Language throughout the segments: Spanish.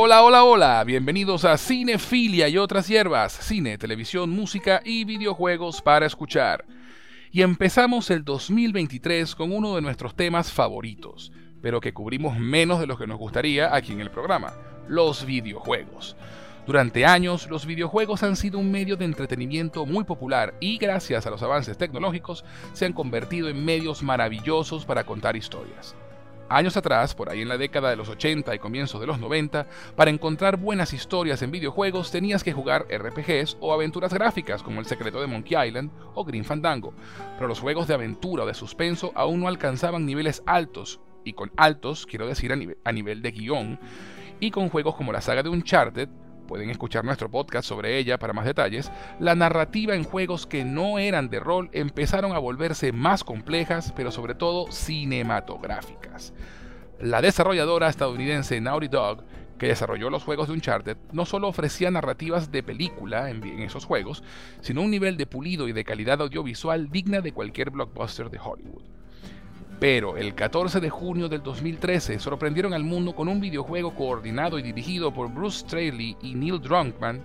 Hola, hola, hola, bienvenidos a Cinefilia y otras hierbas, cine, televisión, música y videojuegos para escuchar. Y empezamos el 2023 con uno de nuestros temas favoritos, pero que cubrimos menos de lo que nos gustaría aquí en el programa, los videojuegos. Durante años, los videojuegos han sido un medio de entretenimiento muy popular y gracias a los avances tecnológicos se han convertido en medios maravillosos para contar historias. Años atrás, por ahí en la década de los 80 y comienzos de los 90, para encontrar buenas historias en videojuegos tenías que jugar RPGs o aventuras gráficas como El secreto de Monkey Island o Grim Fandango, pero los juegos de aventura o de suspenso aún no alcanzaban niveles altos, y con altos quiero decir a nivel de guión, y con juegos como la saga de Uncharted, pueden escuchar nuestro podcast sobre ella para más detalles, la narrativa en juegos que no eran de rol empezaron a volverse más complejas, pero sobre todo cinematográficas. La desarrolladora estadounidense Naughty Dog, que desarrolló los juegos de Uncharted, no solo ofrecía narrativas de película en esos juegos, sino un nivel de pulido y de calidad audiovisual digna de cualquier blockbuster de Hollywood. Pero el 14 de junio del 2013 sorprendieron al mundo con un videojuego coordinado y dirigido por Bruce Straley y Neil Druckmann,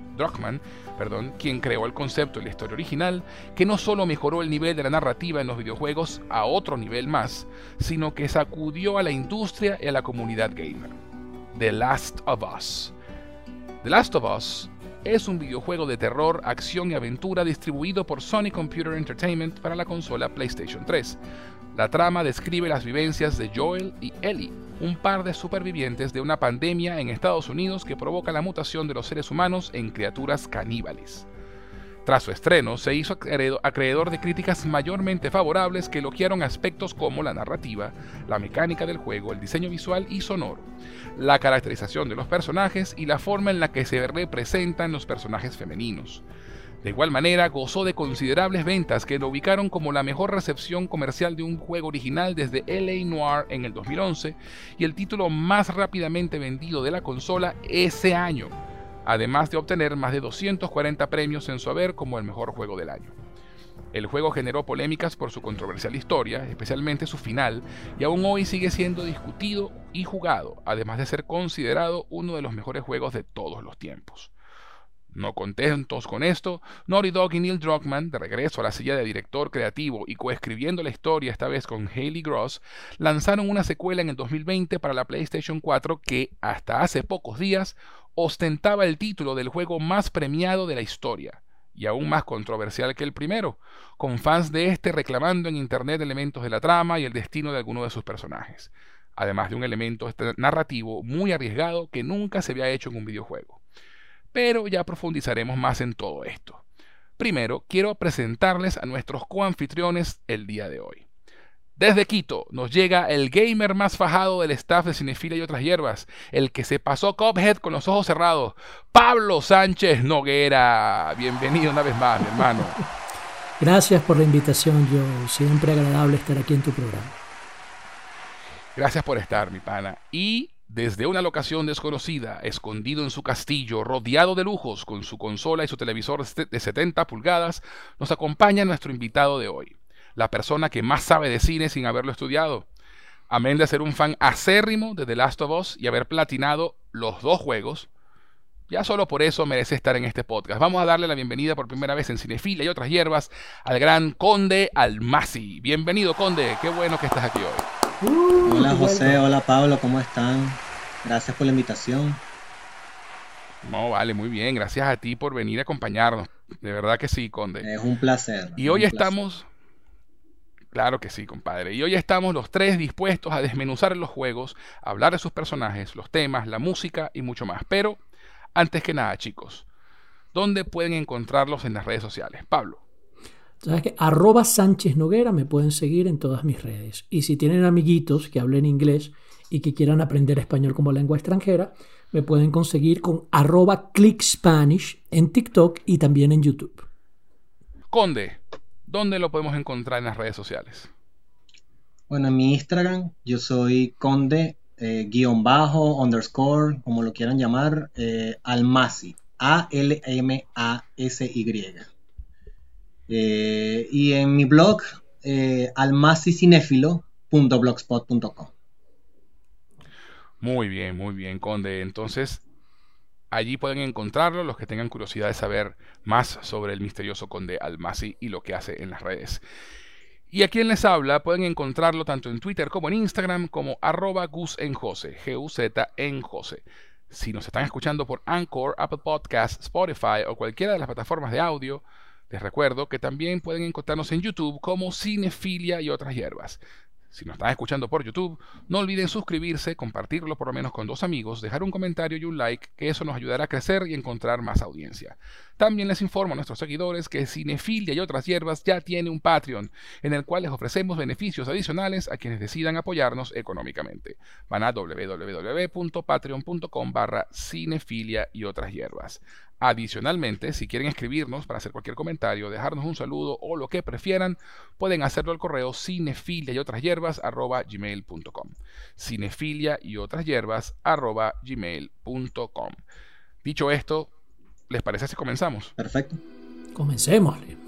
quien creó el concepto y la historia original, que no solo mejoró el nivel de la narrativa en los videojuegos a otro nivel más, sino que sacudió a la industria y a la comunidad gamer. The Last of Us. The Last of Us es un videojuego de terror, acción y aventura distribuido por Sony Computer Entertainment para la consola PlayStation 3. La trama describe las vivencias de Joel y Ellie, un par de supervivientes de una pandemia en Estados Unidos que provoca la mutación de los seres humanos en criaturas caníbales. Tras su estreno, se hizo acreedor de críticas mayormente favorables que elogiaron aspectos como la narrativa, la mecánica del juego, el diseño visual y sonoro, la caracterización de los personajes y la forma en la que se representan los personajes femeninos. De igual manera, gozó de considerables ventas que lo ubicaron como la mejor recepción comercial de un juego original desde L.A. Noire en el 2011 y el título más rápidamente vendido de la consola ese año, además de obtener más de 240 premios en su haber como el mejor juego del año. El juego generó polémicas por su controversial historia, especialmente su final, y aún hoy sigue siendo discutido y jugado, además de ser considerado uno de los mejores juegos de todos los tiempos. No contentos con esto, Naughty Dog y Neil Druckmann, de regreso a la silla de director creativo y coescribiendo la historia esta vez con Haley Gross, lanzaron una secuela en el 2020 para la PlayStation 4 que, hasta hace pocos días, ostentaba el título del juego más premiado de la historia, y aún más controversial que el primero, con fans de este reclamando en internet elementos de la trama y el destino de alguno de sus personajes, además de un elemento narrativo muy arriesgado que nunca se había hecho en un videojuego. Pero ya profundizaremos más en todo esto. Primero, quiero presentarles a nuestros coanfitriones el día de hoy. Desde Quito nos llega el gamer más fajado del staff de Cinefilia y otras hierbas, el que se pasó Cuphead con los ojos cerrados, Pablo Sánchez Noguera. Bienvenido una vez más, mi hermano. Gracias por la invitación, Joe. Siempre agradable estar aquí en tu programa. Gracias por estar, mi pana. Y desde una locación desconocida, escondido en su castillo, rodeado de lujos, con su consola y su televisor de 70 pulgadas, nos acompaña nuestro invitado de hoy, la persona que más sabe de cine sin haberlo estudiado. Amén de ser un fan acérrimo de The Last of Us y haber platinado los dos juegos, ya solo por eso merece estar en este podcast. Vamos a darle la bienvenida por primera vez en Cinefilia y otras hierbas al gran Conde Almasi. Bienvenido, Conde, qué bueno que estás aquí hoy. Hola José, hola Pablo, ¿cómo están? Gracias por la invitación. No, vale, muy bien, gracias a ti por venir a acompañarnos. De verdad que sí, Conde. Es un placer. Y hoy estamos... Claro que sí, compadre. Y hoy estamos los tres dispuestos a desmenuzar los juegos, a hablar de sus personajes, los temas, la música y mucho más. Pero, antes que nada, chicos, ¿dónde pueden encontrarlos en las redes sociales? Pablo. ¿Sabes qué? @Sánchez Noguera me pueden seguir en todas mis redes. Y si tienen amiguitos que hablen inglés y que quieran aprender español como lengua extranjera, me pueden conseguir con @ClickSpanish en TikTok y también en YouTube. Conde, ¿dónde lo podemos encontrar en las redes sociales? Bueno, en mi Instagram yo soy conde __, como lo quieran llamar, Almasi, ALMASY. Y en mi blog, almasicinéfilo.blogspot.com. Muy bien, Conde. Entonces, allí pueden encontrarlo los que tengan curiosidad de saber más sobre el misterioso Conde Almasi y lo que hace en las redes. Y a quien les habla pueden encontrarlo tanto en Twitter como en Instagram como @gusenjose, G-U-Z en Jose. Si nos están escuchando por Anchor, Apple Podcasts, Spotify o cualquiera de las plataformas de audio, les recuerdo que también pueden encontrarnos en YouTube como Cinefilia y otras hierbas. Si nos están escuchando por YouTube, no olviden suscribirse, compartirlo por lo menos con 2 amigos, dejar un comentario y un like, que eso nos ayudará a crecer y encontrar más audiencia. También les informo a nuestros seguidores que Cinefilia y otras hierbas ya tiene un Patreon, en el cual les ofrecemos beneficios adicionales a quienes decidan apoyarnos económicamente. Van a www.patreon.com/cinefilia y otras hierbas. Adicionalmente, si quieren escribirnos para hacer cualquier comentario, dejarnos un saludo o lo que prefieran, pueden hacerlo al correo cinefilia@gmail.com. cinefilia@gmail.com. Dicho esto, ¿les parece si comenzamos? Perfecto. Comencémosle.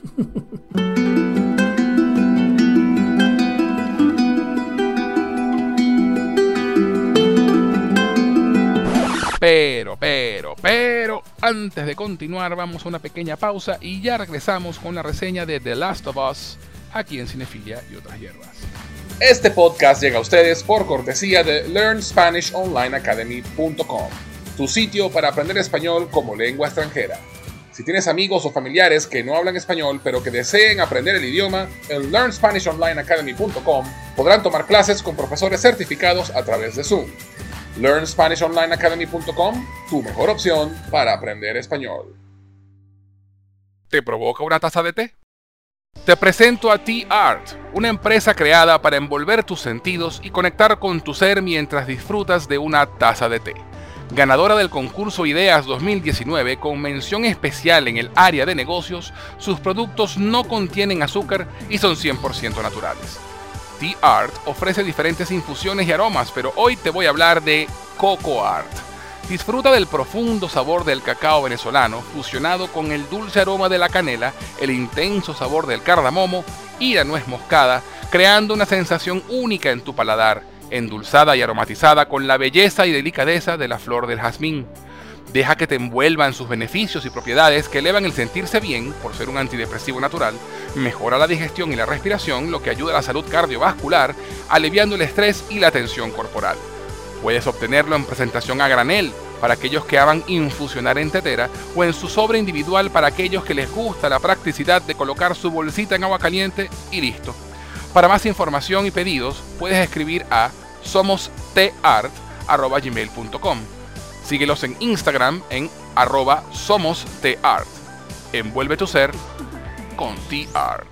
Pero, antes de continuar, vamos a una pequeña pausa y ya regresamos con la reseña de The Last of Us, aquí en Cinefilia y otras hierbas. Este podcast llega a ustedes por cortesía de LearnSpanishOnlineAcademy.com, tu sitio para aprender español como lengua extranjera. Si tienes amigos o familiares que no hablan español pero que deseen aprender el idioma, en LearnSpanishOnlineAcademy.com podrán tomar clases con profesores certificados a través de Zoom. LearnSpanishOnlineAcademy.com, tu mejor opción para aprender español. ¿Te provoca una taza de té? Te presento a Tea Art, una empresa creada para envolver tus sentidos y conectar con tu ser mientras disfrutas de una taza de té. Ganadora del concurso Ideas 2019 con mención especial en el área de negocios, sus productos no contienen azúcar y son 100% naturales. Tea Art ofrece diferentes infusiones y aromas, pero hoy te voy a hablar de Coco Art. Disfruta del profundo sabor del cacao venezolano, fusionado con el dulce aroma de la canela, el intenso sabor del cardamomo y la nuez moscada, creando una sensación única en tu paladar, endulzada y aromatizada con la belleza y delicadeza de la flor del jazmín. Deja que te envuelvan sus beneficios y propiedades que elevan el sentirse bien por ser un antidepresivo natural, mejora la digestión y la respiración, lo que ayuda a la salud cardiovascular, aliviando el estrés y la tensión corporal. Puedes obtenerlo en presentación a granel para aquellos que aman infusionar en tetera o en su sobre individual para aquellos que les gusta la practicidad de colocar su bolsita en agua caliente y listo. Para más información y pedidos, puedes escribir a somosteart@gmail.com. Síguelos en Instagram en @somosteart. Envuelve tu ser con Tea Art.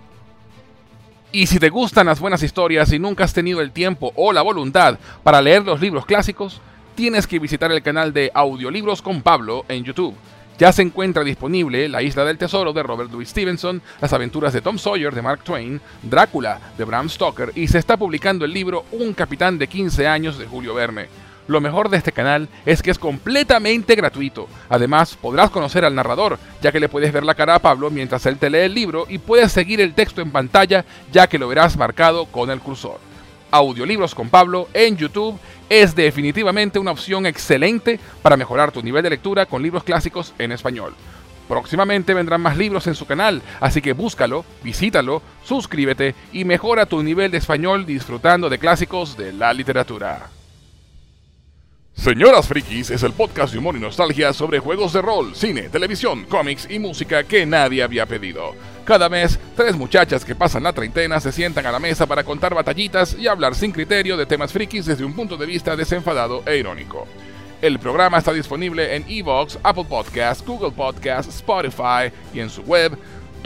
Y si te gustan las buenas historias y nunca has tenido el tiempo o la voluntad para leer los libros clásicos, tienes que visitar el canal de Audiolibros con Pablo en YouTube. Ya se encuentra disponible La Isla del Tesoro de Robert Louis Stevenson, Las aventuras de Tom Sawyer de Mark Twain, Drácula de Bram Stoker y se está publicando el libro Un capitán de 15 años de Julio Verne. Lo mejor de este canal es que es completamente gratuito. Además, podrás conocer al narrador, ya que le puedes ver la cara a Pablo mientras él te lee el libro y puedes seguir el texto en pantalla, ya que lo verás marcado con el cursor. Audiolibros con Pablo en YouTube es definitivamente una opción excelente para mejorar tu nivel de lectura con libros clásicos en español. Próximamente vendrán más libros en su canal, así que búscalo, visítalo, suscríbete y mejora tu nivel de español disfrutando de clásicos de la literatura. Señoras Frikis es el podcast de humor y nostalgia sobre juegos de rol, cine, televisión, cómics y música que nadie había pedido. Cada mes, 3 muchachas que pasan la treintena se sientan a la mesa para contar batallitas y hablar sin criterio de temas frikis desde un punto de vista desenfadado e irónico. El programa está disponible en iVoox, Apple Podcasts, Google Podcasts, Spotify y en su web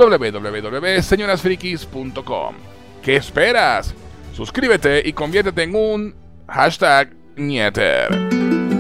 www.señorasfrikis.com. ¿Qué esperas? Suscríbete y conviértete en un #Nieter.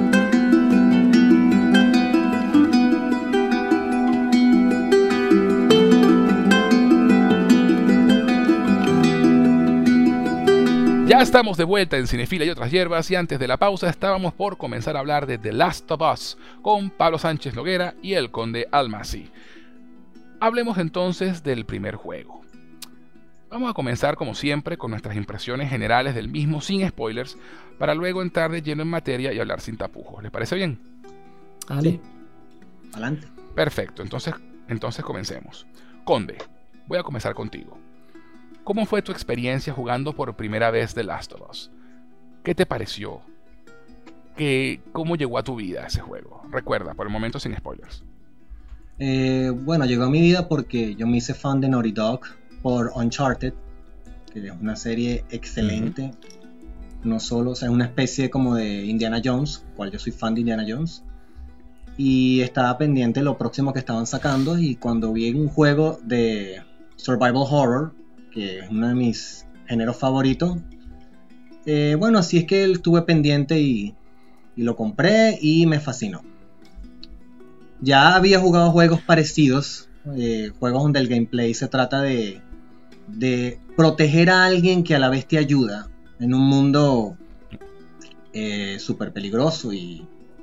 Ya estamos de vuelta en Cinefilia y otras hierbas y antes de la pausa estábamos por comenzar a hablar de The Last of Us con Pablo Sánchez Noguera y el Conde Almasi. Hablemos entonces del primer juego. Vamos a comenzar como siempre con nuestras impresiones generales del mismo sin spoilers, para luego entrar de lleno en materia y hablar sin tapujos. ¿Les parece bien? Vale. Sí. Adelante. Perfecto, entonces comencemos. Conde, voy a comenzar contigo. ¿Cómo fue tu experiencia jugando por primera vez The Last of Us? ¿Qué te pareció? ¿Cómo llegó a tu vida ese juego? Recuerda, por el momento sin spoilers. Bueno, llegó a mi vida porque yo me hice fan de Naughty Dog por Uncharted, que es una serie excelente. No solo, o sea, es una especie como de Indiana Jones, cual yo soy fan de Indiana Jones. Y estaba pendiente de lo próximo que estaban sacando, y cuando vi un juego de survival horror, que es uno de mis géneros favoritos, bueno, así es que estuve pendiente y lo compré y me fascinó. Ya había jugado juegos parecidos, juegos donde el gameplay se trata de proteger a alguien que a la vez te ayuda en un mundo súper peligroso y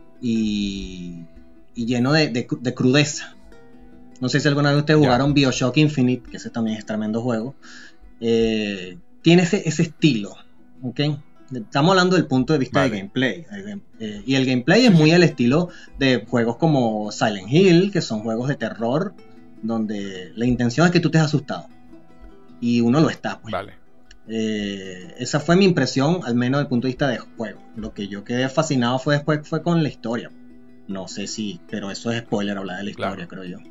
lleno de crudeza. No sé si alguna vez ustedes jugaron BioShock Infinite, que ese también es tremendo juego. Tiene ese estilo, ¿ok? Estamos hablando del punto de vista de gameplay. Y el gameplay es muy al estilo de juegos como Silent Hill, que son juegos de terror, donde la intención es que tú estés asustado. Y uno lo está, pues. Vale. Esa fue mi impresión, al menos desde el punto de vista de juego. Lo que yo quedé fascinado fue con la historia. No sé si, pero eso es spoiler hablar de la historia, creo yo.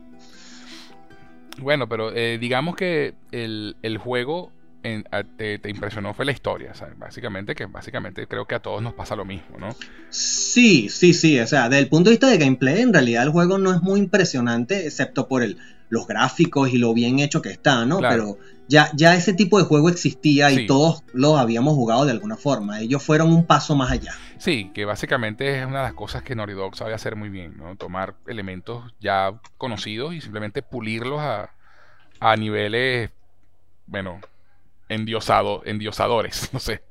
Bueno, pero digamos que el juego te impresionó fue la historia, ¿sabes? Básicamente creo que a todos nos pasa lo mismo, ¿no? Sí, o sea, desde el punto de vista de gameplay, en realidad el juego no es muy impresionante, excepto por los gráficos y lo bien hecho que está, ¿no? Claro. Pero ya ese tipo de juego existía y todos lo habíamos jugado de alguna forma. Ellos fueron un paso más allá. Sí, que básicamente es una de las cosas que Naughty Dog sabe hacer muy bien, ¿no? Tomar elementos ya conocidos y simplemente pulirlos a niveles, bueno, endiosadores, no sé.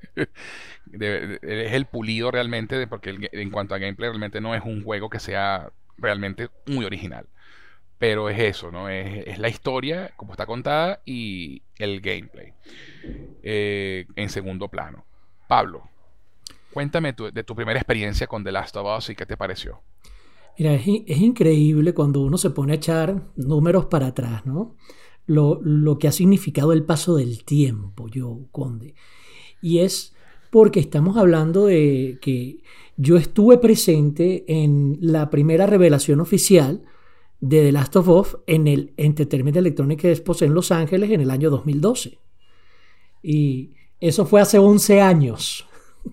Es el pulido realmente, porque en cuanto a gameplay realmente no es un juego que sea realmente muy original. Pero es eso, ¿no? Es la historia, como está contada, y el gameplay en segundo plano. Pablo, cuéntame de tu primera experiencia con The Last of Us y qué te pareció. Mira, es increíble cuando uno se pone a echar números para atrás, ¿no? Lo que ha significado el paso del tiempo, Conde. Y es porque estamos hablando de que yo estuve presente en la primera revelación oficial de The Last of Us en el Entertainment Electronic Expo en Los Ángeles en el año 2012. Y eso fue hace 11 años.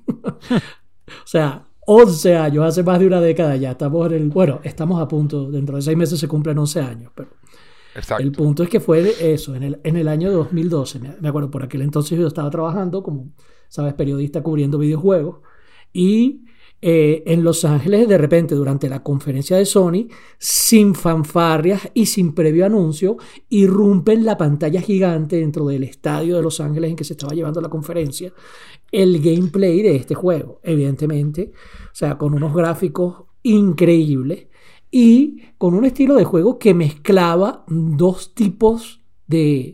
O sea, 11 años, hace más de una década ya. Estamos a punto, dentro de 6 meses se cumplen 11 años, pero exacto. El punto es que fue eso, en el año 2012. Me acuerdo, por aquel entonces yo estaba trabajando como, sabes, periodista cubriendo videojuegos, y en Los Ángeles, de repente, durante la conferencia de Sony, sin fanfarrias y sin previo anuncio, irrumpe en la pantalla gigante dentro del estadio de Los Ángeles en que se estaba llevando la conferencia el gameplay de este juego, evidentemente, o sea, con unos gráficos increíbles y con un estilo de juego que mezclaba dos tipos de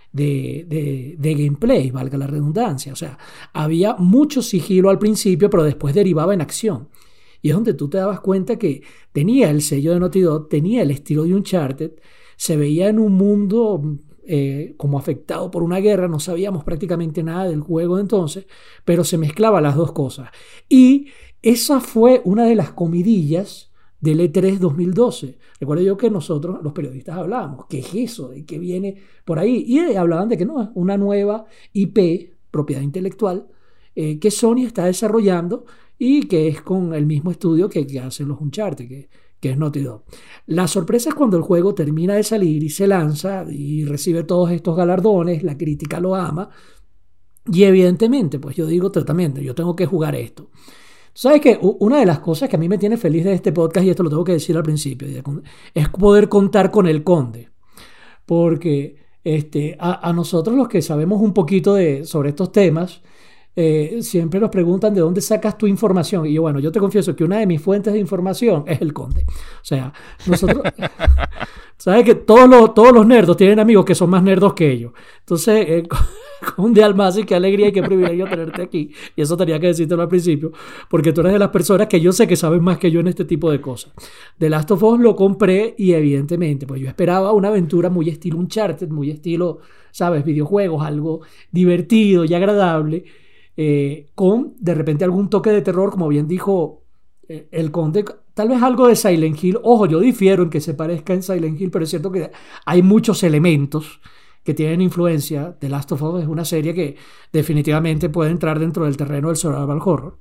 gameplay, valga la redundancia. O sea, había mucho sigilo al principio, pero después derivaba en acción. Y es donde tú te dabas cuenta que tenía el sello de Naughty Dog, tenía el estilo de Uncharted, se veía en un mundo como afectado por una guerra, no sabíamos prácticamente nada del juego de entonces, pero se mezclaba las dos cosas. Y esa fue una de las comidillas del E3 2012. Recuerdo yo que nosotros, los periodistas, hablábamos, ¿qué es eso? ¿De qué viene por ahí? Y hablaban de que no, es una nueva IP, propiedad intelectual, que Sony está desarrollando y que es con el mismo estudio que hacen los Uncharted, que es Naughty Dog. La sorpresa es cuando el juego termina de salir y se lanza y recibe todos estos galardones, la crítica lo ama, y evidentemente, pues yo digo tratamiento, yo tengo que jugar esto. ¿Sabes qué? Una de las cosas que a mí me tiene feliz de este podcast, y esto lo tengo que decir al principio, es poder contar con el Conde. Porque a nosotros los que sabemos un poquito sobre estos temas, siempre nos preguntan de dónde sacas tu información. Y yo te confieso que una de mis fuentes de información es el Conde. O sea, Sabes que todos los nerdos tienen amigos que son más nerdos que ellos. Entonces, con de Almasi, qué alegría y qué privilegio tenerte aquí. Y eso tenía que decírtelo al principio, porque tú eres de las personas que yo sé que saben más que yo en este tipo de cosas. The Last of Us lo compré y evidentemente, pues yo esperaba una aventura muy estilo Uncharted, muy estilo, ¿sabes? Videojuegos, algo divertido y agradable, con de repente algún toque de terror, como bien dijo el Conde, tal vez algo de Silent Hill. Ojo, yo difiero en que se parezca en Silent Hill, pero es cierto que hay muchos elementos que tienen influencia. The Last of Us es una serie que definitivamente puede entrar dentro del terreno del survival horror.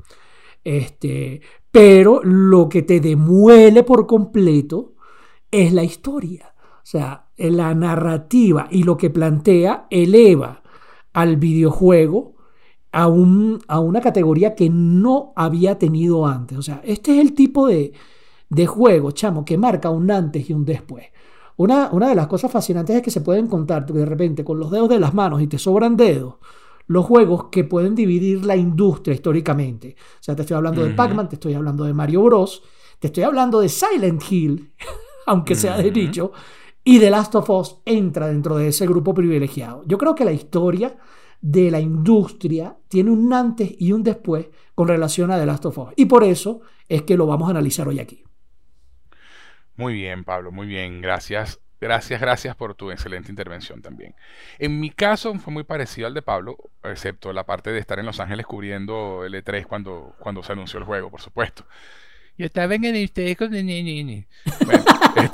Pero lo que te demuele por completo es la historia. O sea, la narrativa y lo que plantea eleva al videojuego a una categoría que no había tenido antes. O sea, este es el tipo de juego, chamo, que marca un antes y un después. Una de las cosas fascinantes es que se pueden contar de repente con los dedos de las manos y te sobran dedos los juegos que pueden dividir la industria históricamente. O sea, te estoy hablando de Pac-Man, te estoy hablando de Mario Bros, te estoy hablando de Silent Hill, aunque sea de nicho, y The Last of Us entra dentro de ese grupo privilegiado. Yo creo que la historia de la industria tiene un antes y un después con relación a The Last of Us. Y por eso es que lo vamos a analizar hoy aquí. Muy bien, Pablo, muy bien. Gracias. Gracias por tu excelente intervención también. En mi caso fue muy parecido al de Pablo, excepto la parte de estar en Los Ángeles cubriendo el E3 cuando se anunció el juego, por supuesto. Yo estaba en el E3 con el nene. Bueno,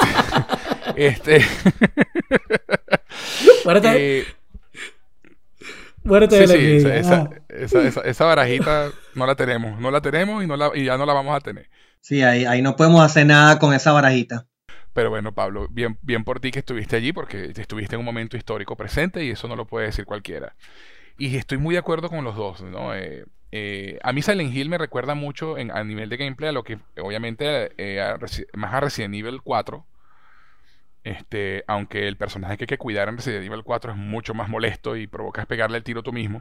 Muérete sí, esa barajita no la tenemos y ya no la vamos a tener. Sí, ahí no podemos hacer nada con esa barajita. Pero bueno, Pablo, bien por ti que estuviste allí, porque estuviste en un momento histórico presente y eso no lo puede decir cualquiera. Y estoy muy de acuerdo con los dos, ¿no? A mí Silent Hill me recuerda mucho a nivel de gameplay a lo que obviamente más a Resident Evil 4. Aunque el personaje que hay que cuidar en Resident Evil 4 es mucho más molesto y provocas pegarle el tiro tú mismo.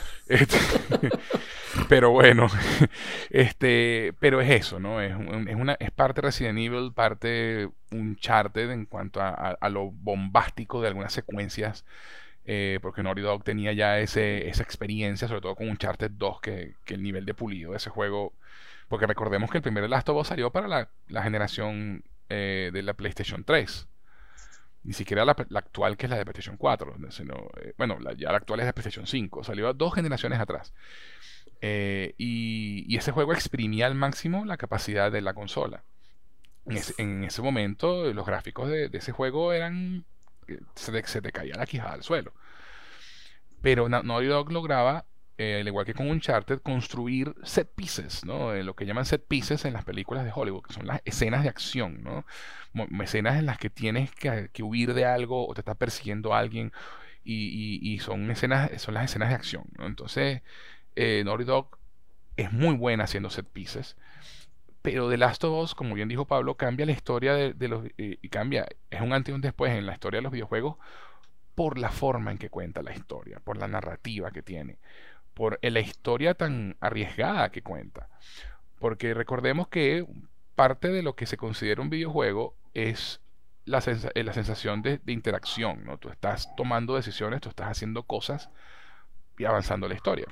Pero bueno, pero es eso, ¿no? Es parte Resident Evil, parte Uncharted en cuanto a lo bombástico de algunas secuencias, porque Naughty Dog tenía ya esa experiencia, sobre todo con Uncharted 2, que el nivel de pulido de ese juego, porque recordemos que el primer Last of Us salió para la generación de la PlayStation 3. Ni siquiera la actual, que es la de PlayStation 4, sino, ya la actual es de PlayStation 5. Salió 2 generaciones atrás. Y ese juego exprimía al máximo la capacidad de la consola. En ese momento, los gráficos de ese juego eran... Se te caía la quijada al suelo. Pero Naughty Dog lograba, al igual que con Uncharted, construir set pieces, ¿no? Lo que llaman set pieces en las películas de Hollywood, que son las escenas de acción, ¿no? Escenas en las que tienes que huir de algo o te está persiguiendo alguien y son las escenas de acción, ¿no? Entonces, Naughty Dog es muy buena haciendo set pieces, pero The Last of Us, como bien dijo Pablo, cambia la historia de los... y cambia, es un antes y un después en la historia de los videojuegos por la forma en que cuenta la historia, por la narrativa que tiene, por la historia tan arriesgada que cuenta. Porque recordemos que parte de lo que se considera un videojuego es la sensación de interacción, ¿no? Tú estás tomando decisiones, tú estás haciendo cosas y avanzando la historia.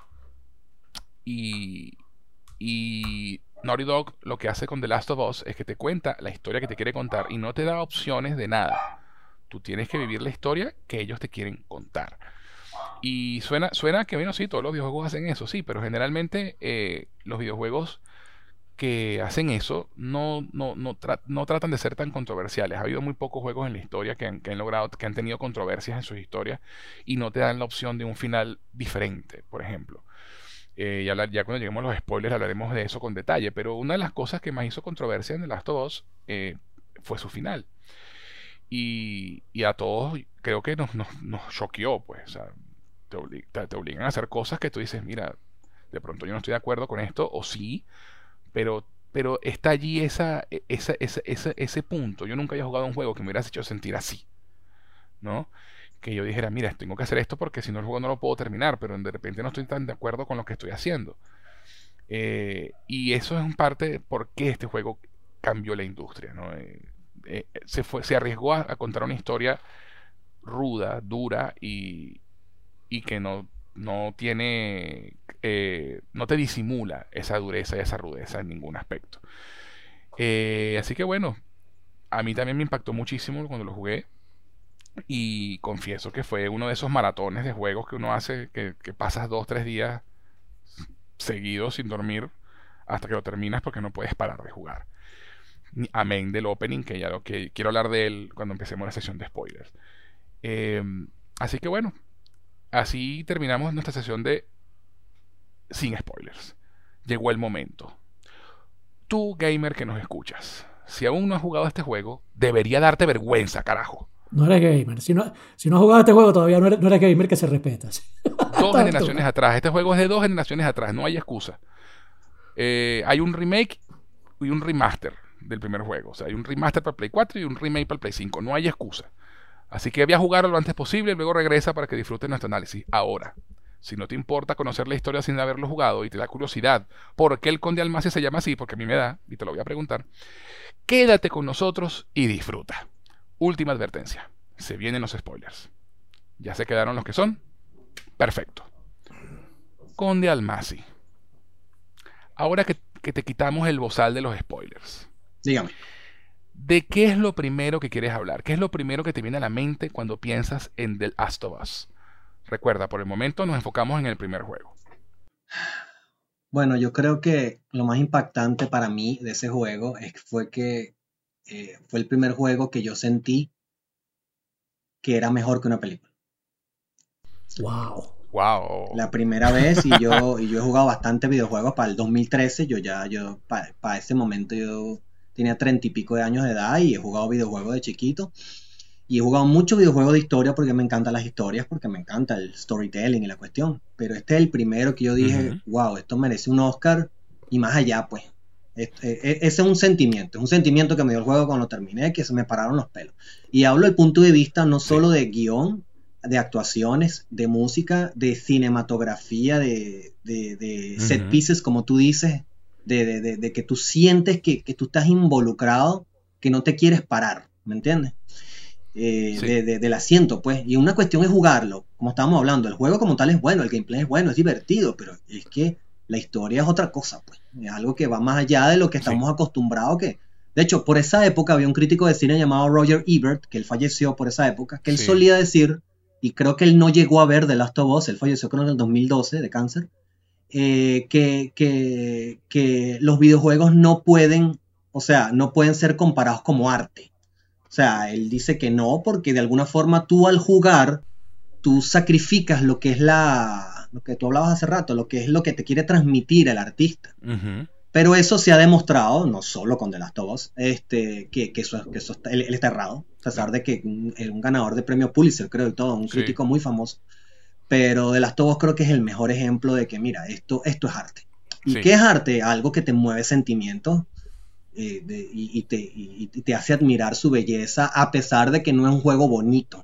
Y Naughty Dog lo que hace con The Last of Us es que te cuenta la historia que te quiere contar y no te da opciones de nada. Tú tienes que vivir la historia que ellos te quieren contar. Y suena que, bueno, sí, todos los videojuegos hacen eso, sí, pero generalmente los videojuegos que hacen eso no tratan de ser tan controversiales. Ha habido muy pocos juegos en la historia que han tenido controversias en sus historias y no te dan la opción de un final diferente, por ejemplo. Ya cuando lleguemos a los spoilers hablaremos de eso con detalle, pero una de las cosas que más hizo controversia en The Last of Us fue su final. Y a todos creo que nos choqueó, pues. O sea, te obligan a hacer cosas que tú dices, mira, de pronto yo no estoy de acuerdo con esto, o sí, pero está allí ese punto. Yo nunca había jugado un juego que me hubiera hecho sentir así, ¿no? Que yo dijera, mira, tengo que hacer esto porque si no el juego no lo puedo terminar, pero de repente no estoy tan de acuerdo con lo que estoy haciendo. Y eso es en parte por qué este juego cambió la industria, ¿no? se arriesgó a contar una historia ruda, dura y que no tiene, no te disimula esa dureza y esa rudeza en ningún aspecto. Así que bueno, a mí también me impactó muchísimo cuando lo jugué. Y confieso que fue uno de esos maratones de juegos que uno hace, que pasas 2, 3 días seguidos sin dormir hasta que lo terminas porque no puedes parar de jugar. Amén del opening, que ya lo que quiero hablar de él cuando empecemos la sesión de spoilers. Eh, Así que bueno, así terminamos nuestra sesión de sin spoilers. Llegó el momento. Tú, gamer que nos escuchas, si aún no has jugado este juego, debería darte vergüenza, carajo. No eres gamer. Si no has jugado este juego, todavía no eres gamer que se respeta. Dos generaciones atrás. Este juego es de 2 generaciones atrás. No hay excusa. Hay un remake y un remaster del primer juego. O sea, hay un remaster para Play 4 y un remake para Play 5. No hay excusa. Así que ve a jugarlo lo antes posible y luego regresa para que disfrutes nuestro análisis. Ahora, si no te importa conocer la historia sin haberlo jugado y te da curiosidad por qué el Conde Almacia se llama así, porque a mí me da, y te lo voy a preguntar, quédate con nosotros y disfruta. Última advertencia. Se vienen los spoilers. ¿Ya se quedaron los que son? Perfecto. Conde Almasi. Ahora que te quitamos el bozal de los spoilers. Dígame. ¿De qué es lo primero que quieres hablar? ¿Qué es lo primero que te viene a la mente cuando piensas en The Last of Us? Recuerda, por el momento nos enfocamos en el primer juego. Bueno, yo creo que lo más impactante para mí de ese juego fue que fue el primer juego que yo sentí que era mejor que una película. Wow. Wow. La primera vez, y yo he jugado bastantes videojuegos para el 2013, para ese momento yo tenía 30 y pico de años de edad y he jugado videojuegos de chiquito. Y he jugado muchos videojuegos de historia porque me encantan las historias, porque me encanta el storytelling y la cuestión. Pero este es el primero que yo dije, wow, esto merece un Oscar y más allá, pues. Ese es un sentimiento que me dio el juego cuando lo terminé, que se me pararon los pelos. Y hablo del punto de vista no solo de guión, de actuaciones, de música, de cinematografía, de set pieces, como tú dices, de que tú sientes que tú estás involucrado, que no te quieres parar, ¿me entiendes? Del asiento, pues. Y una cuestión es jugarlo, como estábamos hablando. El juego como tal es bueno, el gameplay es bueno, es divertido, pero es que la historia es otra cosa, pues. Es algo que va más allá de lo que estamos acostumbrados. De hecho, por esa época había un crítico de cine llamado Roger Ebert, que él falleció por esa época, que él solía decir, y creo que él no llegó a ver The Last of Us, él falleció creo en el 2012 de cáncer, que los videojuegos no pueden ser comparados como arte. O sea, él dice que no, porque de alguna forma tú al jugar, tú sacrificas lo que es lo que tú hablabas hace rato, lo que es lo que te quiere transmitir el artista. Pero eso se ha demostrado, no solo con The Last of Us, que eso él está errado, a pesar de que un ganador de premio Pulitzer, creo, y todo, un crítico muy famoso. Pero The Last of Us creo que es el mejor ejemplo de que, mira, esto es arte. ¿Y qué es arte? Algo que te mueve sentimientos y te hace admirar su belleza, a pesar de que no es un juego bonito.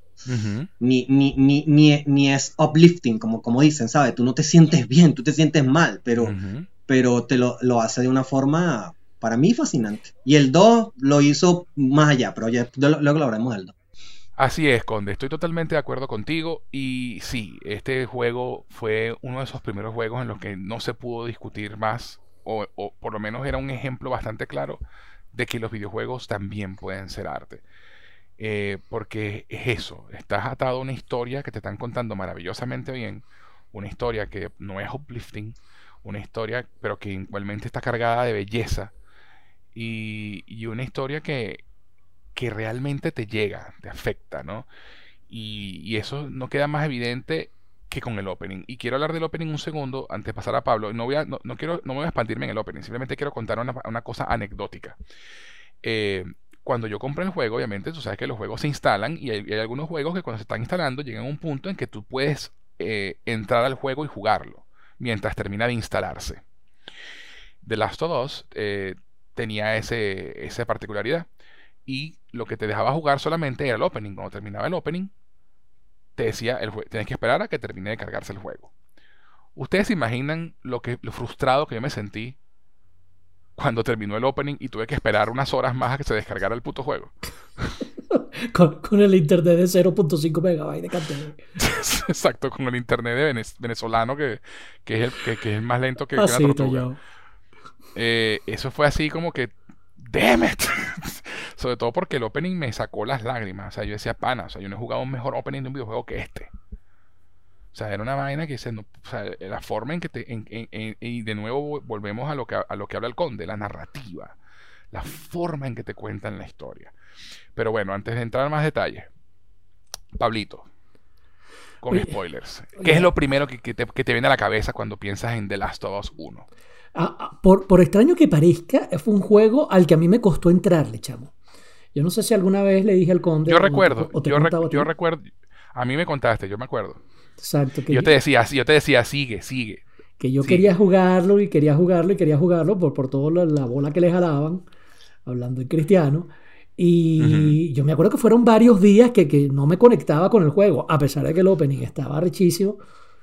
Ni es uplifting, como dicen, ¿sabes? Tú no te sientes bien, tú te sientes mal, pero te lo hace de una forma, para mí, fascinante. Y el 2 lo hizo más allá, pero ya luego lo hablaremos del 2. Así es, Conde, estoy totalmente de acuerdo contigo. Y sí, este juego fue uno de esos primeros juegos en los que no se pudo discutir más, o por lo menos era un ejemplo bastante claro de que los videojuegos también pueden ser arte. Porque es eso, estás atado a una historia que te están contando maravillosamente bien, una historia que no es uplifting, una historia pero que igualmente está cargada de belleza y una historia que realmente te llega, te afecta, ¿no? Y eso no queda más evidente que con el opening. Y quiero hablar del opening un segundo antes de pasar a Pablo. No me voy a expandirme en el opening, simplemente quiero contar una cosa anecdótica. Cuando yo compré el juego, obviamente, tú sabes que los juegos se instalan y hay algunos juegos que cuando se están instalando llegan a un punto en que tú puedes entrar al juego y jugarlo mientras termina de instalarse. The Last of Us tenía esa particularidad y lo que te dejaba jugar solamente era el opening. Cuando terminaba el opening, te decía, tienes que esperar a que termine de cargarse el juego. ¿Ustedes se imaginan lo frustrado que yo me sentí cuando terminó el opening y tuve que esperar unas horas más a que se descargara el puto juego. Con el internet de 0.5 megabytes de cantidad. Exacto, con el internet de venezolano que es el más lento que una Así tortuga. Eso fue así como que damn it. Sobre todo porque el opening me sacó las lágrimas. O sea, yo decía, pana, o sea, yo no he jugado un mejor opening de un videojuego que este. O sea, era una vaina que o sea, la forma en que y de nuevo volvemos a lo que habla el Conde, la narrativa, la forma en que te cuentan la historia. Pero bueno, antes de entrar en más detalles, Pablito, con spoilers, ¿qué es lo primero que te viene a la cabeza cuando piensas en The Last of Us 1? Por extraño que parezca, fue un juego al que a mí me costó entrarle, chamo. Yo no sé si alguna vez le dije al Conde. Yo recuerdo, a mí me contaste, yo me acuerdo. Exacto. Yo te decía, sigue. Que yo quería jugarlo por toda la bola que le jalaban, hablando en cristiano. Y yo me acuerdo que fueron varios días que no me conectaba con el juego, a pesar de que el opening estaba rechísimo.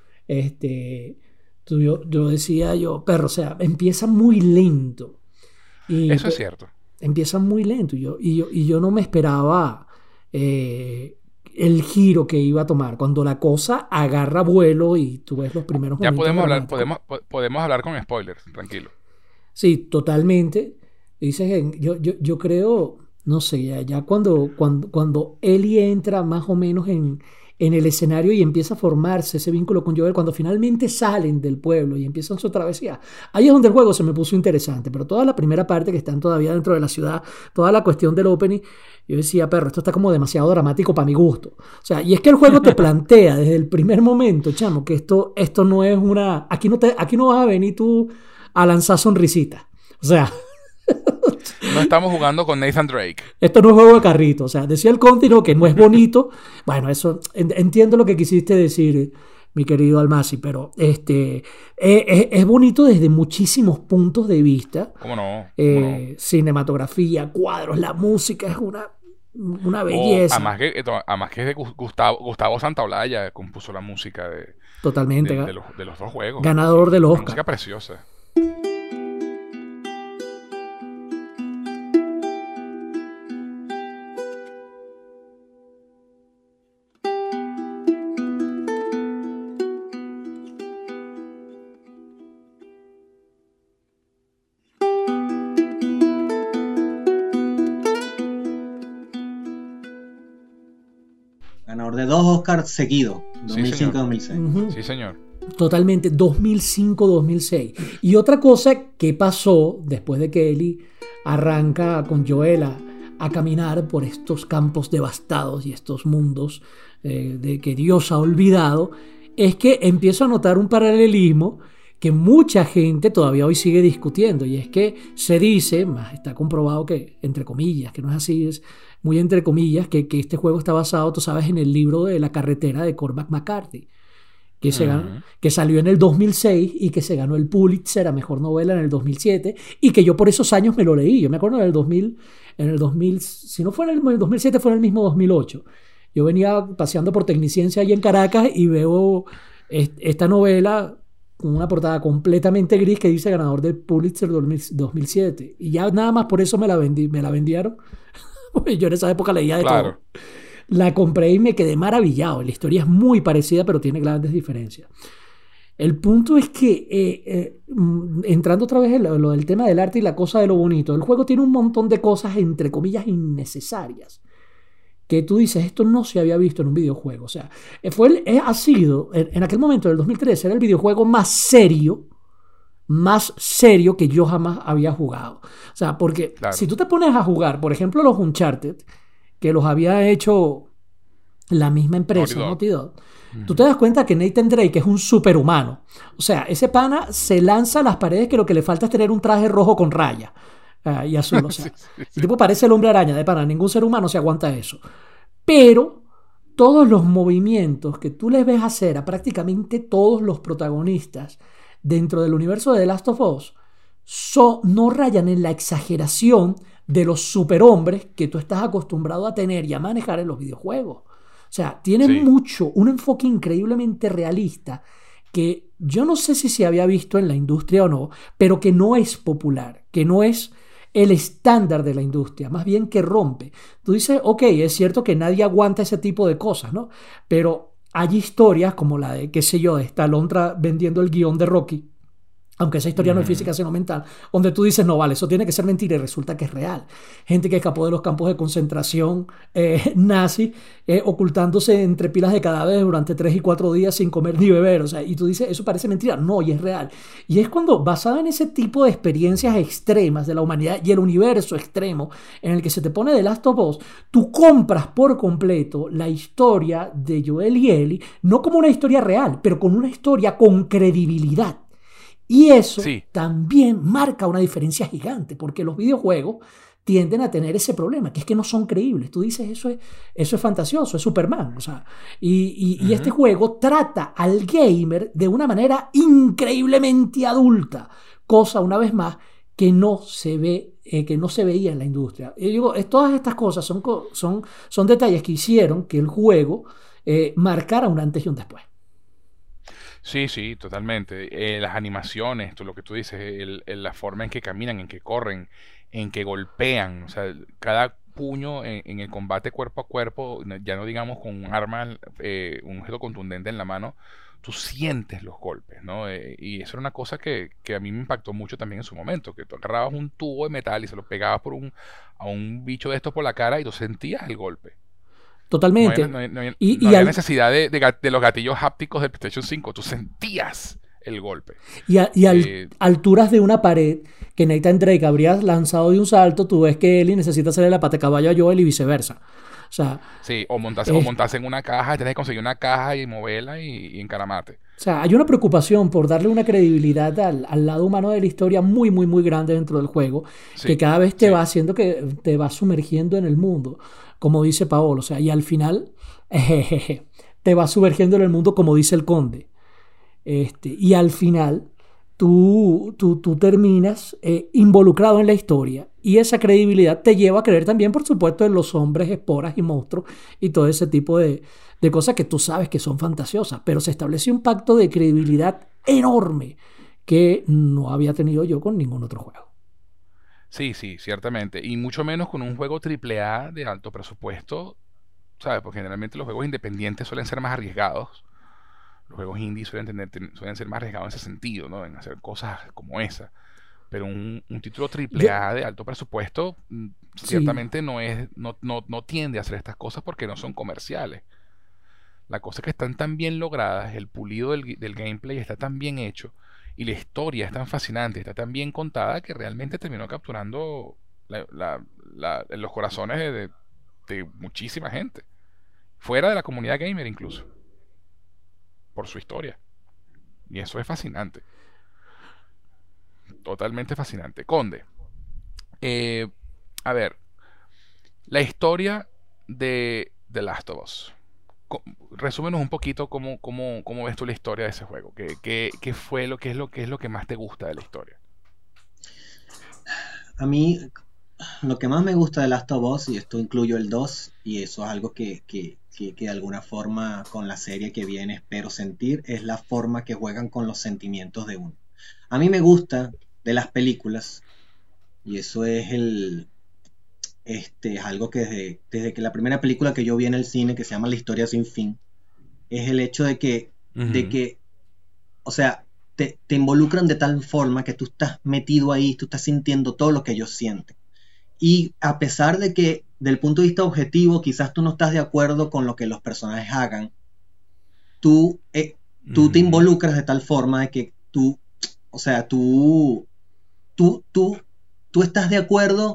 Yo decía, perro, o sea, empieza muy lento. Eso es cierto. Empieza muy lento. Y yo no me esperaba el giro que iba a tomar. Cuando la cosa agarra vuelo y tú ves los primeros ya momentos. podemos hablar con spoilers, tranquilo. Sí, totalmente. Dices, yo creo, no sé, ya cuando Ellie entra más o menos en el escenario y empieza a formarse ese vínculo con Joel, cuando finalmente salen del pueblo y empiezan su travesía, ahí es donde el juego se me puso interesante. Pero toda la primera parte que están todavía dentro de la ciudad, toda la cuestión del opening, yo decía, perro, esto está como demasiado dramático para mi gusto. O sea, y es que el juego te plantea desde el primer momento, chamo, que esto no es una... Aquí no vas a venir tú a lanzar sonrisitas. O sea... No estamos jugando con Nathan Drake. Esto no es juego de carrito. O sea, decía el Contino que no es bonito. Bueno, eso entiendo lo que quisiste decir, mi querido Almasi, pero es bonito desde muchísimos puntos de vista. ¿Cómo no? Cinematografía, cuadros, la música es una belleza. Además que es de Gustavo Santaolalla, compuso la música totalmente de los dos juegos. Ganador del Oscar. Una música preciosa. Ganador de 2 Oscars seguidos, 2005-2006. Sí, señor. Totalmente, 2005-2006. Y otra cosa que pasó después de que Ellie arranca con Joel a caminar por estos campos devastados y estos mundos de que Dios ha olvidado, es que empiezo a notar un paralelismo que mucha gente todavía hoy sigue discutiendo, y es que se dice, más está comprobado que, entre comillas, que no es así, es muy entre comillas, que este juego está basado, tú sabes, en el libro de La carretera de Cormac McCarthy, que salió en el 2006 y que se ganó el Pulitzer a mejor novela en el 2007, y que yo por esos años me lo leí. Yo me acuerdo en el 2000, si no fue en el 2007, fue en el mismo 2008. Yo venía paseando por Tecniciencia ahí en Caracas y veo esta novela con una portada completamente gris que dice ganador del Pulitzer 2007. Y ya nada más por eso me la vendieron. Yo en esa época leía de todo. La compré y me quedé maravillado. La historia es muy parecida, pero tiene grandes diferencias. El punto es que, entrando otra vez en lo del tema del arte y la cosa de lo bonito, el juego tiene un montón de cosas, entre comillas, innecesarias, que tú dices, esto no se había visto en un videojuego. O sea, ha sido, en aquel momento, del 2013, era el videojuego más serio que yo jamás había jugado. O sea, porque si tú te pones a jugar, por ejemplo, los Uncharted, que los había hecho la misma empresa, Naughty Dog, tú te das cuenta que Nathan Drake es un superhumano. O sea, ese pana se lanza a las paredes que lo que le falta es tener un traje rojo con rayas y azul. O sea, el tipo parece el hombre araña de pana. Ningún ser humano se aguanta eso. Pero todos los movimientos que tú les ves hacer a prácticamente todos los protagonistas dentro del universo de The Last of Us no rayan en la exageración de los superhombres que tú estás acostumbrado a tener y a manejar en los videojuegos. O sea, tiene un enfoque increíblemente realista que yo no sé si se había visto en la industria o no, pero que no es popular, que no es el estándar de la industria, más bien que rompe. Tú dices, ok, es cierto que nadie aguanta ese tipo de cosas, ¿no? Pero hay historias como la de, qué sé yo, de Stallone vendiendo el guión de Rocky, aunque esa historia no es física sino mental, donde tú dices, no vale, eso tiene que ser mentira y resulta que es real. Gente que escapó de los campos de concentración nazi, ocultándose entre pilas de cadáveres durante 3 y 4 días sin comer ni beber, o sea, y tú dices, eso parece mentira, no, y es real. Y es cuando, basado en ese tipo de experiencias extremas de la humanidad y el universo extremo en el que se te pone The Last of Us, tú compras por completo la historia de Joel y Ellie, no como una historia real, pero con una historia con credibilidad. Y eso Sí. también marca una diferencia gigante, porque los videojuegos tienden a tener ese problema, que es que no son creíbles. Tú dices, eso es fantasioso, es Superman. O sea, y este juego trata al gamer de una manera increíblemente adulta, cosa, una vez más, que no se ve, que no se veía en la industria. Y digo, todas estas cosas son detalles que hicieron que el juego marcara un antes y un después. Sí, sí, totalmente. Las animaciones, lo que tú dices, la forma en que caminan, en que corren, en que golpean, o sea, cada puño en el combate cuerpo a cuerpo, ya no digamos con un arma, un objeto contundente en la mano, tú sientes los golpes, ¿no? Y eso era una cosa que a mí me impactó mucho también en su momento, que tú agarrabas un tubo de metal y se lo pegabas a un bicho de estos por la cara y tú sentías el golpe. Totalmente. No Y había al, necesidad de los gatillos hápticos del PlayStation 5. Tú sentías el golpe. Eh, alturas de una pared que Nathan Drake habría lanzado de un salto, tú ves que Ellie necesita hacerle la pata de caballo a Joel y viceversa. O sea, sí, o es, montarse en una caja, tienes que conseguir una caja y moverla y encaramate. o sea, hay una preocupación por darle una credibilidad al lado humano de la historia muy, muy, muy grande dentro del juego, que Sí, cada vez te sí. va haciendo que te va sumergiendo en el mundo, como dice Paolo. O sea, y al final, te va sumergiendo en el mundo, como dice el conde. Y al final tú terminas involucrado en la historia y esa credibilidad te lleva a creer también, por supuesto, en los hombres, esporas y monstruos y todo ese tipo de cosas que tú sabes que son fantasiosas, pero se establece un pacto de credibilidad enorme que no había tenido yo con ningún otro juego. Sí, sí, ciertamente. Y mucho menos con un juego triple A de alto presupuesto, ¿sabes? Porque generalmente los juegos independientes suelen ser más arriesgados. Los juegos indie suelen ser más arriesgados en ese sentido, ¿no? En hacer cosas como esa. Pero un título triple Yo, A de alto presupuesto sí, ciertamente no tiende a hacer estas cosas porque no son comerciales. La cosa es que están tan bien logradas, el pulido del gameplay está tan bien hecho y la historia es tan fascinante, está tan bien contada que realmente terminó capturando los corazones de muchísima gente, fuera de la comunidad gamer incluso, por su historia. Y eso es fascinante, totalmente fascinante. Conde, eh, a ver, la historia de The Last of Us. Resúmenos un poquito cómo ves tú la historia de ese juego. ¿Qué fue qué es lo que más te gusta de la historia? A mí, lo que más me gusta de Last of Us, y esto incluyo el 2 y eso es algo que de alguna forma con la serie que viene espero sentir, es la forma que juegan con los sentimientos de uno. A mí me gusta de las películas, y eso es algo que desde que la primera película que yo vi en el cine, que se llama La historia sin fin, es el hecho de Ujú. que o sea, te involucran de tal forma que tú estás metido ahí, tú estás sintiendo todo lo que ellos sienten. Y a pesar de que, del punto de vista objetivo, quizás tú no estás de acuerdo con lo que los personajes hagan, tú, tú te Ujú. involucras de tal forma de que tú, o sea, tú, tú, tú estás de acuerdo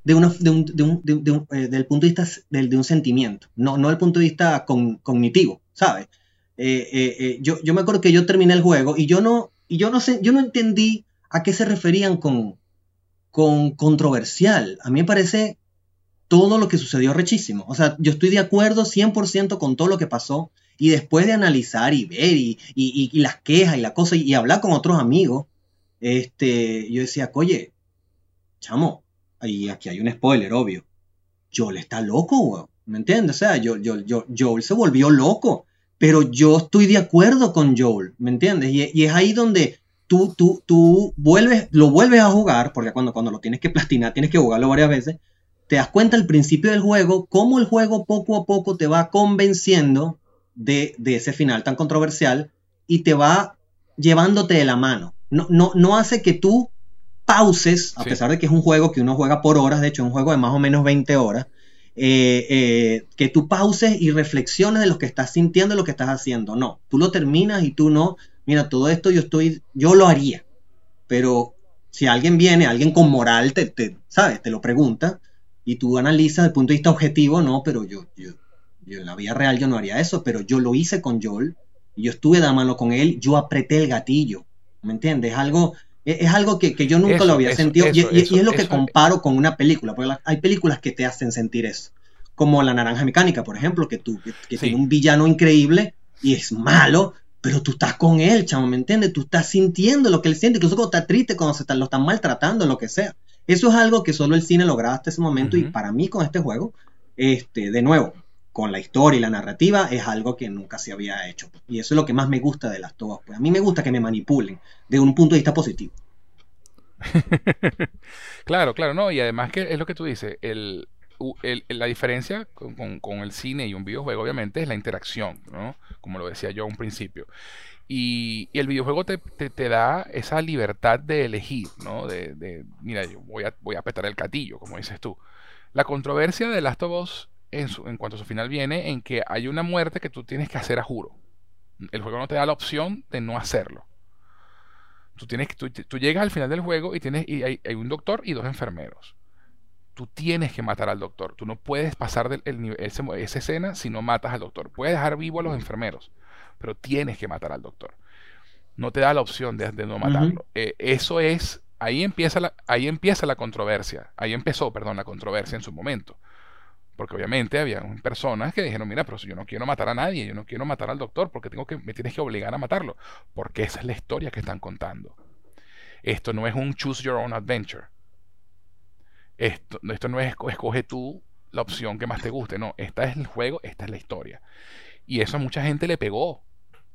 del punto de vista de un sentimiento, no del punto de vista cognitivo, ¿sabes? Yo me acuerdo que yo terminé el juego y yo no sé, yo no entendí a qué se referían con controversial. A mí me parece todo lo que sucedió rechísimo. O sea, yo estoy de acuerdo 100% con todo lo que pasó y después de analizar y ver y las quejas y la cosa y hablar con otros amigos, yo decía, oye, chamo, y aquí hay un spoiler, obvio. Joel está loco, weón. ¿Me entiendes? O sea, Joel se volvió loco. pero yo estoy de acuerdo con Joel, ¿me entiendes? Y es ahí donde tú lo vuelves a jugar, porque cuando lo tienes que platinar, tienes que jugarlo varias veces, te das cuenta al principio del juego, cómo el juego poco a poco te va convenciendo de ese final tan controversial y te va llevándote de la mano. No hace que tú pauses, a pesar de que es un juego que uno juega por horas, de hecho es un juego de más o menos 20 horas, que tú pauses y reflexiones de lo que estás sintiendo y lo que estás haciendo. No, tú lo terminas y tú no, mira, todo esto yo lo haría, pero si alguien viene, alguien con moral, ¿sabes? Te lo pregunta y tú analizas desde el punto de vista objetivo, no, pero yo en la vida real yo no haría eso, pero yo lo hice con Joel, y yo estuve de mano con él, yo apreté el gatillo, ¿me entiendes? Es algo que yo nunca lo había sentido, y es lo que comparo con una película, porque hay películas que te hacen sentir eso, como La Naranja Mecánica, por ejemplo, que tiene un villano increíble y es malo, pero tú estás con él, chamo, ¿me entiendes? Tú estás sintiendo lo que él siente, incluso cuando está triste, cuando lo están maltratando, lo que sea. Eso es algo que solo el cine lograba hasta ese momento, y para mí con este juego, de nuevo, con la historia y la narrativa, es algo que nunca se había hecho. Y eso es lo que más me gusta de Last of Us. Pues a mí me gusta que me manipulen de un punto de vista positivo. Claro, no, y además que es lo que tú dices, la diferencia con el cine y un videojuego, obviamente, es la interacción, ¿no? Como lo decía yo a un principio. Y el videojuego te da esa libertad de elegir, ¿no? Mira, yo voy a apretar el gatillo, como dices tú. La controversia de Last of Us, en cuanto a su final, viene en que hay una muerte que tú tienes que hacer a juro. El juego no te da la opción de no hacerlo. Tú llegas al final del juego y hay un doctor y 2 enfermeros. Tú tienes que matar al doctor. Tú no puedes pasar esa escena si no matas al doctor. Puedes dejar vivo a los enfermeros, pero tienes que matar al doctor. No te da la opción de no matarlo. Ahí empieza la controversia. Ahí empezó, perdón, la controversia en su momento. Porque obviamente había personas que dijeron, mira, pero si yo no quiero matar a nadie, yo no quiero matar al doctor, porque me tienes que obligar a matarlo. Porque esa es la historia que están contando. Esto no es un choose your own adventure. Esto no es escoge tú la opción que más te guste. No, esta es el juego, esta es la historia. Y eso a mucha gente le pegó.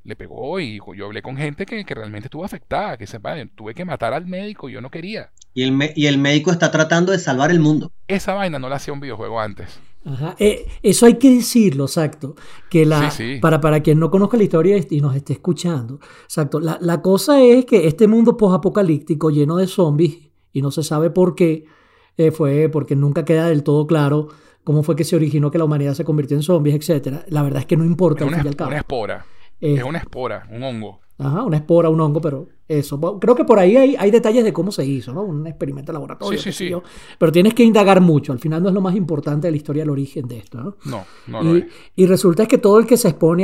Y yo hablé con gente que realmente estuvo afectada, que tuve que matar al médico y yo no quería. Y el médico está tratando de salvar el mundo. Esa vaina no la hacía un videojuego antes. Ajá. Eso hay que decirlo, exacto. Que sí. Para quien no conozca la historia y nos esté escuchando, exacto. La cosa es que este mundo post-apocalíptico lleno de zombies, y no se sabe por qué, fue porque nunca queda del todo claro cómo fue que se originó que la humanidad se convirtió en zombies, etcétera. La verdad es que no importa al fin y al cabo. Una espora. Es una espora, un hongo. Ajá, una espora, un hongo, pero eso. Creo que por ahí hay detalles de cómo se hizo, ¿no? Un experimento de laboratorio. Sí. Pero tienes que indagar mucho. Al final no es lo más importante de la historia del origen de esto, ¿no? No lo es. Y resulta que todo el que se expone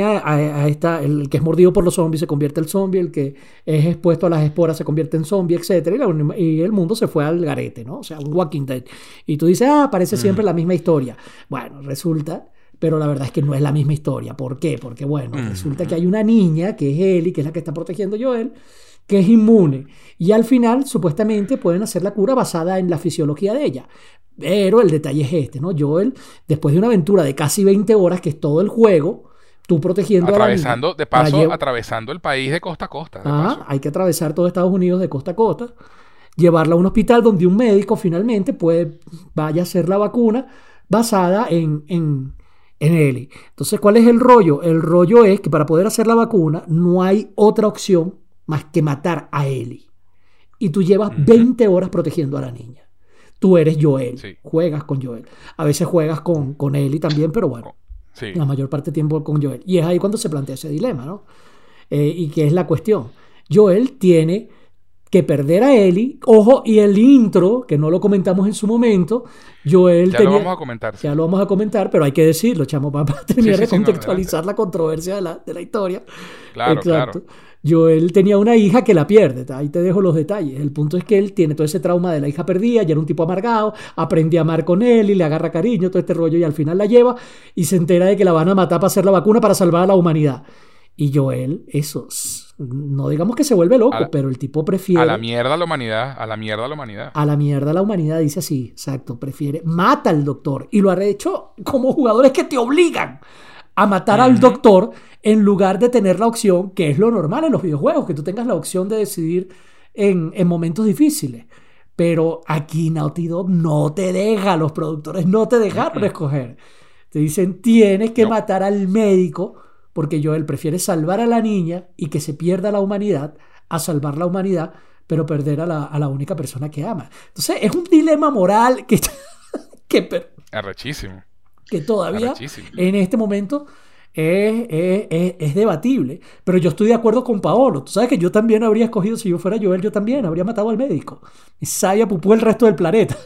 el que es mordido por los zombies se convierte en zombie, el que es expuesto a las esporas se convierte en zombie, etcétera. Y el mundo se fue al garete, ¿no? O sea, un Walking Dead. Y tú dices, parece siempre la misma historia. Bueno, resulta... Pero la verdad es que no es la misma historia. ¿Por qué? Porque, resulta que hay una niña, que es Ellie, que es la que está protegiendo a Joel, que es inmune. Y al final, supuestamente, pueden hacer la cura basada en la fisiología de ella. Pero el detalle es este, ¿no? Joel, después de una aventura de casi 20 horas, que es todo el juego, tú protegiendo a la niña. Atravesando el país de costa a costa. Hay que atravesar todo Estados Unidos de costa a costa. Llevarla a un hospital donde un médico finalmente vaya a hacer la vacuna basada en Ellie. Entonces, ¿cuál es el rollo? El rollo es que para poder hacer la vacuna no hay otra opción más que matar a Ellie. Y tú llevas 20 horas protegiendo a la niña. Tú eres Joel. Sí. Juegas con Joel. A veces juegas con Ellie también, pero bueno. Sí. La mayor parte del tiempo con Joel. Y es ahí cuando se plantea ese dilema, ¿no? Y que es la cuestión. Joel tiene que perder a Ellie. Ojo, y el intro, que no lo comentamos en su momento, Joel ya lo vamos a comentar. Ya lo vamos a comentar, pero hay que decirlo, chamo, para terminar de contextualizar la controversia de la historia. Claro, exacto. Joel tenía una hija que la pierde. Ahí te dejo los detalles. El punto es que él tiene todo ese trauma de la hija perdida, ya era un tipo amargado, aprende a amar con él y le agarra cariño, todo este rollo, y al final la lleva y se entera de que la van a matar para hacer la vacuna para salvar a la humanidad. Y Joel, no digamos que se vuelve loco, pero el tipo prefiere... A la mierda a la humanidad. A la mierda a la humanidad, dice así, exacto. Prefiere, mata al doctor. Y lo ha hecho como jugadores que te obligan a matar al doctor en lugar de tener la opción, que es lo normal en los videojuegos, que tú tengas la opción de decidir en momentos difíciles. Pero aquí Naughty Dog no te deja, los productores no te dejaron escoger. Te dicen, tienes que matar al médico porque Joel prefiere salvar a la niña y que se pierda la humanidad a salvar la humanidad, pero perder a la única persona que ama. Entonces es un dilema moral Arrechísimo. que todavía Arrechísimo. en este momento es debatible. Pero yo estoy de acuerdo con Paolo. Tú sabes que yo también habría escogido, si yo fuera Joel, yo también habría matado al médico. Y sabía pupú el resto del planeta.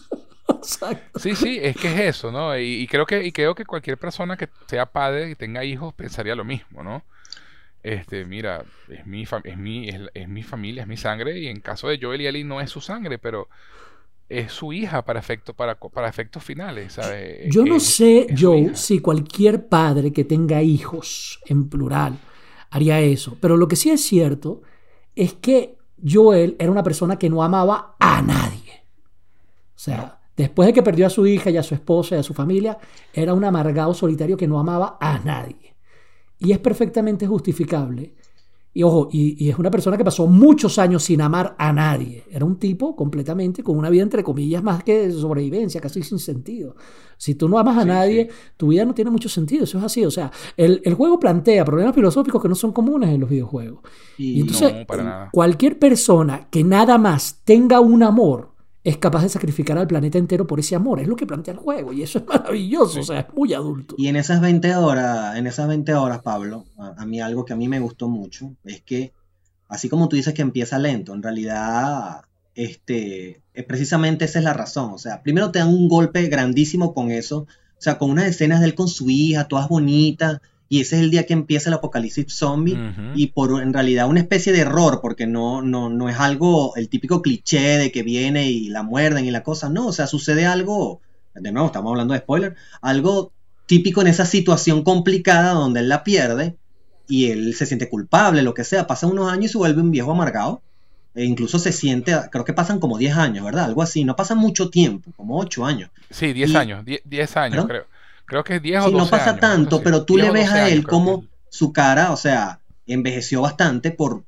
Sí, es que es eso, ¿no? Y creo que cualquier persona que sea padre y tenga hijos pensaría lo mismo, ¿no? Mira, es mi familia, es mi sangre, y en caso de Joel y Ellie no es su sangre, pero es su hija para efectos finales, ¿sabes? Yo no sé, es su Joe, hija. si cualquier padre que tenga hijos en plural haría eso. Pero lo que sí es cierto es que Joel era una persona que no amaba a nadie. O sea, después de que perdió a su hija y a su esposa y a su familia, era un amargado solitario que no amaba a nadie. Y es perfectamente justificable. Y ojo, y es una persona que pasó muchos años sin amar a nadie. Era un tipo completamente con una vida entre comillas más que de sobrevivencia, casi sin sentido. Si tú no amas a nadie, tu vida no tiene mucho sentido. Eso es así. O sea, el juego plantea problemas filosóficos que no son comunes en los videojuegos. Y entonces, no, para nada. Cualquier persona que nada más tenga un amor es capaz de sacrificar al planeta entero por ese amor. Es lo que plantea el juego. Y eso es maravilloso. O sea, es muy adulto. Y en esas 20 horas, Pablo, a mí algo que a mí me gustó mucho es que, así como tú dices que empieza lento, en realidad, precisamente esa es la razón. O sea, primero te dan un golpe grandísimo con eso. O sea, con unas escenas de él con su hija, todas bonitas. Y ese es el día que empieza el apocalipsis zombie. Y en realidad una especie de error, porque no es algo, el típico cliché de que viene y la muerden y la cosa. No, o sea, sucede algo, de nuevo, estamos hablando de spoiler, algo típico en esa situación complicada donde él la pierde y él se siente culpable, lo que sea. Pasan unos años y se vuelve un viejo amargado. E incluso se siente, creo que pasan como 10 años, ¿verdad? Algo así, no pasa mucho tiempo, como 8 años. Sí, 10 años, 10 años, ¿perdón? creo. Creo que es 10 o Sí, 12 no pasa años, tanto, sí. pero tú 10 le o ves 12 a años, él creo como que- su cara, o sea, envejeció bastante por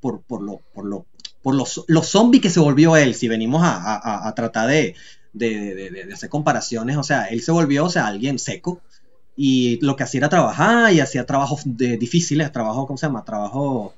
los zombies que se volvió él. Si venimos a tratar de hacer comparaciones, o sea, él se volvió, o sea, alguien seco, y lo que hacía era trabajar y hacía trabajos difíciles, trabajo, ¿cómo se llama? Trabajo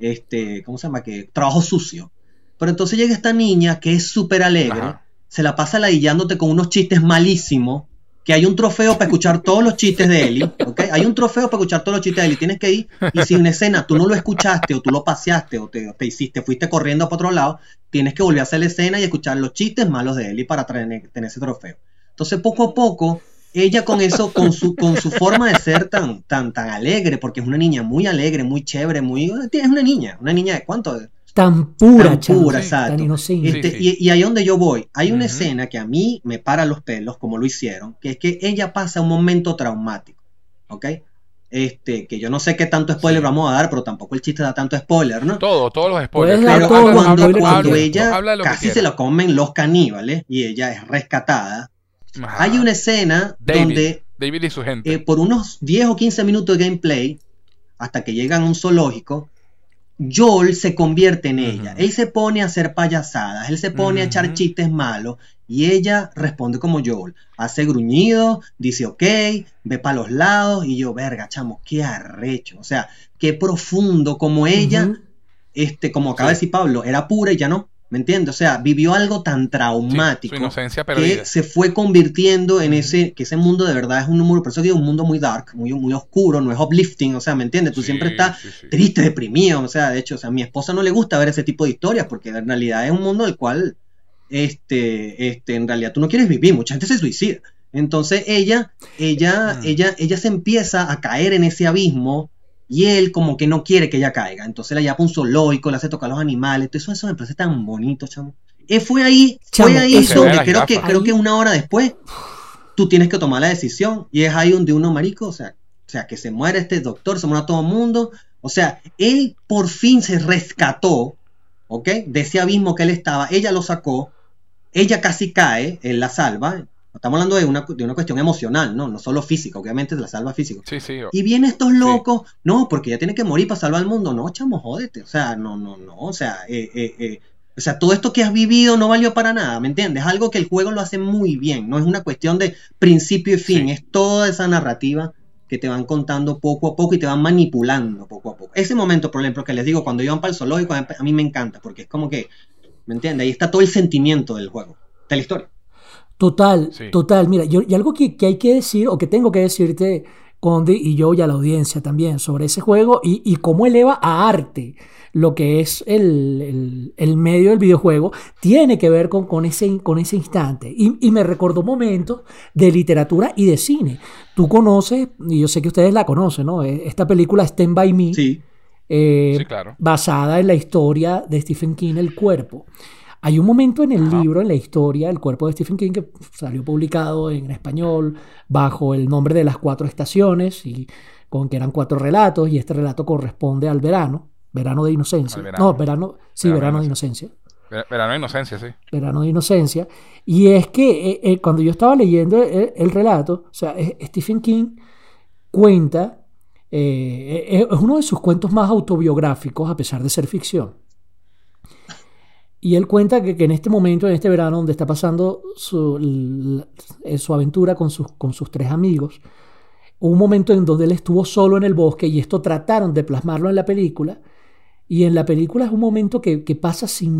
sucio. Pero entonces llega esta niña que es súper alegre, Ajá. se la pasa ladillándote con unos chistes malísimos, que hay un trofeo para escuchar todos los chistes de Ellie, ¿ok? Hay un trofeo para escuchar todos los chistes de Ellie, tienes que ir, y si una escena tú no lo escuchaste, o tú lo paseaste, o fuiste corriendo para otro lado, tienes que volver a hacer la escena y escuchar los chistes malos de Ellie para tener ese trofeo. Entonces, poco a poco, ella con eso, con su forma de ser tan alegre, porque es una niña muy alegre, muy chévere, es una niña de ¿cuánto? Tan pura, Tan chamo, pura, sí, exacto. tan inocente. Sí. Y ahí donde yo voy, hay una Ujú. escena que a mí me para los pelos, como lo hicieron, que es que ella pasa un momento traumático, ¿ok? Que yo no sé qué tanto spoiler vamos a dar, pero tampoco el chiste da tanto spoiler, ¿no? Todos los spoilers. Puedes dar Pero todo, cuando habla- ella habla de lo que casi se quieras. la comen los caníbales y ella es rescatada, Ajá. hay una escena donde David y su gente. por unos 10 o 15 minutos de gameplay, hasta que llegan a un zoológico, Joel se convierte en ella. Él se pone a hacer payasadas, él se pone a echar chistes malos y ella responde como Joel. Hace gruñido, dice ok, ve para los lados y yo, verga, chamo, qué arrecho. O sea, qué profundo como ella, como acaba de decir Pablo, era pura y ya no. ¿Me entiendes? O sea, vivió algo tan traumático su inocencia perdida. que se fue convirtiendo en que ese mundo de verdad es un número, por eso digo, un mundo muy dark, muy oscuro, no es uplifting, o sea, ¿me entiendes? Tú siempre estás triste, deprimido, o sea, de hecho, o sea, a mi esposa no le gusta ver ese tipo de historias porque en realidad es un mundo del cual, en realidad tú no quieres vivir, mucha gente se suicida. Entonces ella se empieza a caer en ese abismo. Y él como que no quiere que ella caiga. Entonces la lleva a un zoológico, le hace tocar a los animales. Eso me parece tan bonito, chamo. Fue ahí eso- donde creo que una hora después tú tienes que tomar la decisión. Y es ahí donde uno, marico, o sea, que se muere este doctor, se muere todo el mundo. O sea, él por fin se rescató, ¿ok? De ese abismo que él estaba. Ella lo sacó. Ella casi cae, él la salva. Estamos hablando de una cuestión emocional, ¿no? No solo física, obviamente la salva físico. Sí, sí. Y vienen estos locos, no, porque ya tiene que morir para salvar al mundo. No, chamo, jódete. O sea, no. O sea, todo esto que has vivido no valió para nada, ¿me entiendes? Es algo que el juego lo hace muy bien. No es una cuestión de principio y fin. Sí. Es toda esa narrativa que te van contando poco a poco y te van manipulando poco a poco. Ese momento, por ejemplo, que les digo, cuando iban para el zoológico, a mí me encanta, porque es como que, ¿me entiendes? Ahí está todo el sentimiento del juego, de la historia. Total, Sí. total. Mira, y algo que hay que decir, o que tengo que decirte, Conde, y yo y a la audiencia también, sobre ese juego y cómo eleva a arte lo que es el medio del videojuego, tiene que ver con ese instante. Y me recordó momentos de literatura y de cine. Tú conoces, y yo sé que ustedes la conocen, ¿no? Esta película Stand By Me, Sí. Sí, claro. basada en la historia de Stephen King, El Cuerpo. Hay un momento en el Ajá. libro, en la historia, El Cuerpo de Stephen King, que salió publicado en español bajo el nombre de Las Cuatro Estaciones, y con que eran 4 relatos, y este relato corresponde al verano de inocencia. Al verano. Verano de de inocencia. Verano de inocencia, sí. Verano de inocencia. Y es que cuando yo estaba leyendo el relato, o sea, Stephen King cuenta, es uno de sus cuentos más autobiográficos, a pesar de ser ficción. Y él cuenta que en este momento, en este verano, donde está pasando su aventura con sus 3 amigos, hubo un momento en donde él estuvo solo en el bosque, y esto trataron de plasmarlo en la película. Y en la película es un momento que pasa sin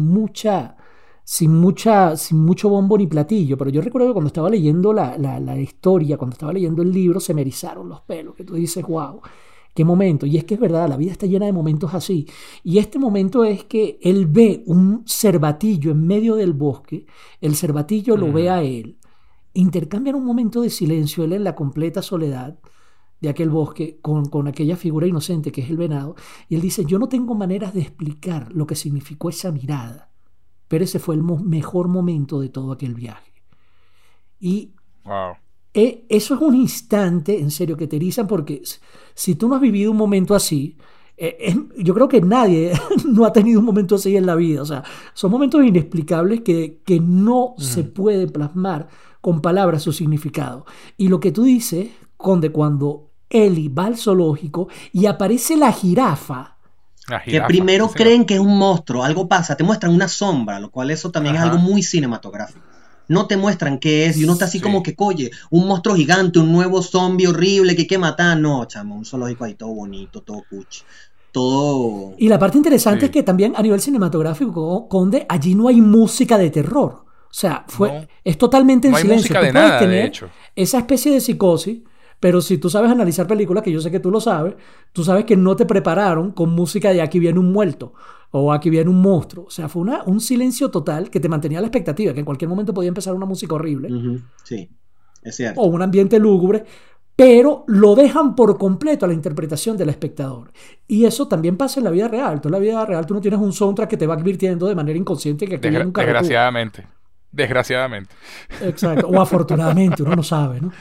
mucho bombo ni platillo. Pero yo recuerdo que cuando estaba leyendo la historia, cuando estaba leyendo el libro, se me erizaron los pelos, que tú dices, wow, qué momento. Y es que es verdad, la vida está llena de momentos así. Y este momento es que él ve un cervatillo en medio del bosque, el cervatillo lo ve a él, intercambian un momento de silencio, él en la completa soledad de aquel bosque con aquella figura inocente que es el venado, y él dice, yo no tengo maneras de explicar lo que significó esa mirada, pero ese fue el mejor momento de todo aquel viaje. Y Wow. eso es un instante, en serio, que te erizan, porque si tú no has vivido un momento así, yo creo que nadie no ha tenido un momento así en la vida. O sea, son momentos inexplicables que no se puede plasmar con palabras su significado. Y lo que tú dices, Conde, cuando Ellie va al zoológico y aparece la jirafa. La Que jirafa, primero sí, señor. creen que es un monstruo, algo pasa, te muestran una sombra, lo cual eso también es Ajá. algo muy cinematográfico. No te muestran qué es, y uno está así Sí. como que, oye, un monstruo gigante, un nuevo zombie horrible que hay que matar. No, chamo, un zoológico ahí todo bonito, todo cuchi, todo... Y la parte interesante Sí. es que también a nivel cinematográfico, Conde, allí no hay música de terror. O sea, No. es totalmente en No hay silencio. música Tú de puedes nada, de tener hecho. esa especie de psicosis, pero si tú sabes analizar películas, que yo sé que tú lo sabes, tú sabes que no te prepararon con música de aquí viene un muerto o aquí viene un monstruo. O sea, fue un silencio total que te mantenía la expectativa, que en cualquier momento podía empezar una música horrible Sí, es cierto. o un ambiente lúgubre, pero lo dejan por completo a la interpretación del espectador. Y eso también pasa en la vida real. Tú en la vida real tú no tienes un soundtrack que te va advirtiendo de manera inconsciente que aquí viene un carretú. Desgraciadamente. Exacto. O afortunadamente, uno no sabe, ¿no?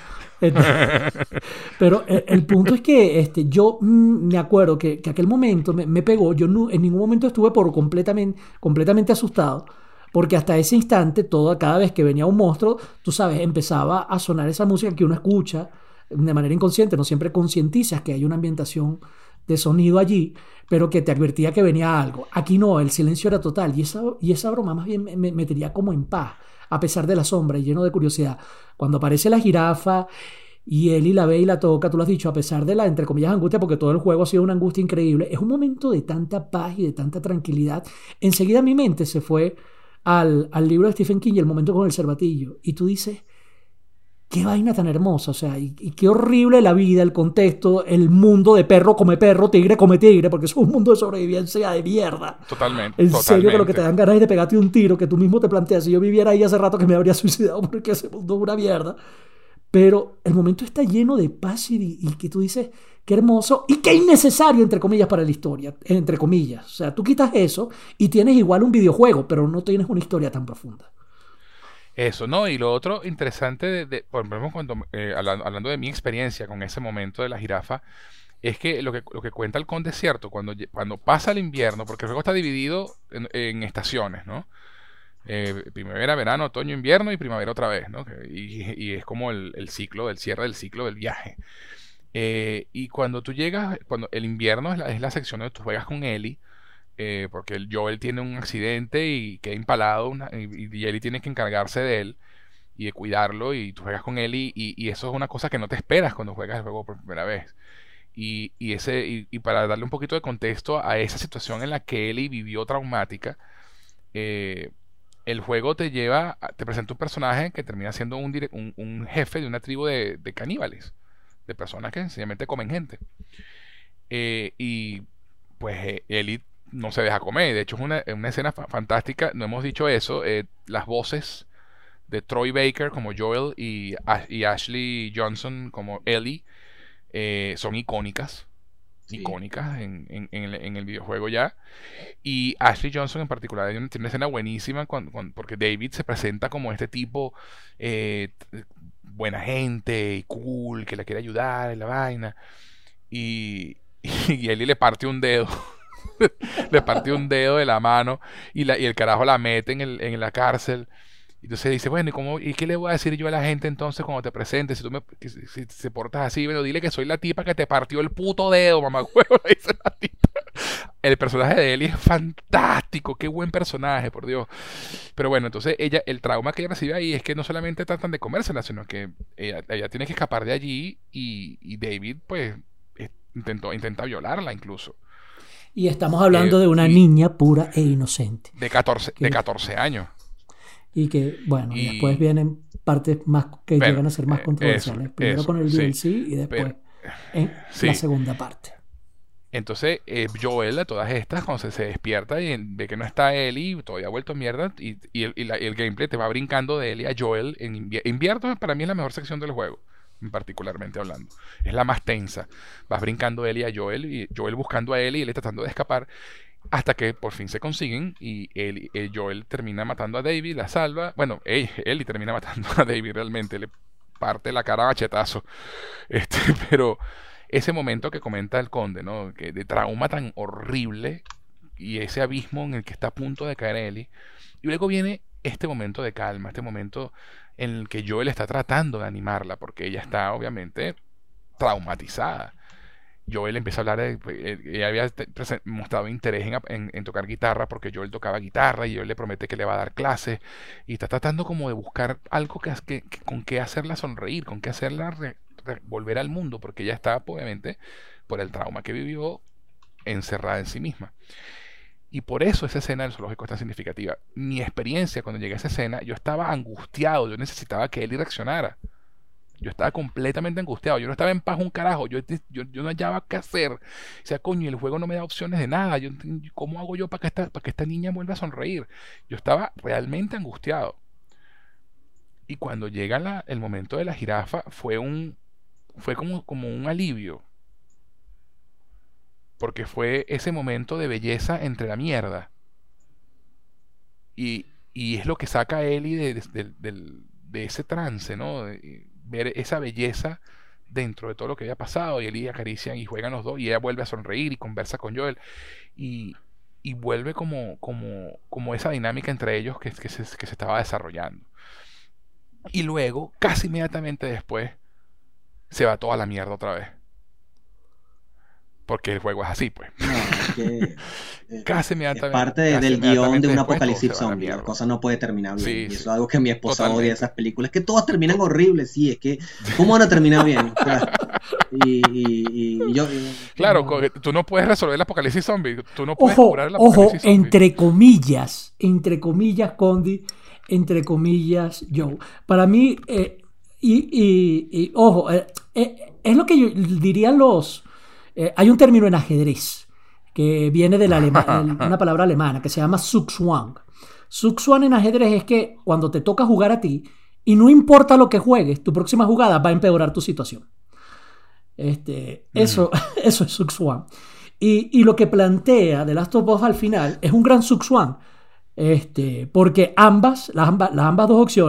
Pero el punto es que yo me acuerdo que aquel momento me pegó. Yo en ningún momento estuve completamente asustado, porque hasta ese instante, cada vez que venía un monstruo, tú sabes, empezaba a sonar esa música que uno escucha de manera inconsciente. No siempre concientizas que hay una ambientación de sonido allí, pero que te advertía que venía algo. Aquí no, el silencio era total, y esa broma más bien me tenía como en paz, a pesar de la sombra y lleno de curiosidad. Cuando aparece la jirafa y Ellie la ve y la toca, tú lo has dicho, a pesar de la, entre comillas, angustia, porque todo el juego ha sido una angustia increíble, es un momento de tanta paz y de tanta tranquilidad. Enseguida mi mente se fue al libro de Stephen King y el momento con el cervatillo, y tú dices, qué vaina tan hermosa, o sea, y qué horrible la vida, el contexto, el mundo de perro come perro, tigre come tigre, porque es un mundo de sobrevivencia de mierda. Totalmente. En serio, que lo que te dan ganas es de pegarte un tiro, que tú mismo te planteas, si yo viviera ahí hace rato que me habría suicidado porque ese mundo es una mierda. Pero el momento está lleno de paz y que tú dices, qué hermoso y qué innecesario, entre comillas, para la historia, entre comillas. O sea, tú quitas eso y tienes igual un videojuego, pero no tienes una historia tan profunda. Eso, ¿no? Y lo otro interesante, por ejemplo, hablando de mi experiencia con ese momento de la jirafa, es que lo que cuenta el Conde es cierto, cuando pasa el invierno, porque el juego está dividido en estaciones, ¿no? Primavera, verano, otoño, invierno y primavera otra vez, ¿no? Y es como el ciclo, del cierre del ciclo del viaje. Y cuando tú llegas, cuando el invierno es la sección donde tú juegas con Ellie, porque el Joel tiene un accidente y queda empalado, y Ellie tiene que encargarse de él y de cuidarlo, y tú juegas con Ellie, y eso es una cosa que no te esperas cuando juegas el juego por primera vez. Y para darle un poquito de contexto a esa situación en la que Ellie vivió traumática, eh, el juego te presenta un personaje que termina siendo un jefe de una tribu de caníbales, de personas que sencillamente comen gente. Y pues Ellie no se deja comer. De hecho, es una escena fantástica. No hemos dicho eso. Las voces de Troy Baker como Joel y Ashley Johnson como Ellie son icónicas. Sí. Icónicas en el videojuego ya. Y Ashley Johnson en particular tiene una escena buenísima porque David se presenta como este tipo buena gente y cool, que le quiere ayudar en la vaina. Y Ellie le parte un dedo. Le parte un dedo de la mano y el carajo la mete en la cárcel. Y entonces dice, bueno, ¿y qué le voy a decir yo a la gente entonces cuando te presentes? Si te portas así, bueno, dile que soy la tipa que te partió el puto dedo, mamagüevo, le dice la tipa. El personaje de Ellie es fantástico, qué buen personaje, por Dios. Pero bueno, entonces el trauma que ella recibe ahí es que no solamente tratan de comérsela, sino que ella tiene que escapar de allí y David, pues, intenta violarla incluso. Y estamos hablando de una niña pura e inocente. De 14 años. Y que, bueno, y después vienen partes más que llegan a ser más controversiales. Primero con el DLC y después en la segunda parte. Entonces, Joel, a todas estas, cuando se despierta y ve que no está Ellie, todavía ha vuelto mierda, y el gameplay te va brincando de Ellie a Joel. Invierno para mí es la mejor sección del juego, particularmente hablando. Es la más tensa. Vas brincando Ellie a Joel, y Joel buscando a Ellie y él tratando de escapar, hasta que por fin se consiguen y Joel termina matando a David, la salva. Bueno, Ellie termina matando a David realmente, le parte la cara a machetazo. Pero ese momento que comenta el conde, ¿no? Que de trauma tan horrible y ese abismo en el que está a punto de caer Ellie. Y luego viene este momento de calma, este momento en el que Joel está tratando de animarla, porque ella está obviamente traumatizada. Joel empieza a hablar ella había mostrado interés en tocar guitarra porque Joel tocaba guitarra y Joel le promete que le va a dar clases y está tratando como de buscar algo con que hacerla sonreír, con que hacerla volver al mundo, porque ella está obviamente por el trauma que vivió encerrada en sí misma. Y por eso esa escena del zoológico es tan significativa. Mi experiencia cuando llegué a esa escena, yo estaba angustiado, yo necesitaba que él reaccionara. Yo estaba completamente angustiado. Yo no estaba en paz un carajo. Yo no hallaba qué hacer. O sea, coño, el juego no me da opciones de nada. ¿Cómo hago yo para que esta niña vuelva a sonreír? Yo estaba realmente angustiado. Y cuando llega el momento de la jirafa, fue como un alivio. Porque fue ese momento de belleza entre la mierda. Y es lo que saca a Ellie de ese trance, ¿no? Ver esa belleza dentro de todo lo que había pasado, y Ellie acarician y juegan los dos y ella vuelve a sonreír y conversa con Joel y vuelve como esa dinámica entre ellos que se estaba desarrollando. Y luego, casi inmediatamente después, se va toda la mierda otra vez, porque el juego es así, pues. No, es que casi inmediatamente. Es parte del guión de un apocalipsis zombie. La cosa no puede terminar bien. Sí, y eso es algo que mi esposa odia de esas películas. Es que todas terminan horribles, sí. Es que, ¿cómo van a terminar bien? O sea, y yo. Claro, tú no puedes resolver el apocalipsis zombie. Tú no puedes curar el apocalipsis zombie. Entre comillas, Condi, entre comillas, Joe. Para mí, ojo, es lo que yo dirían hay un término en ajedrez que viene de una palabra alemana que se llama Zugzwang. Zugzwang en ajedrez es que cuando te toca jugar a ti y no importa lo que juegues, tu próxima jugada va a empeorar tu situación. Eso es Zugzwang. Y lo que plantea The Last of Us al final es un gran Zugzwang. Porque las ambas dos opciones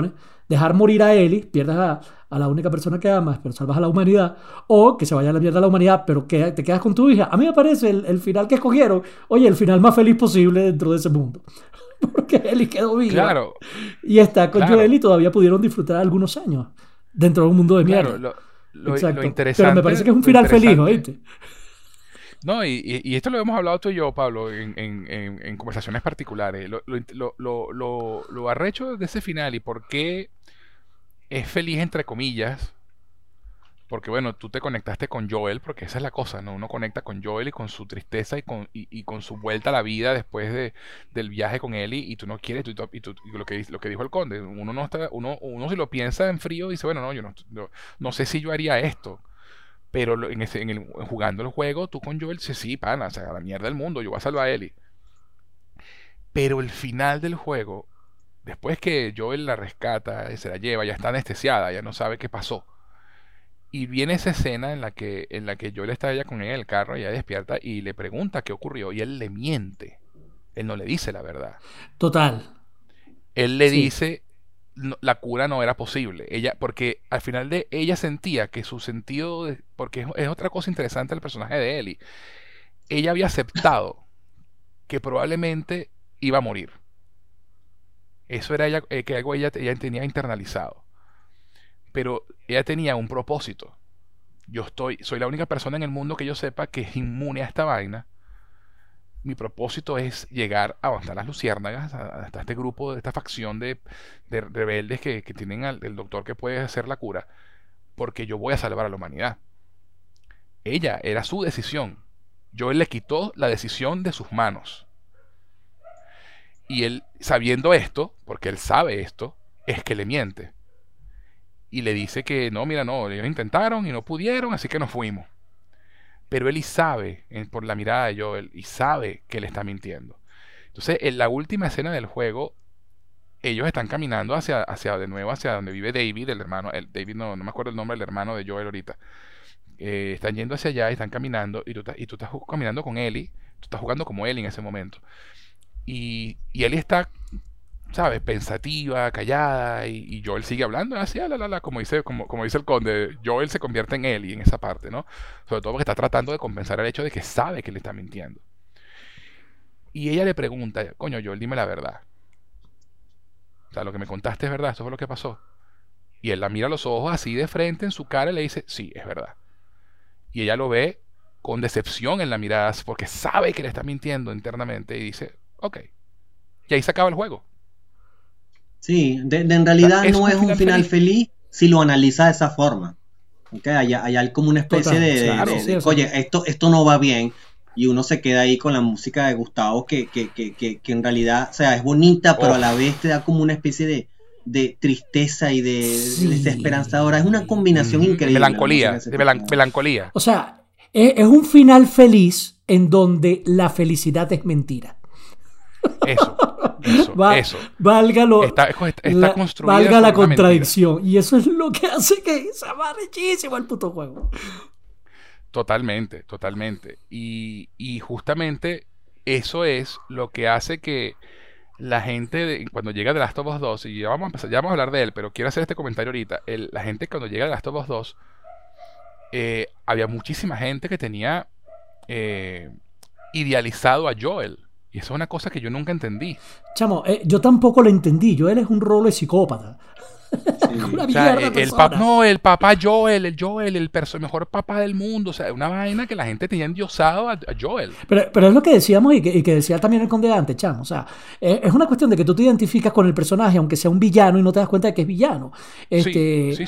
dejar morir a Ellie, pierdes a la única persona que amas, pero salvas a la humanidad, o que se vaya a la mierda la humanidad, pero que te quedas con tu hija. A mí me parece el final que escogieron, oye, el final más feliz posible dentro de ese mundo. Porque Ellie quedó viva. Claro. Y está con Claro. Joel y todavía pudieron disfrutar algunos años dentro de un mundo de mierda. Claro, lo Exacto. interesante. Pero me parece que es un lo final feliz, interesante- ¿oíste? No, y esto lo hemos hablado tú y yo, Pablo, en conversaciones particulares. Lo arrecho de ese final y por qué es feliz, entre comillas, porque bueno, tú te conectaste con Joel, porque esa es la cosa, ¿no? Uno conecta con Joel y con su tristeza y con su vuelta a la vida después del viaje con Ellie, y tú no quieres, y lo que dijo el conde, uno no está, uno si lo piensa en frío dice, bueno, no, yo no sé si yo haría esto. Pero jugando el juego, tú con Joel dices, sí, pana, o sea, a la mierda del mundo, yo voy a salvar a Ellie. Pero el final del juego, después que Joel la rescata y se la lleva, ya está anestesiada, ya no sabe qué pasó. Y viene esa escena en la que Joel está ella con ella en el carro, ella despierta y le pregunta qué ocurrió, y él le miente. Él no le dice la verdad. Total. Él le Sí. dice la cura no era posible. Porque al final ella sentía que su sentido porque es otra cosa interesante del personaje de Ellie. Ella había aceptado que probablemente iba a morir. Eso era que algo ella tenía internalizado. Pero ella tenía un propósito. Soy la única persona en el mundo que yo sepa que es inmune a esta vaina. Mi propósito es llegar a hasta las luciérnagas, hasta este grupo, esta facción de rebeldes que tienen el doctor que puede hacer la cura, porque yo voy a salvar a la humanidad. Ella, era su decisión. Joel le quitó la decisión de sus manos. Y él, sabiendo esto, porque él sabe esto, es que le miente. Y le dice que no, mira, no, ellos intentaron y no pudieron, así que nos fuimos. Pero él sabe, por la mirada de Joel, y sabe que le está mintiendo. Entonces, en la última escena del juego, ellos están caminando de nuevo hacia donde vive David, el hermano. David no me acuerdo el nombre del hermano de Joel ahorita. Están yendo hacia allá, están caminando, y tú estás caminando con Ellie. Tú estás jugando como Ellie en ese momento. Y Ellie está, ¿sabes? Pensativa, callada, y Joel sigue hablando así, como dice el conde. Joel se convierte en Ellie en esa parte, ¿no? Sobre todo porque está tratando de compensar el hecho de que sabe que le está mintiendo. Y ella le pregunta, coño, Joel, dime la verdad. O sea, lo que me contaste es verdad, eso fue lo que pasó. Y él la mira a los ojos así de frente en su cara y le dice, sí, es verdad. Y ella lo ve con decepción en la mirada, porque sabe que le está mintiendo internamente, y dice, ok. Y ahí se acaba el juego. Sí, en realidad Es no un es un final final feliz si lo analiza de esa forma. ¿Okay? Hay como una especie Total, de, claro, de- sí, de, o sea, oye, esto no va bien, y uno se queda ahí con la música de Gustavo que en realidad, o sea, es bonita, pero a la vez te da como una especie de tristeza y de Sí. desesperanzadora. Es una combinación increíble. Melancolía, la música de de ese tipo. melancolía. O sea, es un final feliz en donde la felicidad es mentira. Eso. Valga lo- Está construida valga sobre la una contradicción. Y eso es lo que hace que sea más richísimo el puto juego. Totalmente. Y justamente eso es lo que hace que la gente, cuando llega The Last of Us 2, y ya vamos a hablar de él, pero quiero hacer este comentario ahorita. La gente cuando llega The Last of Us 2, había muchísima gente que tenía idealizado a Joel. Y eso es una cosa que yo nunca entendí. Chamo, yo tampoco lo entendí. Joel es un rol de psicópata. Sí. Una O sea, mierda persona. el papá Joel, el mejor papá del mundo. O sea, una vaina que la gente tenía endiosado a Joel. Pero es lo que decíamos y que decía también el conde antes, chamo. O sea, es una cuestión de que tú te identificas con el personaje, aunque sea un villano y no te das cuenta de que es villano. Sí.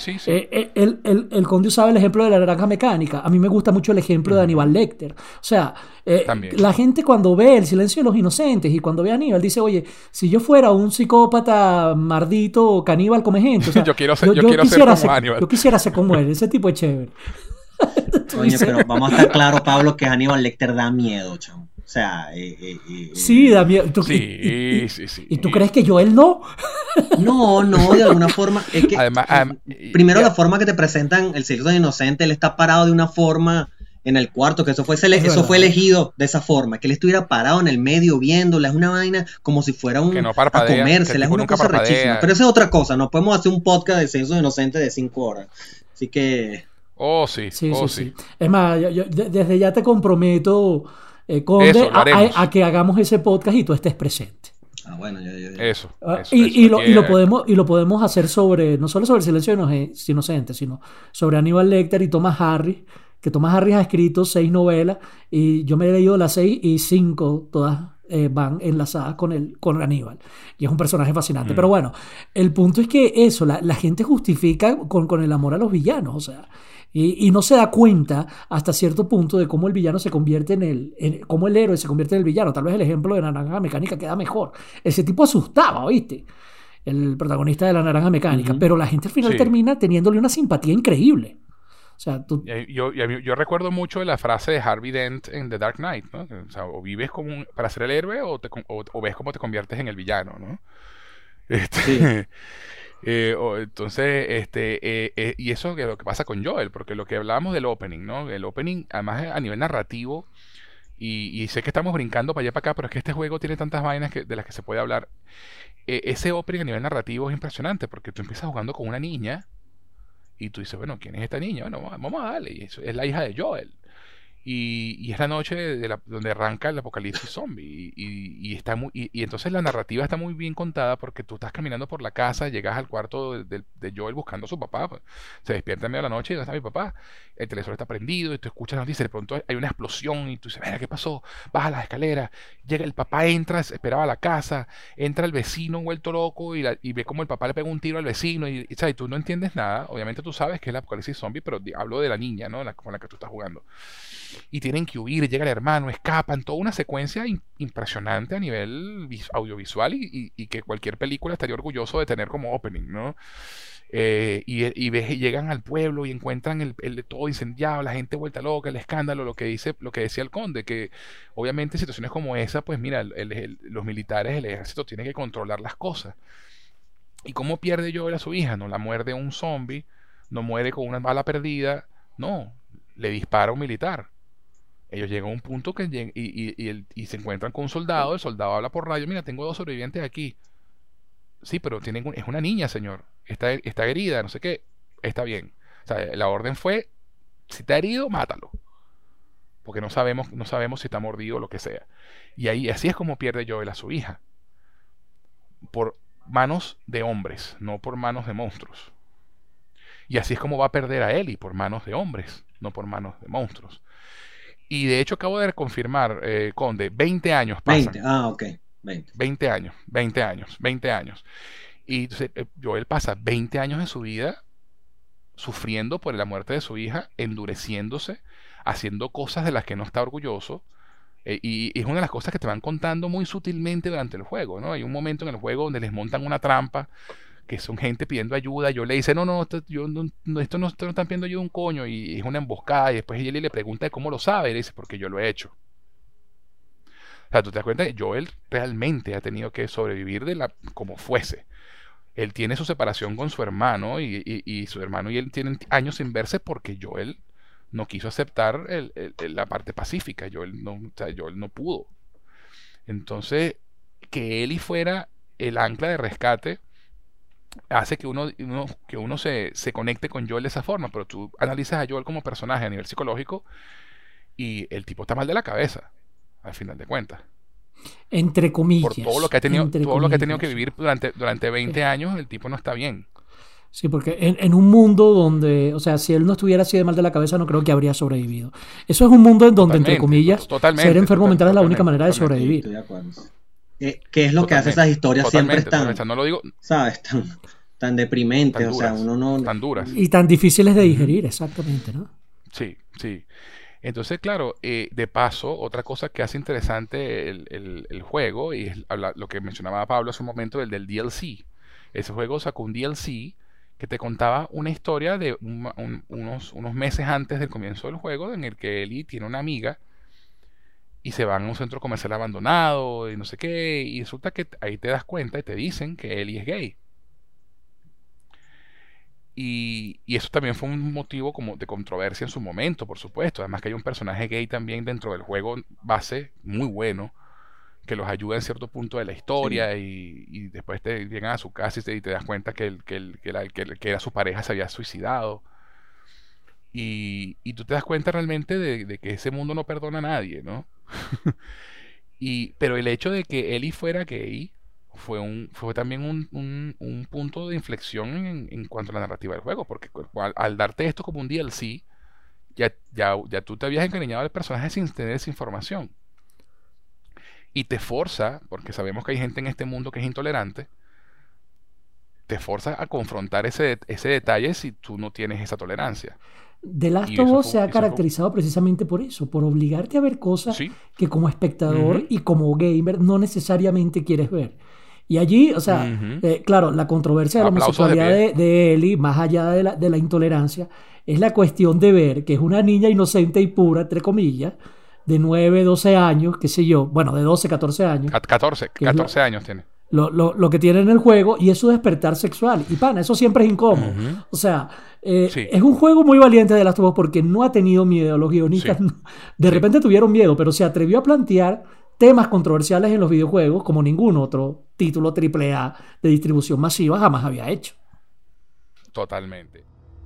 El conde usaba el ejemplo de la naranja mecánica. A mí me gusta mucho el ejemplo de Aníbal Lecter. O sea, También. la gente cuando ve El silencio de los inocentes y cuando ve a Aníbal dice, oye, si yo fuera un psicópata mardito o caníbal come gente. O sea, Yo quiero ser como Aníbal. Yo quisiera ser como él. Ese tipo es chévere. Oye, pero vamos a estar claros, Pablo, que Hannibal Lecter da miedo, chamo. O sea, Sí, da miedo. Sí. ¿Y tú crees que Joel no? No, de alguna forma. Es que, Además, primero, ya. la forma que te presentan el silencio de inocente, él está parado de una forma en el cuarto, que eso fue verdad. elegido de esa forma, que él estuviera parado en el medio viéndola, es una vaina como si fuera Que no a parpadea, que el comérsela, es tipo una nunca cosa rechísima, parpadea. pero eso es otra cosa, no podemos hacer un podcast de Censos Inocentes de 5 horas, así que... Oh, sí, Sí, oh, sí, sí. sí. Es más, desde ya te comprometo, Conde, Eso, lo haremos. a que hagamos ese podcast y tú estés presente. Bueno, Eso, Ah, eso, eso. y Aquí lo podemos hacer sobre, no solo sobre Silencio Inocente, sino sobre Aníbal Lecter y Thomas Harris, que Thomas Harris ha escrito 6 novelas y yo me he leído las 6 y 5 todas van enlazadas con Aníbal. Y es un personaje fascinante. Pero bueno, el punto es que eso, la gente justifica con el amor a los villanos, o sea, y no se da cuenta hasta cierto punto de cómo el villano se convierte cómo el héroe se convierte en el villano. Tal vez el ejemplo de la Naranja Mecánica queda mejor. Ese tipo asustaba, ¿viste? El protagonista de la Naranja Mecánica. Pero la gente al final Sí. termina teniéndole una simpatía increíble. O sea, tú... Yo recuerdo mucho la frase de Harvey Dent en The Dark Knight, ¿no? O sea, o vives para ser el héroe o ves cómo te conviertes en el villano, ¿no? Sí. Entonces, y eso es lo que pasa con Joel, porque lo que hablábamos del opening, ¿no? El opening, además a nivel narrativo, y sé que estamos brincando para allá para acá, pero es que este juego tiene tantas vainas de las que se puede hablar. Ese opening a nivel narrativo es impresionante, porque tú empiezas jugando con una niña, y tú dices, bueno, ¿quién es esta niña? Bueno, vamos a darle, y eso es la hija de Joel. Y es la noche donde arranca el apocalipsis zombie. Está y entonces la narrativa está muy bien contada porque tú estás caminando por la casa, llegas al cuarto de Joel buscando a su papá. Pues, se despierta en medio de la noche y ¿dónde está mi papá? El televisor está prendido y tú escuchas las noticias. De pronto hay una explosión y tú dices, mira, ¿qué pasó? Baja las escaleras. Llega el papá, entra, esperaba a la casa. Entra el vecino vuelto loco y ve como el papá le pega un tiro al vecino. ¿Sabes? Tú no entiendes nada. Obviamente tú sabes que es el apocalipsis zombie, pero hablo de la niña, ¿no? Con la que tú estás jugando. Y tienen que huir, llega el hermano, escapan, toda una secuencia impresionante a nivel audiovisual y que cualquier película estaría orgulloso de tener como opening, ¿no? Llegan al pueblo y encuentran todo incendiado, la gente vuelta loca, el escándalo, lo que decía el conde, que obviamente en situaciones como esa, pues mira, los militares, el ejército tiene que controlar las cosas. ¿Y cómo pierde Joel a su hija? No la muerde un zombie, no muere con una bala perdida, no, le dispara a un militar. Ellos llegan a un punto y se encuentran con un soldado. El soldado habla por radio: mira, tengo 2 sobrevivientes aquí. Sí, pero es una niña, señor. Está herida, no sé qué. Está bien. O sea, la orden fue: si está herido, mátalo. Porque no sabemos si está mordido o lo que sea. Y así es como pierde Joel a su hija. Por manos de hombres, no por manos de monstruos. Y así es como va a perder a Ellie, por manos de hombres, no por manos de monstruos. Y de hecho acabo de confirmar, Conde, 20 años pasan. 20, ok, 20. 20 años, 20 años. Y entonces, Joel pasa 20 años de su vida sufriendo por la muerte de su hija, endureciéndose, haciendo cosas de las que no está orgulloso. Y es una de las cosas que te van contando muy sutilmente durante el juego, ¿no? Hay un momento en el juego donde les montan una trampa, que son gente pidiendo ayuda. Yo le dice, no, esto no están pidiendo ayuda un coño, y es una emboscada. Y después Ellie le pregunta cómo lo sabe, y le dice, porque yo lo he hecho. O sea, tú te das cuenta que Joel realmente ha tenido que sobrevivir como fuese. Él tiene su separación con su hermano, y su hermano y él tienen años sin verse porque Joel no quiso aceptar la parte pacífica. Joel no pudo. Entonces, que Ellie fuera el ancla de rescate hace que uno se conecte con Joel de esa forma. Pero tú analizas a Joel como personaje a nivel psicológico y el tipo está mal de la cabeza, al final de cuentas. Entre comillas. Por todo lo que ha tenido que vivir durante 20 años, el tipo no está bien. Sí, porque en un mundo donde, o sea, si él no estuviera así de mal de la cabeza, no creo que habría sobrevivido. Eso es un mundo en donde, entre comillas, ser enfermo mental es la única manera de sobrevivir. Estoy de acuerdo. ¿Qué es lo que hace esas historias siempre no lo digo, ¿sabes? Tan deprimentes, tan o sea, duras, uno no... tan duras. Y tan difíciles de digerir, exactamente, ¿no? Sí, sí. Entonces, claro, de paso, otra cosa que hace interesante el juego, y es lo que mencionaba Pablo hace un momento, el del DLC. Ese juego sacó un DLC que te contaba una historia de unos meses antes del comienzo del juego, en el que Ellie tiene una amiga y se van a un centro comercial abandonado y no sé qué, y resulta que ahí te das cuenta y te dicen que Ellie es gay. Y eso también fue un motivo como de controversia en su momento, por supuesto. Además que hay un personaje gay también dentro del juego base, muy bueno, que los ayuda en cierto punto de la historia Sí. y después te llegan a su casa y te das cuenta que era su pareja se había suicidado. Y tú te das cuenta realmente de que ese mundo no perdona a nadie, ¿no? Pero el hecho de que Ellie fuera gay fue también un punto de inflexión en cuanto a la narrativa del juego, porque al darte esto como un DLC, ya tú te habías encariñado al personaje sin tener esa información. Y te forza, porque sabemos que hay gente en este mundo que es intolerante, te forza a confrontar ese detalle si tú no tienes esa tolerancia. The Last Y of eso Us se ha fue, caracterizado precisamente por eso, por obligarte a ver cosas sí. que como espectador Ujú, y como gamer no necesariamente quieres ver. Y allí, o sea, ujú. claro, la controversia de la Aplausos de homosexualidad pie. de Ellie, más allá de la intolerancia, es la cuestión de ver que es una niña inocente y pura, entre comillas, de 9 12 años, qué sé yo, bueno, de 12 14 años, 14, que es 14 años tiene. lo que tiene en el juego y es su despertar sexual. Y pana, eso siempre es incómodo. Ujú. O sea, Sí, es un juego muy valiente de Last of Us porque no ha tenido miedo. Los sí, guionistas de sí. repente tuvieron miedo, pero se atrevió a plantear temas controversiales en los videojuegos como ningún otro título AAA de distribución masiva jamás había hecho. Totalmente.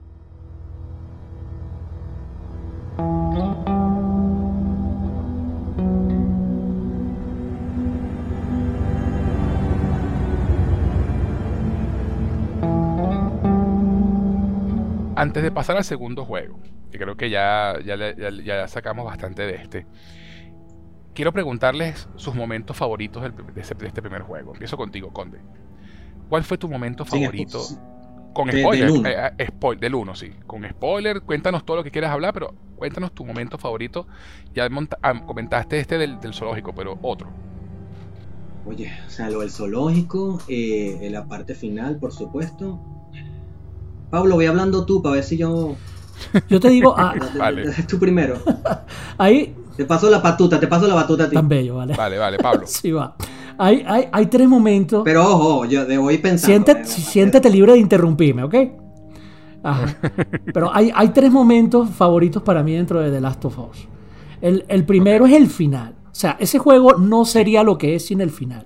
Antes de pasar al segundo juego, que creo que ya sacamos bastante de este, quiero preguntarles sus momentos favoritos de este primer juego. Empiezo contigo, Conde. ¿Cuál fue tu momento Sin favorito? Con del spoiler, 1. del 1, sí. Con spoiler, cuéntanos todo lo que quieras hablar, pero cuéntanos tu momento favorito. Ya comentaste este del zoológico, pero otro. Oye, o sea, lo del zoológico, la parte final, por supuesto. Pablo, voy hablando tú para ver si yo... Yo te digo, Vale, Tú primero. ahí, Te paso la batuta a ti. tan bello, ¿vale? vale, Pablo. Sí, va. Hay tres momentos. Pero ojo, yo de voy pensando. Siéntete libre de interrumpirme, ¿ok? Ajá. Pero hay tres momentos favoritos para mí dentro de The Last of Us. El primero es el final. O sea, ese juego no sería lo que es sin el final.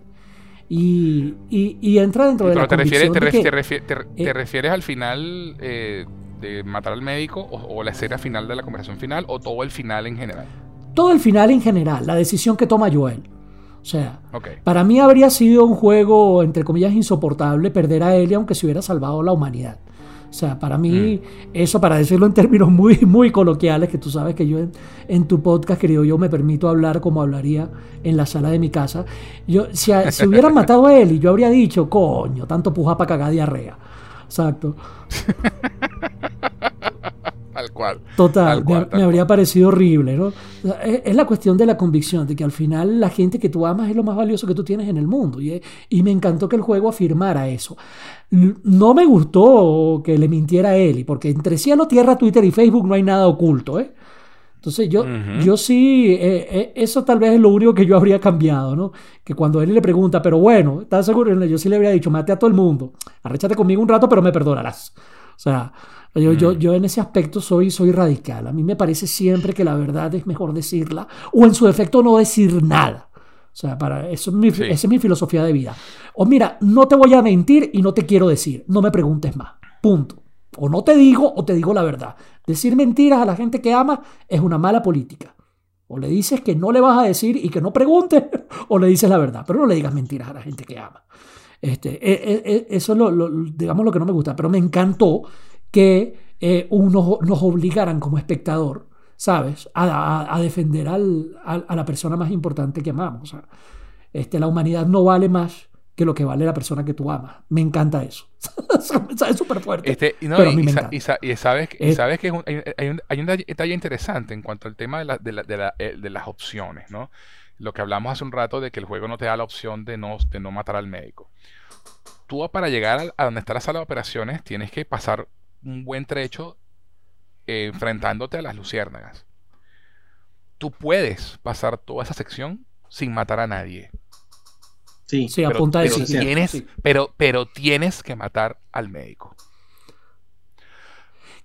Y entra dentro de la Pero convicción de que, te refieres al final de matar al médico o la escena final de la conversación final o todo el final en general? todo el final en general, la decisión que toma Joel. O sea, Ok. para mí habría sido un juego, entre comillas, insoportable perder a Ellie aunque se hubiera salvado la humanidad. O sea, para mí, eso, para decirlo en términos muy, muy coloquiales, que tú sabes que yo en tu podcast, querido, yo me permito hablar como hablaría en la sala de mi casa. Si hubieran matado a Ellie, yo habría dicho, coño, tanto puja para cagar diarrea. Exacto. Tal cual. Total, Tal me habría cual. parecido horrible, ¿no? O sea, es la cuestión de la convicción, de que al final la gente que tú amas es lo más valioso que tú tienes en el mundo. Y me encantó que el juego afirmara eso. No me gustó que le mintiera a Ellie, porque entre cielo, tierra, Twitter y Facebook no hay nada oculto, ¿eh? Entonces yo sí, eso tal vez es lo único que yo habría cambiado, ¿no? Que cuando él le pregunta, pero bueno, ¿estás seguro? Yo sí le habría dicho, mate a todo el mundo, arréchate conmigo un rato, pero me perdonarás. O sea, yo en ese aspecto soy radical. A mí me parece siempre que la verdad es mejor decirla, o en su defecto no decir nada. O sea, esa es mi filosofía de vida. O mira, no te voy a mentir y no te quiero decir, no me preguntes más, punto. O no te digo o te digo la verdad. Decir mentiras a la gente que amas es una mala política. O le dices que no le vas a decir y que no preguntes, o le dices la verdad. Pero no le digas mentiras a la gente que ama. Eso es digamos lo que no me gusta. Pero me encantó que nos obligaran como espectador, ¿sabes? A defender a la persona más importante que amamos. O sea, la humanidad no vale más que lo que vale la persona que tú amas. Me encanta eso. Es súper fuerte. No, pero a mí me encanta. sabes que hay un detalle interesante en cuanto al tema de las opciones, ¿no? Lo que hablamos hace un rato de que el juego no te da la opción de no matar al médico. Tú para llegar a donde está la sala de operaciones tienes que pasar un buen trecho enfrentándote a las luciérnagas. Tú puedes pasar toda esa sección sin matar a nadie. Sí, a punta de tienes que matar al médico.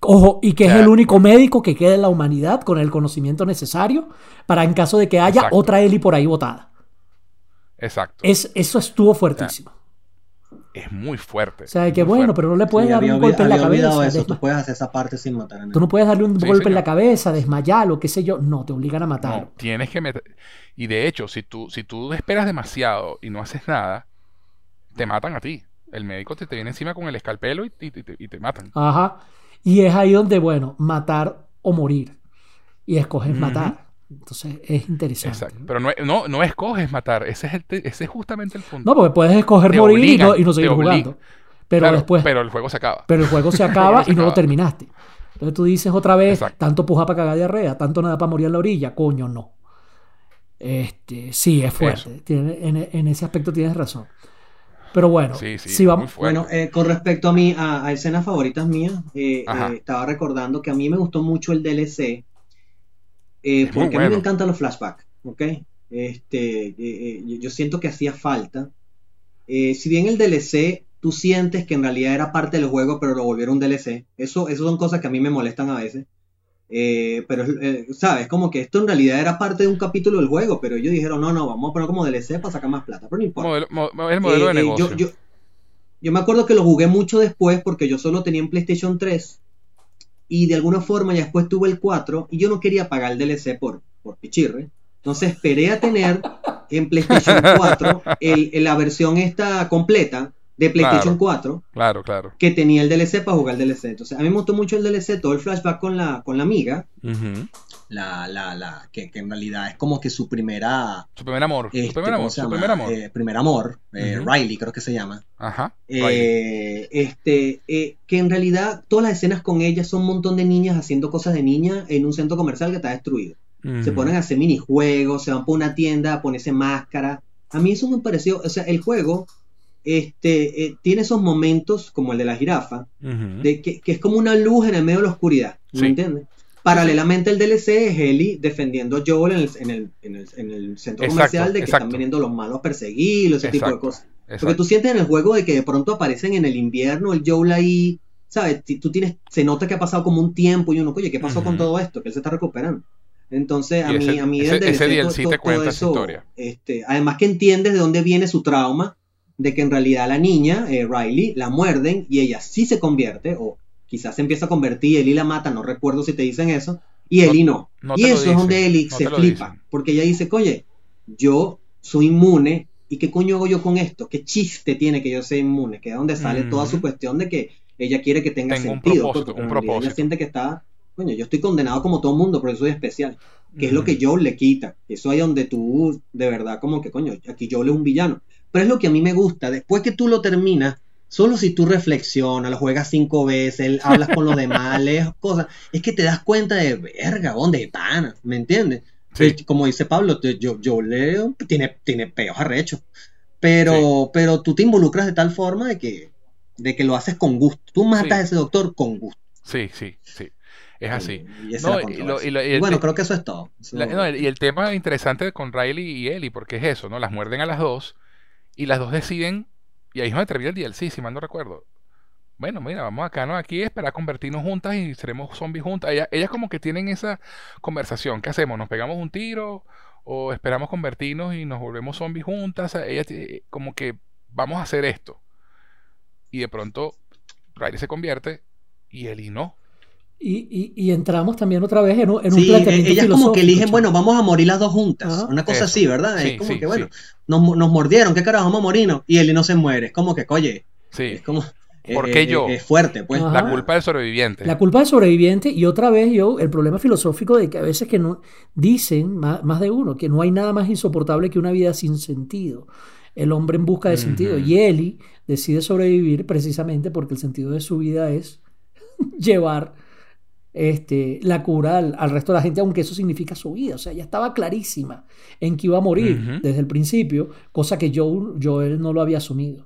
Ojo, y que es sea, el único médico que queda en la humanidad con el conocimiento necesario para en caso de que haya Exacto. otra Ellie por ahí botada. Exacto. Eso estuvo O sea, fuertísimo. es muy fuerte. O sea, de que Muy bueno, fuerte. pero no le puedes Sí, dar un golpe en la había olvidado cabeza. eso. Tú puedes hacer esa parte sin matar a nadie. Tú no puedes darle un Sí, golpe en la señor. cabeza, desmayarlo, qué sé yo. No, te obligan a matarlo. No, tienes que meter. Y de hecho, si tú esperas demasiado y no haces nada, te matan a ti. El médico te viene encima con el escalpelo y te matan. Ajá. Y es ahí donde, bueno, matar o morir. Y escoges Ujú. matar. Entonces es interesante. Exacto. Pero no escoges matar. Ese es justamente el punto. No, porque puedes escoger Te morir obligan, y no seguir te obligan. jugando. Pero Claro, después, pero el juego se acaba. pero el juego se El acaba se y no lo acaba. terminaste. Entonces tú dices otra vez, Exacto. tanto puja para cagar diarrea, tanto nada para morir en la orilla. Coño, no. Sí, es fuerte. En ese aspecto tienes razón. Pero bueno, Sí, si muy vamos. fuerte. Bueno, con respecto a mí, a escenas favoritas mías, Ajá. estaba recordando que a mí me gustó mucho el DLC, Es muy porque a mí me bueno. encantan los flashbacks, ¿ok? Yo siento que hacía falta. Si bien el DLC, tú sientes que en realidad era parte del juego, pero lo volvieron un DLC, eso son cosas que a mí me molestan a veces. Pero, ¿sabes? Como que esto en realidad era parte de un capítulo del juego, pero ellos dijeron, no, vamos a poner como DLC para sacar más plata, pero no importa. El modelo de negocio. Yo me acuerdo que lo jugué mucho después porque yo solo tenía en PlayStation 3 y de alguna forma ya después tuve el 4 y yo no quería pagar el DLC por pichirre. Entonces esperé a tener en PlayStation 4 la versión esta completa de PlayStation 4 Claro. que tenía el DLC para jugar el DLC. Entonces a mí me gustó mucho el DLC, todo el flashback con la amiga, Ujú. que en realidad es como que su primera... Su primer amor. Su primer ¿cómo amor. se Su llama? primer amor. Primer amor, Ujú. Riley creo que se llama. Ajá. Riley. Que en realidad todas las escenas con ella son un montón de niñas haciendo cosas de niña en un centro comercial que está destruido. Se Ujú. ponen a hacer minijuegos, se van por una tienda a ponerse máscara. A mí eso me pareció, o sea, el juego tiene esos momentos como el de la jirafa, Ujú. de que es como una luz en el medio de la oscuridad, ¿me Sí. entiendes? Paralelamente el DLC es Ellie defendiendo a Joel en el centro Exacto, comercial de que exacto. están viniendo los malos a perseguirlo, ese tipo de Exacto. cosas. Porque Exacto. tú sientes en el juego de que de pronto aparecen en el invierno el Joel ahí, ¿sabes? Se nota que ha pasado como un tiempo y uno, oye, ¿qué pasó con Ujú. todo esto? Que él se está recuperando. Entonces, a Y mí ese del DLC DLC te cuenta esa historia. además que entiendes de dónde viene su trauma, de que en realidad la niña, Riley, la muerden y ella sí se convierte, o quizás se empieza a convertir y Ellie la mata, no recuerdo si te dicen eso, y Ellie no. No Y te lo eso es donde dicen, Ellie no se te lo flipa, dicen. porque ella dice, oye, yo soy inmune, ¿y qué coño hago yo con esto? ¿Qué chiste tiene que yo sea inmune? Que es donde sale toda su Ujú. cuestión de que ella quiere que tenga Tengo un sentido, propósito, porque un en realidad ella propósito. siente que está, coño, yo estoy condenado como todo mundo, pero yo soy especial. Que es lo que Ujú. Joel le quita. Eso ahí donde tú, de verdad, como que, coño, aquí Joel es un villano. Pero es lo que a mí me gusta. Después que tú lo terminas, solo si tú reflexionas, lo juegas 5 veces, hablas con los demás, lees cosas, es que te das cuenta de, verga, ¿dónde pana? ¿Me entiendes? Sí. Como dice Pablo, yo leo, tiene peos arrechos. Sí. Pero tú te involucras de tal forma de que lo haces con gusto. Tú matas Sí. a ese doctor con gusto. Sí. Es así. Y esa es la controversia. Y bueno, creo que eso es todo. Y el tema interesante con Riley y Ellie, porque es eso, ¿no? Las muerden a las dos y las dos deciden, y ahí es donde termina el DLC, si mal no recuerdo. Bueno, mira, vamos acá, ¿no? Aquí es para convertirnos juntas y seremos zombies juntas. Ellas como que tienen esa conversación. ¿Qué hacemos? ¿Nos pegamos un tiro? ¿O esperamos convertirnos y nos volvemos zombies juntas? Ellas como que vamos a hacer esto. Y de pronto Riley se convierte y Ellie no. Y entramos también otra vez en un Sí, planteamiento ellas como que filosófico, eligen, chamo. bueno, vamos a morir las dos juntas. Ajá. Una cosa Eso. así, ¿verdad? Sí, Es como sí, que, bueno, sí. nos mordieron, ¿qué carajo vamos a morirnos? Y Ellie no se muere. Es como que, oye, Sí. es como... ¿Por qué yo? Es fuerte, pues. Ajá. La culpa del sobreviviente. La culpa del sobreviviente, y otra vez el problema filosófico de que a veces que no dicen, más de uno, que no hay nada más insoportable que una vida sin sentido. El hombre en busca de sentido. Ujú. Y Ellie decide sobrevivir precisamente porque el sentido de su vida es llevar la cura al resto de la gente, aunque eso significa su vida. O sea, ella estaba clarísima en que iba a morir Ujú. desde el principio, cosa que Joel no lo había asumido.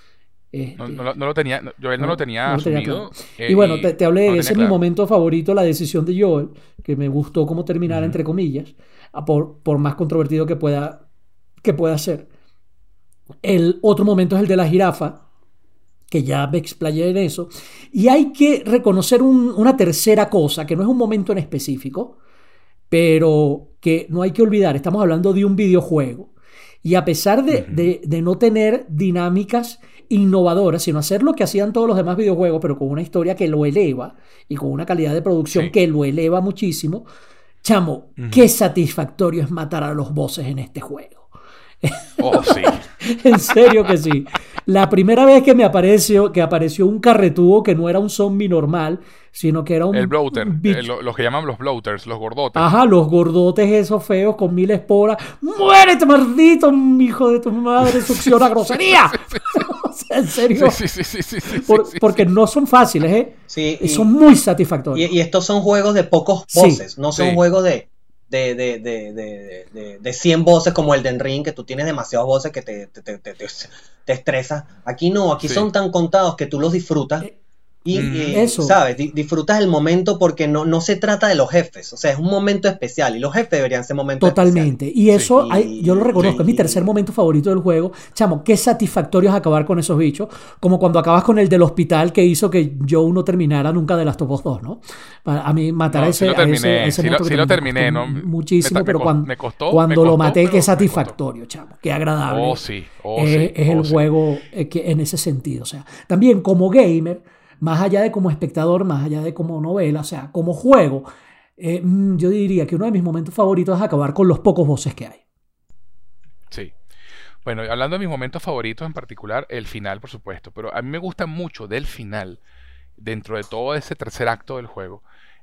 No lo tenía, Joel no lo tenía no lo tenía asumido. claro. Y bueno, te hablé, no lo ese tenía es mi claro. momento favorito, la decisión de Joel, que me gustó cómo terminar, Ujú. entre comillas, por más controvertido que pueda ser. El otro momento es el de la jirafa, que ya me explayé en eso. Y hay que reconocer una tercera cosa, que no es un momento en específico, pero que no hay que olvidar. Estamos hablando de un videojuego. Y a pesar de no tener dinámicas innovadoras, sino hacer lo que hacían todos los demás videojuegos, pero con una historia que lo eleva y con una calidad de producción que lo eleva muchísimo, chamo, qué satisfactorio es matar a los bosses en este juego. Oh, sí. En serio que sí. La primera vez que apareció un carretudo que no era un zombie normal, sino que era un... El bloater, los que llaman los bloaters, los gordotes. Ajá, los gordotes esos feos con 1000 esporas. ¡Muérete, maldito, hijo de tu madre! ¡Succiona grosería! O sea, en serio. Porque no son fáciles, ¿eh? Sí, son muy satisfactorios. Y estos son juegos de pocos voces, no son juegos de 100 voces como el de Ring, que tú tienes demasiadas voces que te estresas. Aquí no, aquí son tan contados que tú los disfrutas. ¿Sabes? Disfrutas el momento porque no se trata de los jefes, o sea, es un momento especial y los jefes deberían ser momentos totalmente especiales. Y eso yo lo reconozco, es mi tercer momento favorito del juego. Chamo, qué satisfactorio es acabar con esos bichos, como cuando acabas con el del hospital que hizo que yo no terminara nunca de Last of Us 2, ¿no? A mí matar a ese monstruo lo terminé, ¿no? Muchísimo, pero cuando lo maté, qué satisfactorio, chamo, qué agradable. Es el juego que en ese sentido, o sea, también como gamer, más allá de como espectador, más allá de como novela, o sea, como juego, yo diría que uno de mis momentos favoritos es acabar con los pocos bosses que hay. Sí. Bueno, hablando de mis momentos favoritos en particular, el final, por supuesto. Pero a mí me gusta mucho del final, dentro de todo ese tercer acto del juego,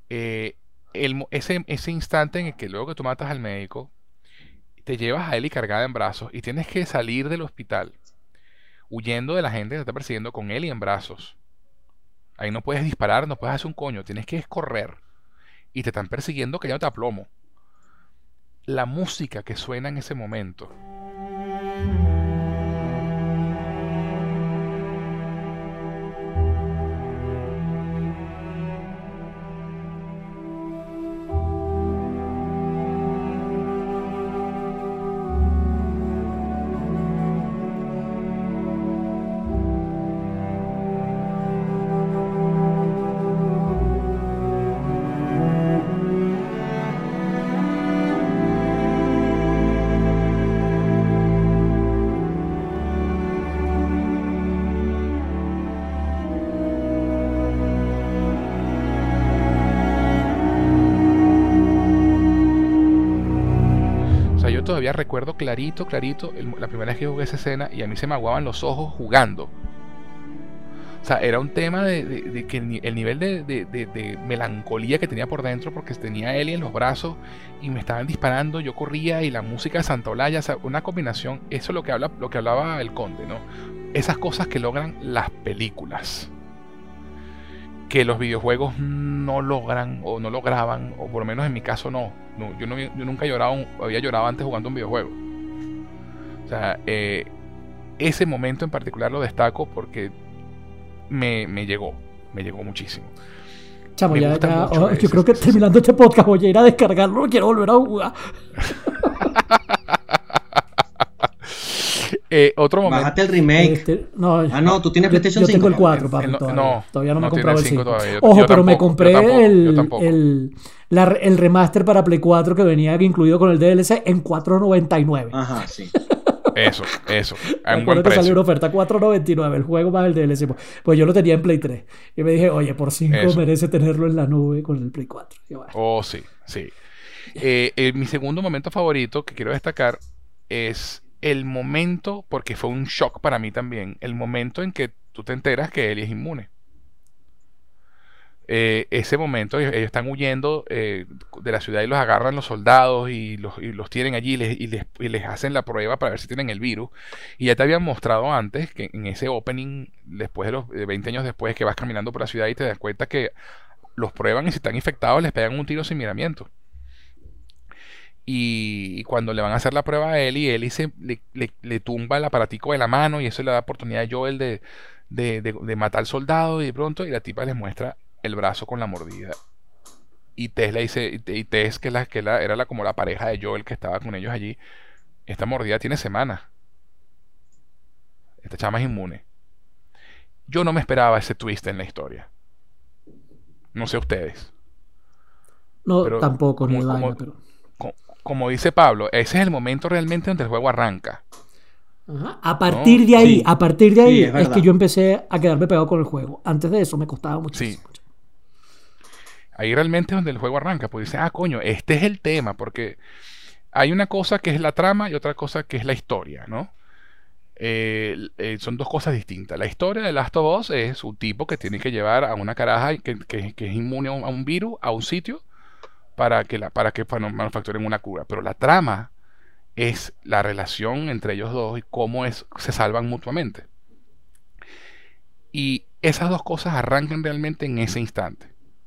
ese instante en el que luego que tú matas al médico, te llevas a Ellie cargada en brazos y tienes que salir del hospital huyendo de la gente que te está persiguiendo con Ellie en brazos. Ahí no puedes disparar, no puedes hacer un coño, tienes que correr. Y te están persiguiendo cayéndote a plomo. La música que suena en ese momento. Todavía recuerdo clarito la primera vez que jugué esa escena y a mí se me aguaban los ojos jugando. O sea, era un tema de que el nivel de melancolía que tenía por dentro, porque tenía a Ellie en los brazos y me estaban disparando, yo corría y la música de Santa Olaya, o sea, una combinación, eso es lo que hablaba el Conde, ¿no? Esas cosas que logran las películas, que los videojuegos no logran o no lograban, o por lo menos en mi caso no. Yo nunca había llorado antes jugando un videojuego. O sea, ese momento en particular lo destaco porque me llegó muchísimo. Chamo, yo creo que terminando este podcast voy a ir a descargarlo, quiero volver a jugar. Otro momento. Bájate el remake. No, tú tienes PlayStation 5. Yo tengo el 4, papi, todavía no me he comprado el 5. Ojo, pero me compré el remaster para Play 4 que venía incluido con el DLC en $4.99. Ajá, sí. Eso. A un buen que precio. Salió una oferta, $4.99 el juego más el DLC. Pues yo lo tenía en Play 3. Y me dije, oye, por 5 merece tenerlo en la nube con el Play 4. Bueno. Oh, sí. Mi segundo momento favorito que quiero destacar es el momento, porque fue un shock para mí también, el momento en que tú te enteras que Ellie es inmune. Ese momento, ellos están huyendo de la ciudad y los agarran los soldados y los tienen allí y les hacen la prueba para ver si tienen el virus. Y ya te habían mostrado antes que en ese opening, después de 20 años después, que vas caminando por la ciudad y te das cuenta que los prueban y si están infectados les pegan un tiro sin miramiento. Y cuando le van a hacer la prueba a Ellie le tumba el aparatico de la mano y eso le da oportunidad a Joel de matar al soldado y de pronto y la tipa les muestra el brazo con la mordida. Y Tess le dice, y Tess, que era como la pareja de Joel que estaba con ellos allí, esta mordida tiene semanas. Esta chama es inmune. Yo no me esperaba ese twist en la historia. No sé ustedes. No, Pero tampoco, ni de como, vaina, como, pero... como dice Pablo, ese es el momento realmente donde el juego arranca. Ajá. A ¿No? partir de ahí, Sí, a partir de sí, ahí es es verdad. que yo empecé a quedarme pegado con el juego. Antes de eso me costaba Sí. muchísimo. Ahí realmente es donde el juego arranca. Pues dice, coño, este es el tema. Porque hay una cosa que es la trama y otra cosa que es la historia, ¿no? Son dos cosas distintas. La historia de Last of Us es un tipo que tiene que llevar a una caraja que es inmune a un virus a un sitio para que manufacturen una cura. Pero la trama es la relación entre ellos dos y cómo se salvan mutuamente. Y esas dos cosas arrancan realmente en ese instante.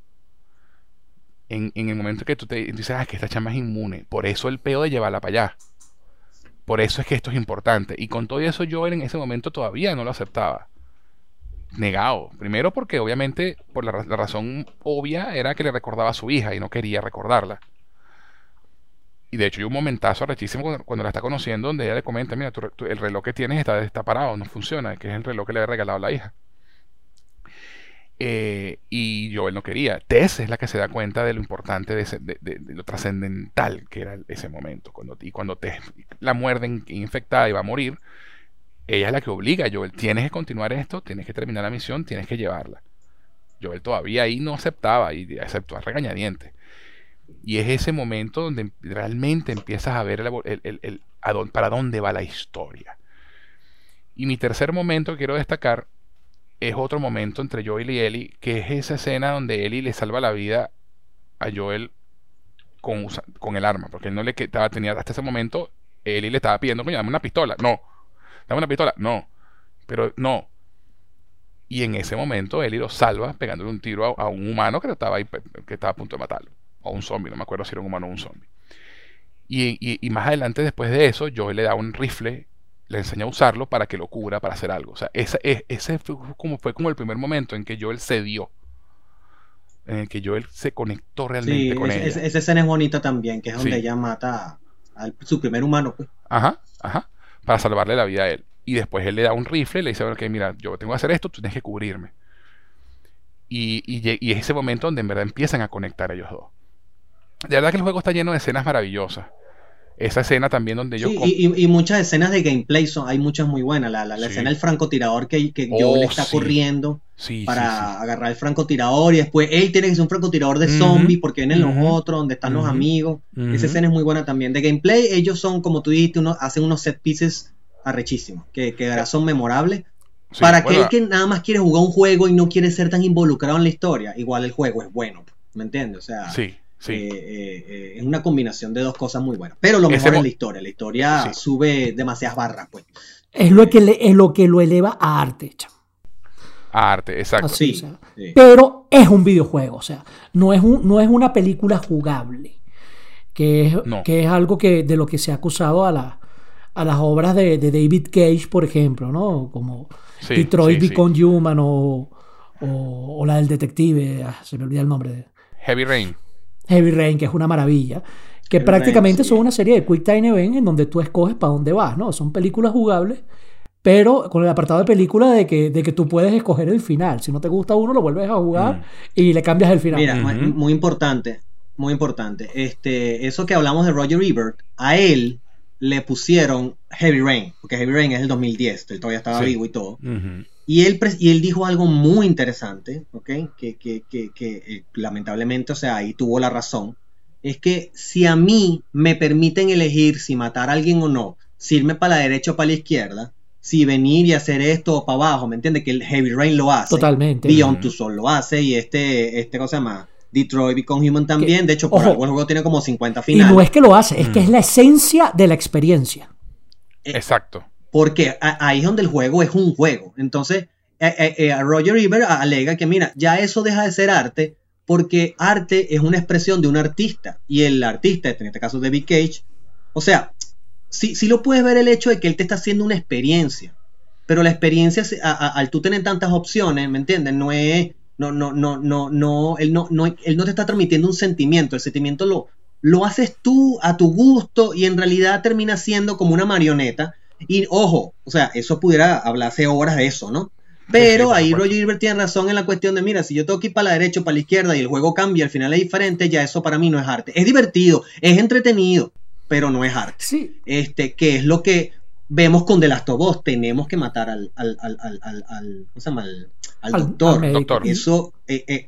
En el momento que tú dices, que esta chama es inmune. Por eso el peo de llevarla para allá. Por eso es que esto es importante. Y con todo eso yo en ese momento todavía no lo aceptaba. Negado. Primero porque obviamente por la razón obvia era que le recordaba a su hija y no quería recordarla. Y de hecho hay un momentazo arrechísimo cuando la está conociendo donde ella le comenta, mira, el reloj que tienes está parado, no funciona, que es el reloj que le había regalado la hija. Y Joel no quería. Tess es la que se da cuenta de lo importante de lo trascendental que era ese momento. Cuando Tess la muerden infectada y va a morir, ella es la que obliga a Joel, tienes que continuar esto, tienes que terminar la misión, tienes que llevarla. Joel todavía ahí no aceptaba y aceptó a regañadientes. Y es ese momento donde realmente empiezas a ver para dónde va la historia. Y mi tercer momento que quiero destacar es otro momento entre Joel y Ellie, que es esa escena donde Ellie le salva la vida a Joel con el arma, porque él no le tenía hasta ese momento, Ellie le estaba pidiendo, coño, dame una pistola, no, dame una pistola, no, pero no. Y en ese momento Ellie lo salva pegándole un tiro a un humano que estaba a punto de matarlo, o a un zombie, no me acuerdo si era un humano o un zombie. Y más adelante, después de eso, Joel le da un rifle, le enseña a usarlo para que lo cubra, para hacer algo. O sea, ese fue como el primer momento en que Joel cedió, en el que Joel se conectó realmente con ella. Esa escena es bonita también, que es donde Sí. ella mata a su primer humano, pues. Ajá, para salvarle la vida a él. Y después él le da un rifle y le dice, ok, mira, yo tengo que hacer esto, tú tienes que cubrirme. Y es ese momento donde en verdad empiezan a conectar ellos dos. De verdad que el juego está lleno de escenas maravillosas. Esa escena también donde Sí, y muchas escenas de gameplay hay muchas muy buenas. La Sí. escena del francotirador que Joel está sí. corriendo Sí, para agarrar el francotirador y después él tiene que ser un francotirador de zombie porque vienen los otros, donde están los amigos. Esa escena es muy buena también. De gameplay, ellos son, como tú dijiste, hacen unos set pieces arrechísimos, que de verdad son memorables. Sí, Para bueno, aquel que nada más quiere jugar un juego y no quiere ser tan involucrado en la historia, igual el juego es bueno, ¿me entiendes? O sea, sí. es una combinación de dos cosas muy buenas. Pero lo mejor es la historia. La historia Sí. sube demasiadas barras, pues. Es lo que lo eleva a arte, chamo. Arte, exacto. Así, Sí, o sea. sí. Pero es un videojuego, o sea, no es una película jugable, No. que es algo de lo que se ha acusado a las obras de David Cage, por ejemplo, ¿no? Como Sí, Detroit sí, Become Human o la del detective, se me olvida el nombre de Heavy Rain. Heavy Rain, que es una maravilla, que Heavy prácticamente Rain, sí. son una serie de Quick Time Event en donde tú escoges para dónde vas, ¿no? Son películas jugables, pero con el apartado de película de que tú puedes escoger el final. Si no te gusta uno, lo vuelves a jugar y le cambias el final. Mira, muy importante, muy importante. Eso que hablamos de Roger Ebert, a él le pusieron Heavy Rain, porque Heavy Rain es el 2010, él todavía estaba vivo y todo. Y él dijo algo muy interesante, ¿ok? Que lamentablemente, o sea, ahí tuvo la razón. Es que si a mí me permiten elegir si matar a alguien o no, si irme para la derecha o para la izquierda, si venir y hacer esto o para abajo, ¿me entiendes? Que el Heavy Rain lo hace. Totalmente. Beyond Two Souls lo hace y ¿cómo se llama? Detroit Become Human también. De hecho, por algo el juego tiene como 50 Y finales. no es que lo hace, es que es la esencia de la experiencia. Exacto. Porque ahí es donde el juego es un juego. Entonces, Roger Ebert alega que, mira, ya eso deja de ser arte, porque arte es una expresión de un artista. Y el artista, en este caso David Cage, o sea, sí lo puedes ver el hecho de que él te está haciendo una experiencia. Pero la experiencia, al tú tener tantas opciones, ¿me entiendes? No es. Él no te está transmitiendo un sentimiento. El sentimiento lo haces tú a tu gusto y en realidad termina siendo como una marioneta. Y ojo, o sea, eso pudiera hablarse horas de eso, ¿no? Pero por ahí supuesto. Roger Ebert tiene razón en la cuestión de, mira, si yo tengo que ir para la derecha o para la izquierda y el juego cambia, al final es diferente, ya eso para mí no es arte. Es divertido, es entretenido, pero no es arte. Sí. Que es lo que vemos con The Last of Us. Tenemos que matar al ¿cómo se llama? Al doctor. médico. Doctor. Eso te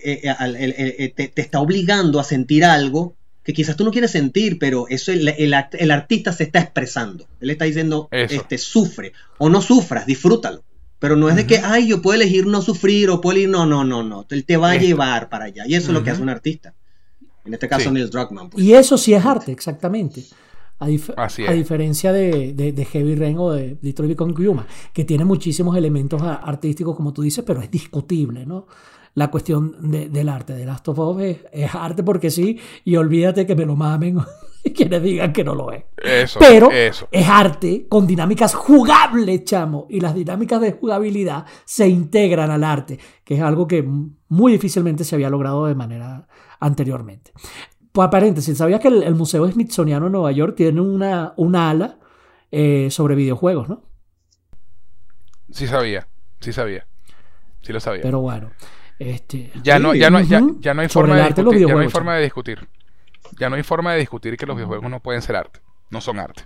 está obligando a sentir algo que quizás tú no quieres sentir, pero eso el artista se está expresando. Él está diciendo, Eso. sufre o no sufras, disfrútalo. Pero no es de que, ay, yo puedo elegir no sufrir o puedo elegir, no. Él te va a llevar para allá. Y eso es lo que hace un artista. En este caso, Sí. Neil Druckmann. Pues. Y eso sí es arte, exactamente. Así A es. diferencia de Heavy Rain o de Detroit Become Human, que tiene muchísimos elementos artísticos, como tú dices, pero es discutible, ¿no? La cuestión del arte. De Last of Us es arte porque sí, y olvídate que me lo mamen y quienes digan que no lo es. Eso. Pero Eso. es arte con dinámicas jugables, chamo. Y las dinámicas de jugabilidad se integran al arte, que es algo que muy difícilmente se había logrado de manera anteriormente. Pues, paréntesis, ¿sabías que el Museo Smithsoniano en Nueva York tiene una ala sobre videojuegos, ¿no? Sí sabía. Sí lo sabía. Pero bueno. Ya no hay Sobre forma el de arte de los discutir. Ya no hay videojuegos, forma de discutir. Ya no hay forma de discutir que los videojuegos no pueden ser arte. No son arte.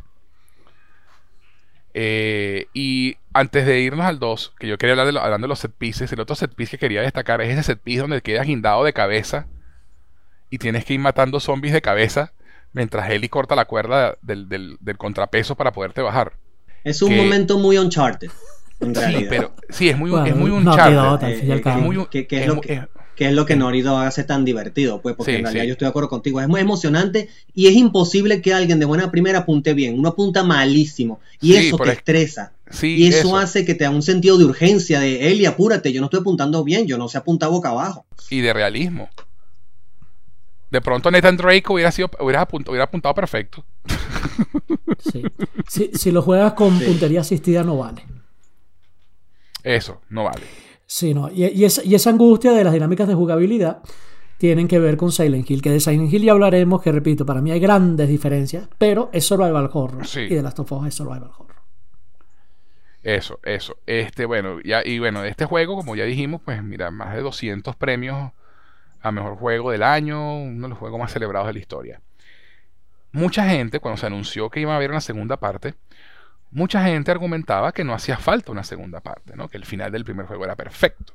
Y antes de irnos al 2, que yo quería hablando de los set pieces, el otro set piece que quería destacar es ese set piece donde quedas guindado de cabeza y tienes que ir matando zombies de cabeza mientras Ellie corta la cuerda del contrapeso para poderte bajar. Es un que- momento muy Uncharted, en Sí, realidad. pero sí, es muy Bueno, un no, Uncharted. quedó, al fin y al cabo. Es muy un- que es es lo mu- que- es- que es lo que Naughty Dog hace tan divertido, pues, porque Sí, en realidad sí. yo estoy de acuerdo contigo, es muy emocionante y es imposible que alguien de buena primera apunte bien, uno apunta malísimo y Sí, eso por te es- estresa sí, y eso hace que te da un sentido de urgencia de, Eli, apúrate, yo no estoy apuntando bien, yo no sé apuntar boca abajo. Y de realismo. De pronto Nathan Drake hubiera apuntado perfecto. Sí. Si lo juegas con Sí. puntería asistida no vale. Eso, no vale. Sí, no. Y esa angustia de las dinámicas de jugabilidad tienen que ver con Silent Hill, que de Silent Hill ya hablaremos, que repito, para mí hay grandes diferencias, pero es survival horror. Sí. Y The Last of Us es survival horror. Eso. Bueno, este juego, como ya dijimos, pues mira, más de 200 premios a mejor juego del año, uno de los juegos más celebrados de la historia. Mucha gente, cuando se anunció que iba a haber una segunda parte, mucha gente argumentaba que no hacía falta una segunda parte, ¿no? Que el final del primer juego era perfecto.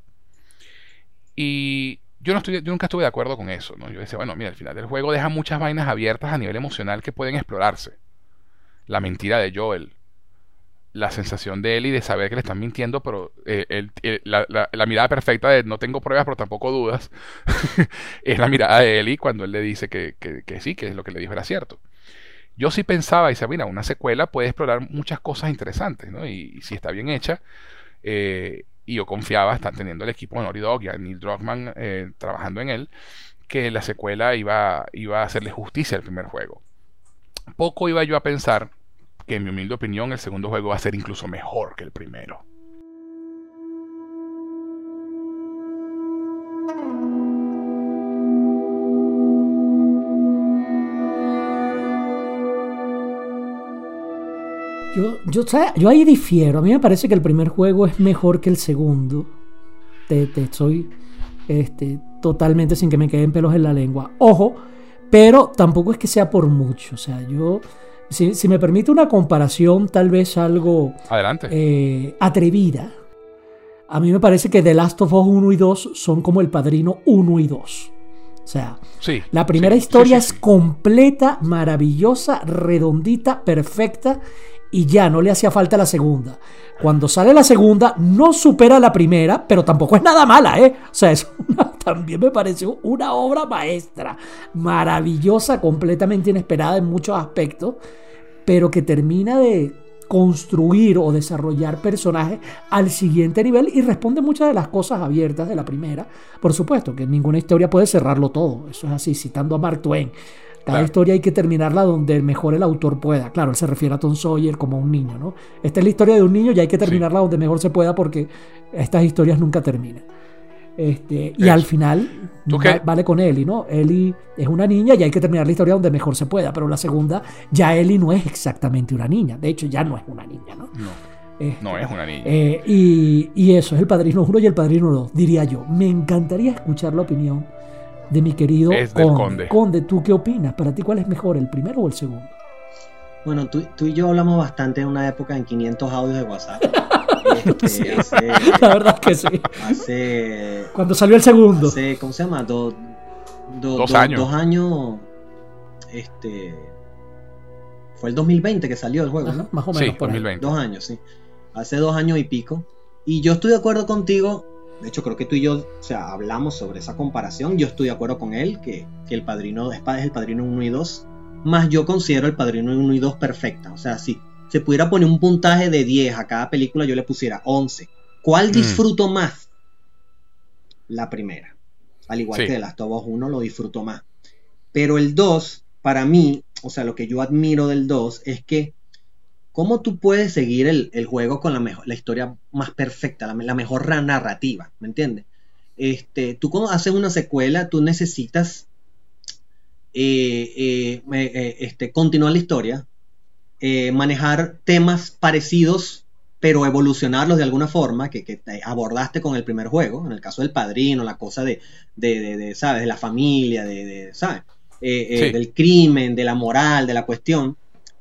Y yo nunca estuve de acuerdo con eso, ¿no? Yo decía, bueno, mira, el final del juego deja muchas vainas abiertas a nivel emocional que pueden explorarse. La mentira de Joel, la sensación de Ellie de saber que le están mintiendo, pero la mirada perfecta de no tengo pruebas, pero tampoco dudas, es la mirada de Ellie cuando él le dice que sí, que lo que le dijo era cierto. Yo sí pensaba y decía, mira, una secuela puede explorar muchas cosas interesantes, ¿no? Y si está bien hecha, y yo confiaba, están teniendo el equipo de Naughty Dog y a Neil Druckmann trabajando en él, que la secuela iba a hacerle justicia al primer juego. Poco iba yo a pensar que, en mi humilde opinión, el segundo juego va a ser incluso mejor que el primero. Yo ahí difiero. A mí me parece que el primer juego es mejor que el segundo. Te estoy totalmente sin que me queden pelos en la lengua. Ojo, pero tampoco es que sea por mucho. O sea, si me permite una comparación tal vez algo Adelante. atrevida, a mí me parece que The Last of Us 1 y 2 son como El Padrino 1 y 2. O sea, Sí, la primera sí, historia sí. es completa, maravillosa, redondita, perfecta, y ya no le hacía falta la segunda. Cuando sale la segunda, no supera la primera, pero tampoco es nada mala, ¿eh? O sea, también me pareció una obra maestra, maravillosa, completamente inesperada en muchos aspectos, pero que termina de construir o desarrollar personajes al siguiente nivel y responde muchas de las cosas abiertas de la primera. Por supuesto que ninguna historia puede cerrarlo todo, eso es así, citando a Mark Twain. Cada historia hay que terminarla donde mejor el autor pueda. Claro, él se refiere a Tom Sawyer como un niño, ¿no? Esta es la historia de un niño y hay que terminarla donde mejor se pueda porque estas historias nunca terminan. Y al final vale con Ellie, ¿no? Ellie es una niña y hay que terminar la historia donde mejor se pueda, pero la segunda ya Ellie no es exactamente una niña, de hecho ya no es una niña, ¿no? No es una niña. Y eso es El Padrino 1 y El Padrino 2, diría yo. Me encantaría escuchar la opinión de mi querido Conde. Conde, ¿tú qué opinas? ¿Para ti cuál es mejor, el primero o el segundo? Bueno, tú y yo hablamos bastante en una época en 500 audios de WhatsApp. Sí, la verdad es que sí. Cuando salió el segundo. ¿Cómo se llama? 2 años. 2 años. Fue el 2020 que salió el juego, Ajá, ¿no? más o menos. Sí, 2020. 2 años, sí. Hace 2 años y pico. Y yo estoy de acuerdo contigo. De hecho, creo que tú y yo, o sea, hablamos sobre esa comparación. Yo estoy de acuerdo con él, que El Padrino es El Padrino 1 y 2. Más yo considero El Padrino 1 y 2 perfecta. O sea, si se pudiera poner un puntaje de 10 a cada película, yo le pusiera 11. ¿Cuál disfruto más? La primera. Al igual que The Last of Us 1 lo disfruto más. Pero el 2, para mí, o sea, lo que yo admiro del 2 es que cómo tú puedes seguir el juego con la historia más perfecta, la mejor narrativa, ¿me entiendes? Tú cuando haces una secuela, tú necesitas continuar la historia, manejar temas parecidos, pero evolucionarlos de alguna forma que abordaste con el primer juego. En el caso del Padrino, la cosa de ¿sabes? De la familia, ¿sabes? Del crimen, de la moral, de la cuestión.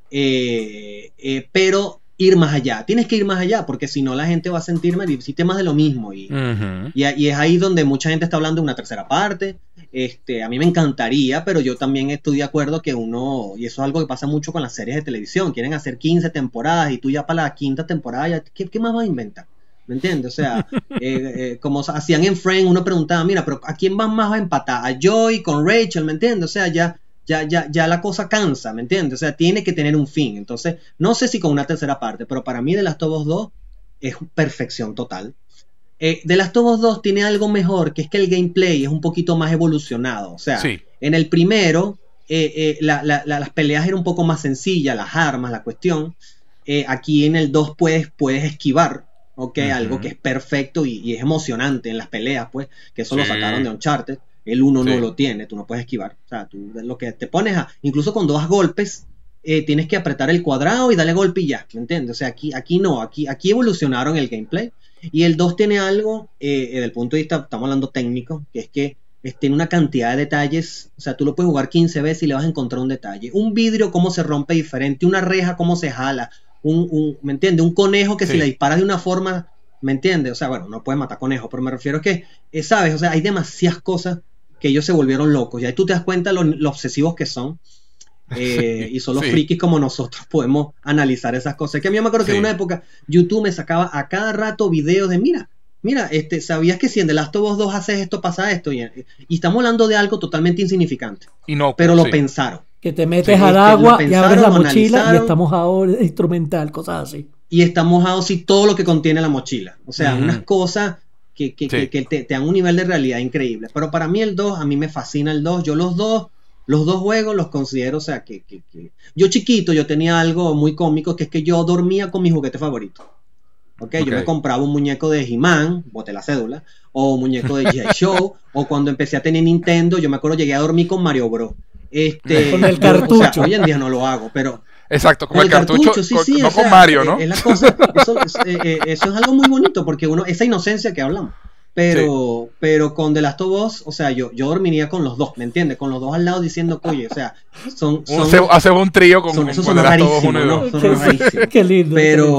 Pero ir más allá. Tienes que ir más allá, porque si no la gente va a sentir más de lo mismo. Y es ahí donde mucha gente está hablando de una tercera parte. A mí me encantaría, pero yo también estoy de acuerdo que y eso es algo que pasa mucho con las series de televisión, quieren hacer 15 temporadas y tú ya para la quinta temporada, ¿qué más vas a inventar? ¿Me entiendes? O sea, como hacían en Friends, uno preguntaba, mira, pero ¿a quién vas a empatar? ¿A Joey con Rachel? ¿Me entiendes? O sea, ya la cosa cansa, ¿me entiendes? O sea, tiene que tener un fin. Entonces, no sé si con una tercera parte, pero para mí The Last of Us 2 es perfección total. The Last of Us 2 tiene algo mejor, que es que el gameplay es un poquito más evolucionado. O sea, en el primero, las peleas eran un poco más sencillas, las armas, la cuestión. Aquí en el 2 puedes esquivar, ¿ok? Algo que es perfecto y es emocionante en las peleas, pues, que eso lo sacaron de Uncharted. El 1 no lo tiene, tú no puedes esquivar. O sea, tú lo que te pones incluso con 2 golpes, tienes que apretar el cuadrado y darle golpe y ya, ¿me entiendes? O sea, aquí no, aquí evolucionaron el gameplay. Y el 2 tiene algo, desde el punto de vista, estamos hablando técnico, que es que tiene una cantidad de detalles. O sea, tú lo puedes jugar 15 veces y le vas a encontrar un detalle. Un vidrio, cómo se rompe diferente, una reja, cómo se jala, ¿me entiendes? Un conejo que si le disparas de una forma, ¿me entiendes? O sea, bueno, no puedes matar conejos, pero me refiero a que, ¿sabes? O sea, hay demasiadas cosas que ellos se volvieron locos. Y ahí tú te das cuenta lo obsesivos que son. Y solo frikis como nosotros podemos analizar esas cosas. Que a mí me acuerdo que en una época YouTube me sacaba a cada rato videos de mira, ¿sabías que si en The Last of Us 2 haces esto, pasa esto? Y estamos hablando de algo totalmente insignificante. Pero lo pensaron. Que te metes al agua y abres la mochila y está mojado instrumental, cosas así. Y está mojado todo lo que contiene la mochila. O sea, unas cosas que te dan un nivel de realidad increíble. Pero para mí el 2, a mí me fascina el 2. Yo los dos juegos los considero, o sea, que yo chiquito, yo tenía algo muy cómico, que es que yo dormía con mi juguete favorito. Yo me compraba un muñeco de He-Man, boté la cédula, o un muñeco de G.I. Joe, o cuando empecé a tener Nintendo, yo me acuerdo, llegué a dormir con Mario Bros. Con el cartucho. O sea, hoy en día no lo hago, pero... Exacto, con el cartucho, sí, no con Mario, ¿no? Es la cosa, eso es algo muy bonito, porque esa inocencia que hablamos. Pero con The Last of Us, o sea, yo dormiría con los dos, ¿me entiendes? Con los dos al lado diciendo, oye, o sea, hace un trío con eso suena rarísimo, ¿no? Suena rarísimo. Qué lindo.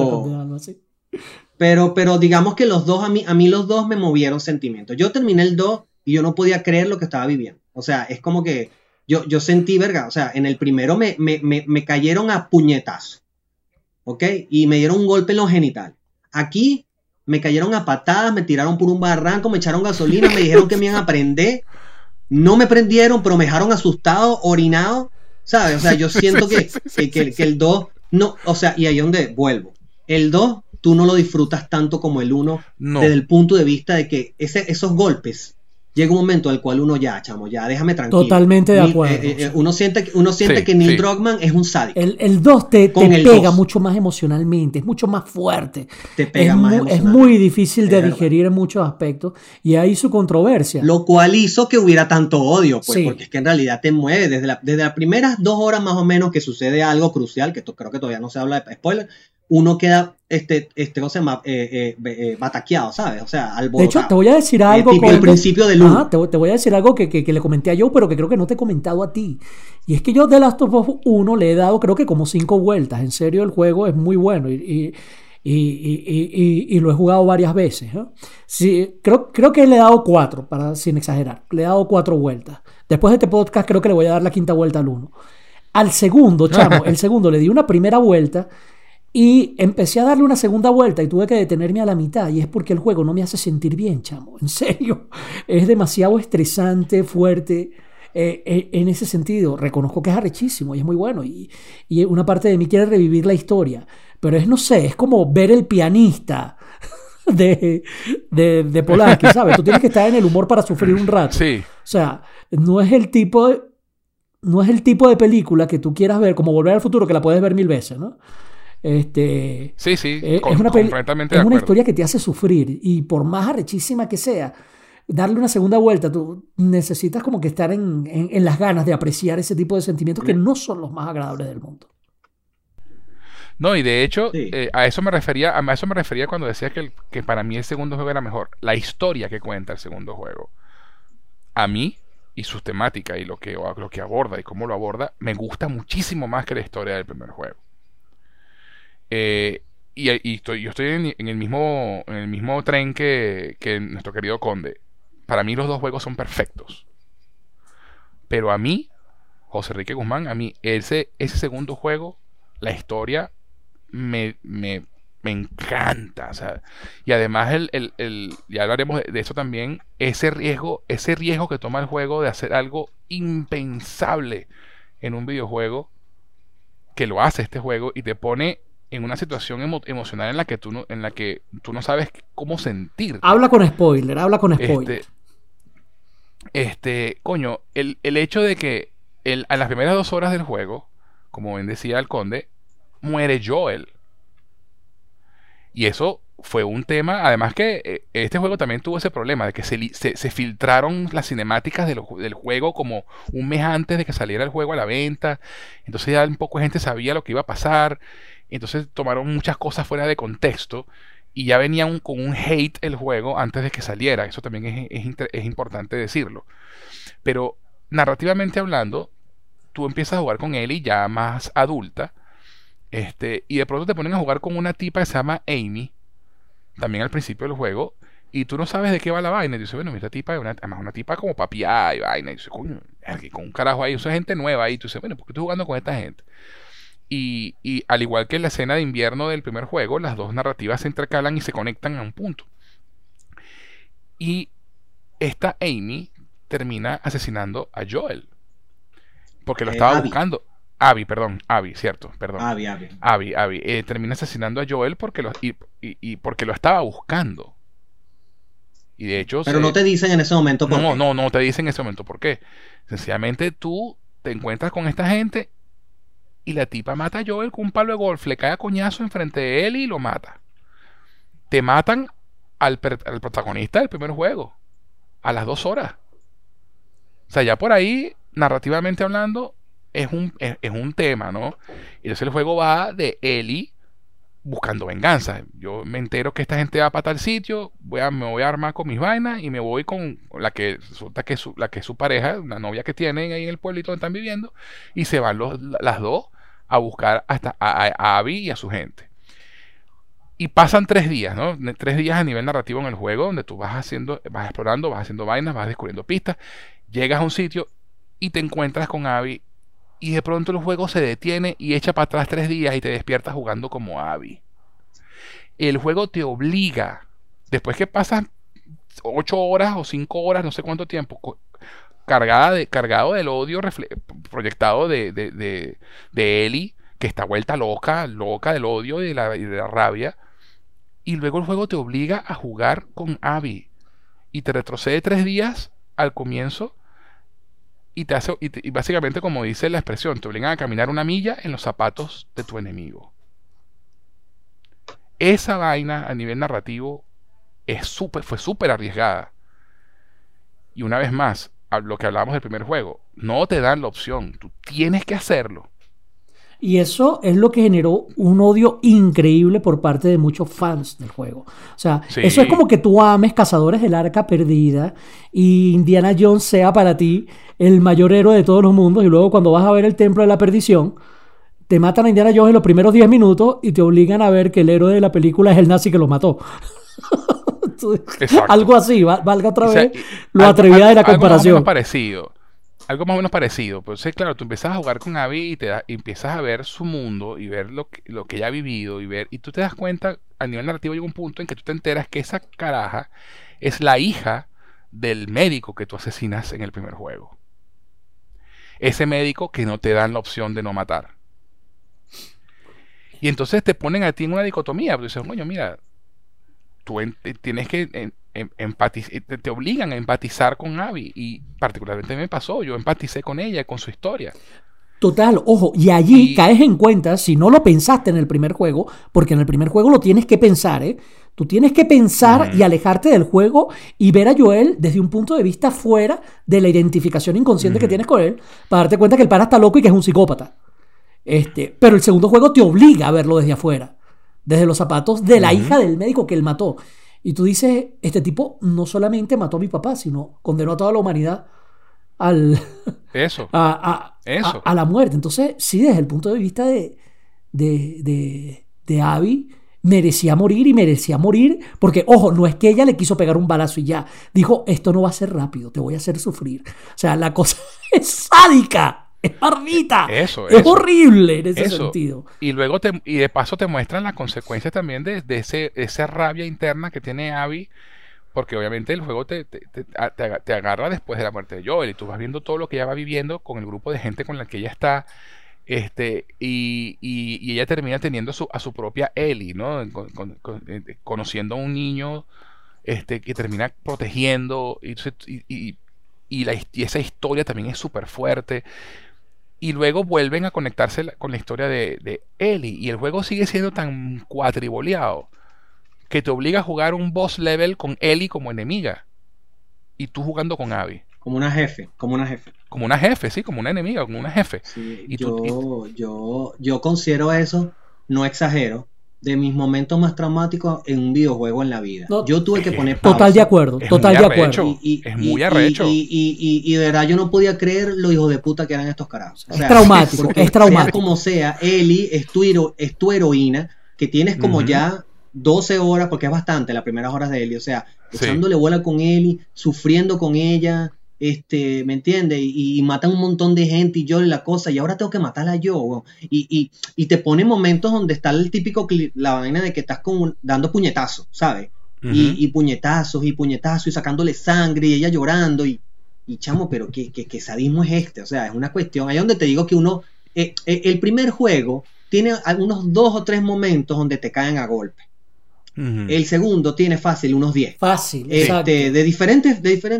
Pero digamos que los dos, a mí los dos me movieron sentimientos. Yo terminé el 2 y yo no podía creer lo que estaba viviendo. O sea, es como que yo sentí, verga, o sea, en el primero me cayeron a puñetazos, ¿ok? Y me dieron un golpe en los genitales. Aquí me cayeron a patadas, me tiraron por un barranco, me echaron gasolina, me dijeron que me iban a prender. No me prendieron, pero me dejaron asustado, orinado, ¿sabes? O sea, yo siento que el 2, no, o sea, y ahí es donde vuelvo. El 2, tú no lo disfrutas tanto como el 1, desde el punto de vista de que esos golpes, llega un momento en el cual uno ya, déjame tranquilo. Totalmente de acuerdo. Uno siente que Neil Druckmann es un sádico. El 2 te pega mucho más emocionalmente, es mucho más fuerte. Te pega más emocionalmente. Es muy difícil de digerir en muchos aspectos y hay su controversia. Lo cual hizo que hubiera tanto odio, pues, porque es que en realidad te mueve. Desde las primeras 2 horas más o menos que sucede algo crucial, que creo que todavía no se habla de spoiler, uno queda, ¿cómo se llama? Bataqueado, ¿sabes? O sea, alborotado. De hecho, te voy a decir algo. Tipo el principio del 1. Te voy a decir algo que le comenté a Joe, pero que creo que no te he comentado a ti. Y es que yo The Last of Us 1 le he dado creo que como 5 vueltas. En serio, el juego es muy bueno y lo he jugado varias veces, ¿no? Sí, creo que le he dado 4, sin exagerar. Le he dado 4 vueltas. Después de este podcast creo que le voy a dar la 5ª vuelta al 1. Al segundo, chamo, el segundo le di una primera vuelta y empecé a darle una segunda vuelta y tuve que detenerme a la mitad. Y es porque el juego no me hace sentir bien, chamo. En serio. Es demasiado estresante, fuerte. En ese sentido, reconozco que es arrechísimo y es muy bueno. Y una parte de mí quiere revivir la historia. Pero no sé, es como ver El Pianista de Polanski, ¿sabes? Tú tienes que estar en el humor para sufrir un rato. Sí. O sea, no es el tipo de película que tú quieras ver, como Volver al Futuro, que la puedes ver 1000 veces, ¿no? Sí, completamente es una historia que te hace sufrir, y por más arrechísima que sea, darle una segunda vuelta, tú necesitas como que estar en las ganas de apreciar ese tipo de sentimientos que no son los más agradables del mundo. No, y de hecho, Sí. a eso me refería cuando decía que para mí el segundo juego era mejor. La historia que cuenta el segundo juego. A mí, y sus temáticas, y lo que aborda, y cómo lo aborda, me gusta muchísimo más que la historia del primer juego. Yo estoy en el mismo tren que nuestro querido Conde. Para mí los dos juegos son perfectos. Pero a mí, José Enrique Guzmán, a mí ese segundo juego, la historia me encanta. O sea, y además ya hablaremos de eso también, ese riesgo que toma el juego de hacer algo impensable en un videojuego, que lo hace este juego y te pone en una situación emocional en la que tú no sabes cómo sentir. Habla con spoiler. Coño, el hecho de que a las primeras 2 horas del juego, como bien decía el Conde, muere Joel. Y eso fue un tema, además que este juego también tuvo ese problema de que se filtraron las cinemáticas del juego como un mes antes de que saliera el juego a la venta. Entonces ya un poco de gente sabía lo que iba a pasar. Entonces tomaron muchas cosas fuera de contexto y ya venía con un hate el juego antes de que saliera. Eso también es importante decirlo. Pero narrativamente hablando, tú empiezas a jugar con Ellie ya más adulta, y de pronto te ponen a jugar con una tipa que se llama Amy, también al principio del juego, y tú no sabes de qué va la vaina. Y dices, bueno, esta tipa es además una tipa como papiada y vaina. Y dices, coño, con un carajo ahí, eso es gente nueva ahí. Y tú dices, bueno, ¿por qué estoy jugando con esta gente? Y al igual que en la escena de invierno del primer juego, las dos narrativas se intercalan y se conectan a un punto. Y esta Amy termina asesinando a Joel, porque lo estaba buscando. Abby, cierto, perdón. Abby. Termina asesinando a Joel porque porque lo estaba buscando. Y de hecho... Pero no te dicen en ese momento por qué. No te dicen en ese momento por qué. Sencillamente tú te encuentras con esta gente y la tipa mata a Joel con un palo de golf, le cae a coñazo enfrente de él y lo mata. Te matan al protagonista del primer juego a las 2 horas. O sea, ya por ahí, narrativamente hablando, es un tema, ¿no? Y entonces el juego va de Ellie buscando venganza. Yo me entero que esta gente va para tal sitio, me voy a armar con mis vainas y me voy con la que resulta que es su pareja, una novia que tienen ahí en el pueblito donde están viviendo, y se van las dos a buscar a Abby y a su gente. Y pasan 3 días, ¿no? 3 días a nivel narrativo en el juego, donde tú vas explorando, vas haciendo vainas, vas descubriendo pistas, llegas a un sitio y te encuentras con Abby, y de pronto el juego se detiene y echa para atrás 3 días y te despiertas jugando como Abby. El juego te obliga, después que pasas 8 horas o 5 horas, no sé cuánto tiempo, cargado del odio proyectado de Ellie, que está vuelta loca del odio y de la rabia, y luego el juego te obliga a jugar con Abby y te retrocede 3 días al comienzo y básicamente, como dice la expresión, te obligan a caminar 1 milla en los zapatos de tu enemigo. Esa vaina a nivel narrativo fue súper arriesgada. Y una vez más, a lo que hablábamos del primer juego, no te dan la opción, tú tienes que hacerlo. Y eso es lo que generó un odio increíble por parte de muchos fans del juego. O sea, Sí. eso es como que tú ames Cazadores del Arca Perdida y Indiana Jones sea para ti el mayor héroe de todos los mundos, y luego cuando vas a ver el Templo de la Perdición, te matan a Indiana Jones en los primeros 10 minutos y te obligan a ver que el héroe de la película es el nazi que lo mató. Exacto. Algo así, valga otra O sea, vez lo atrevida de la comparación. Algo más o menos parecido. Pues sí, claro, tú empiezas a jugar con Abby y empiezas a ver su mundo y ver lo que ella ha vivido y tú te das cuenta, a nivel narrativo llega un punto en que tú te enteras que esa caraja es la hija del médico que tú asesinas en el primer juego. Ese médico que no te dan la opción de no matar. Y entonces te ponen a ti en una dicotomía. Tú dices, coño, mira, tú tienes que empatizar, te obligan a empatizar con Abby, y particularmente me pasó, yo empaticé con ella, con su historia. Total, ojo, y allí caes en cuenta, si no lo pensaste en el primer juego, porque en el primer juego lo tienes que pensar, ¿eh? Tú tienes que pensar y alejarte del juego y ver a Joel desde un punto de vista fuera de la identificación inconsciente que tienes con él, para darte cuenta que el pana está loco y que es un psicópata. Pero el segundo juego te obliga a verlo desde afuera, desde los zapatos de la hija del médico que él mató. Y tú dices, este tipo no solamente mató a mi papá, sino condenó a toda la humanidad Eso. a la muerte. Entonces, sí, desde el punto de vista de Abby, merecía morir porque, ojo, no es que ella le quiso pegar un balazo y ya. Dijo, esto no va a ser rápido, te voy a hacer sufrir. O sea, la cosa es sádica. Es barbita. Es horrible en ese sentido. Y luego y de paso te muestran las consecuencias también de esa rabia interna que tiene Abby, porque obviamente el juego te agarra después de la muerte de Joel, y tú vas viendo todo lo que ella va viviendo con el grupo de gente con la que ella está, y ella termina teniendo a su propia Ellie, ¿no? Conociendo a un niño que termina protegiendo, y esa historia también es súper fuerte. Y luego vuelven a conectarse con la historia de Ellie, y el juego sigue siendo tan cuatriboleado que te obliga a jugar un boss level con Ellie como enemiga y tú jugando con Abby como una jefe. Como una enemiga, como una jefe. Sí, yo considero eso, no exagero, de mis momentos más traumáticos en un videojuego en la vida. No, yo tuve que poner pausa. Total de acuerdo. Es muy arrecho. Y de verdad yo no podía creer lo hijos de puta que eran estos carajos. O sea, es traumático. Sea como sea, Ellie es tu heroína, que tienes como ya 12 horas, porque es bastante las primeras horas de Ellie, o sea, echándole bola con Ellie, sufriendo con ella, ¿me entiendes? Y matan un montón de gente y yo la cosa, y ahora tengo que matarla yo, y te pone momentos donde está el típico la vaina de que estás dando puñetazos, ¿sabes? Y puñetazos y sacándole sangre y ella llorando y chamo, pero ¿qué sadismo es este? O sea, es una cuestión, ahí donde te digo que uno, el primer juego tiene unos 2 o 3 momentos donde te caen a golpe. El segundo tiene fácil unos 10. Fácil, de diferentes,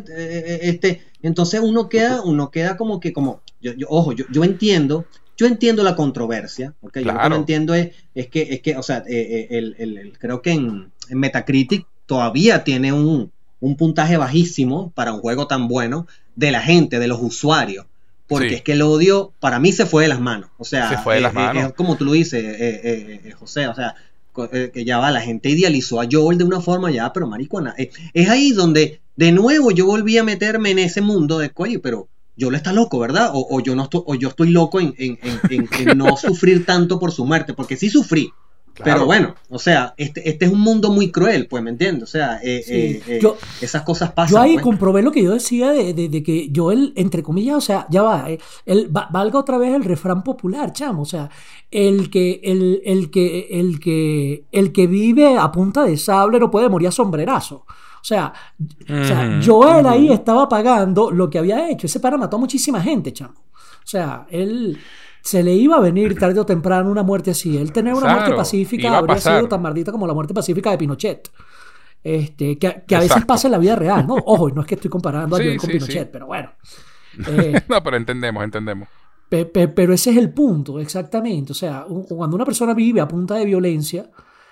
entonces uno queda como que, yo entiendo la controversia, ¿okay? Claro. Yo lo que no entiendo es que, o sea, creo que en Metacritic todavía tiene un puntaje bajísimo para un juego tan bueno de la gente, de los usuarios. Porque es que el odio para mí se fue de las manos. O sea, se fue de las manos. Como tú lo dices, José, o sea, que ya va, la gente idealizó a Joel de una forma ya, pero maricona. Es ahí donde de nuevo yo volví a meterme en ese mundo de coño, pero Joel está loco, ¿verdad? O yo estoy loco en no sufrir tanto por su muerte, porque sí sufrí. Claro. Pero bueno, o sea, este es un mundo muy cruel, pues, ¿me entiendes? O sea, esas cosas pasan. Yo ahí pues comprobé lo que yo decía de que Joel, entre comillas, o sea, ya va, valga otra vez el refrán popular, chamo, o sea, el que vive a punta de sable no puede morir a sombrerazo. O sea, Joel ahí estaba pagando lo que había hecho. Ese pana mató a muchísima gente, chamo. O sea, él se le iba a venir tarde o temprano una muerte así. Él tener una muerte pacífica habría sido tan maldita como la muerte pacífica de Pinochet. Que a veces pasa en la vida real, ¿no? Ojo, no es que estoy comparando a Joel con Pinochet, pero bueno. No, pero entendemos. Pero ese es el punto, exactamente. O sea, cuando una persona vive a punta de violencia,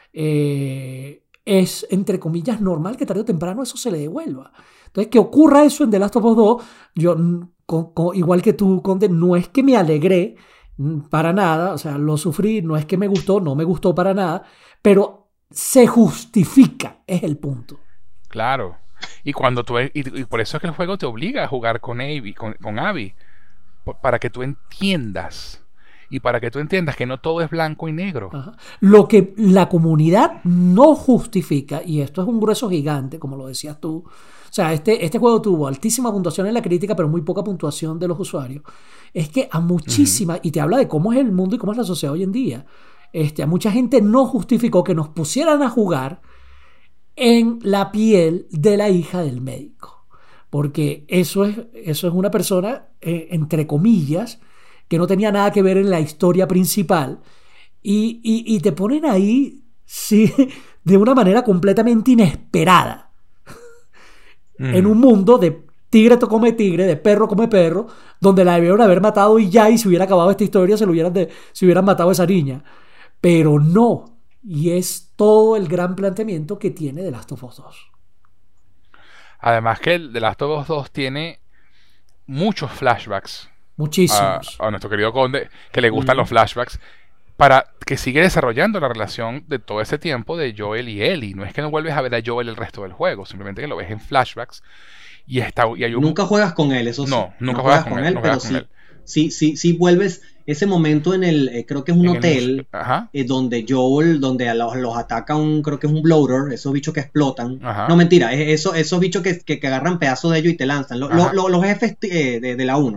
es, entre comillas, normal que tarde o temprano eso se le devuelva. Entonces, que ocurra eso en The Last of Us 2, yo, igual que tú, Conde, no es que me alegré Para nada, o sea, lo sufrí, no es que me gustó, no me gustó para nada, pero se justifica, es el punto. Claro. Y por eso es que el juego te obliga a jugar con Abby, para que tú entiendas. Y para que tú entiendas que no todo es blanco y negro. Ajá. Lo que la comunidad no justifica, y esto es un grueso gigante, como lo decías tú. O sea, este juego tuvo altísima puntuación en la crítica, pero muy poca puntuación de los usuarios. Es que a muchísima, y te habla de cómo es el mundo y cómo es la sociedad hoy en día, a mucha gente no justificó que nos pusieran a jugar en la piel de la hija del médico. Porque eso es una persona, entre comillas, que no tenía nada que ver en la historia principal, y te ponen ahí, sí, de una manera completamente inesperada, en un mundo de tigre come tigre, de perro come perro, donde la debieron haber matado y ya, y si hubiera acabado esta historia se hubieran matado a esa niña, pero no, y es todo el gran planteamiento que tiene The Last of Us 2. Además que el The Last of Us 2 tiene muchos flashbacks. Muchísimos. A nuestro querido Conde, que le gustan los flashbacks, para que sigue desarrollando la relación de todo ese tiempo de Joel y Ellie. No es que no vuelves a ver a Joel el resto del juego, simplemente que lo ves en flashbacks y hay nunca juegas con él, eso sí. Nunca juegas con él, pero sí vuelves ese momento en el, creo que es un hotel, donde Joel, donde los ataca creo que es un bloater, esos bichos que explotan. Ajá. No, mentira, esos bichos que agarran pedazos de ellos y te lanzan, los jefes de la 1.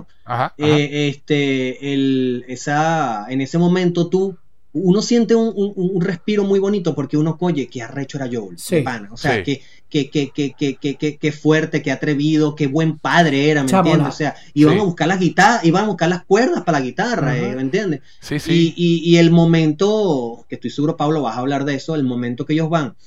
En ese momento uno siente un respiro muy bonito, porque uno, oye, qué arrecho era Joel, sí, pana. O sea, sí, qué fuerte, qué atrevido, qué buen padre era, ¿me entiendes? O sea, iban a buscar las guitarras, iban a buscar las cuerdas para la guitarra, ¿me entiendes? Sí, sí. Y el momento, que estoy seguro, Pablo, vas a hablar de eso, el momento que ellos van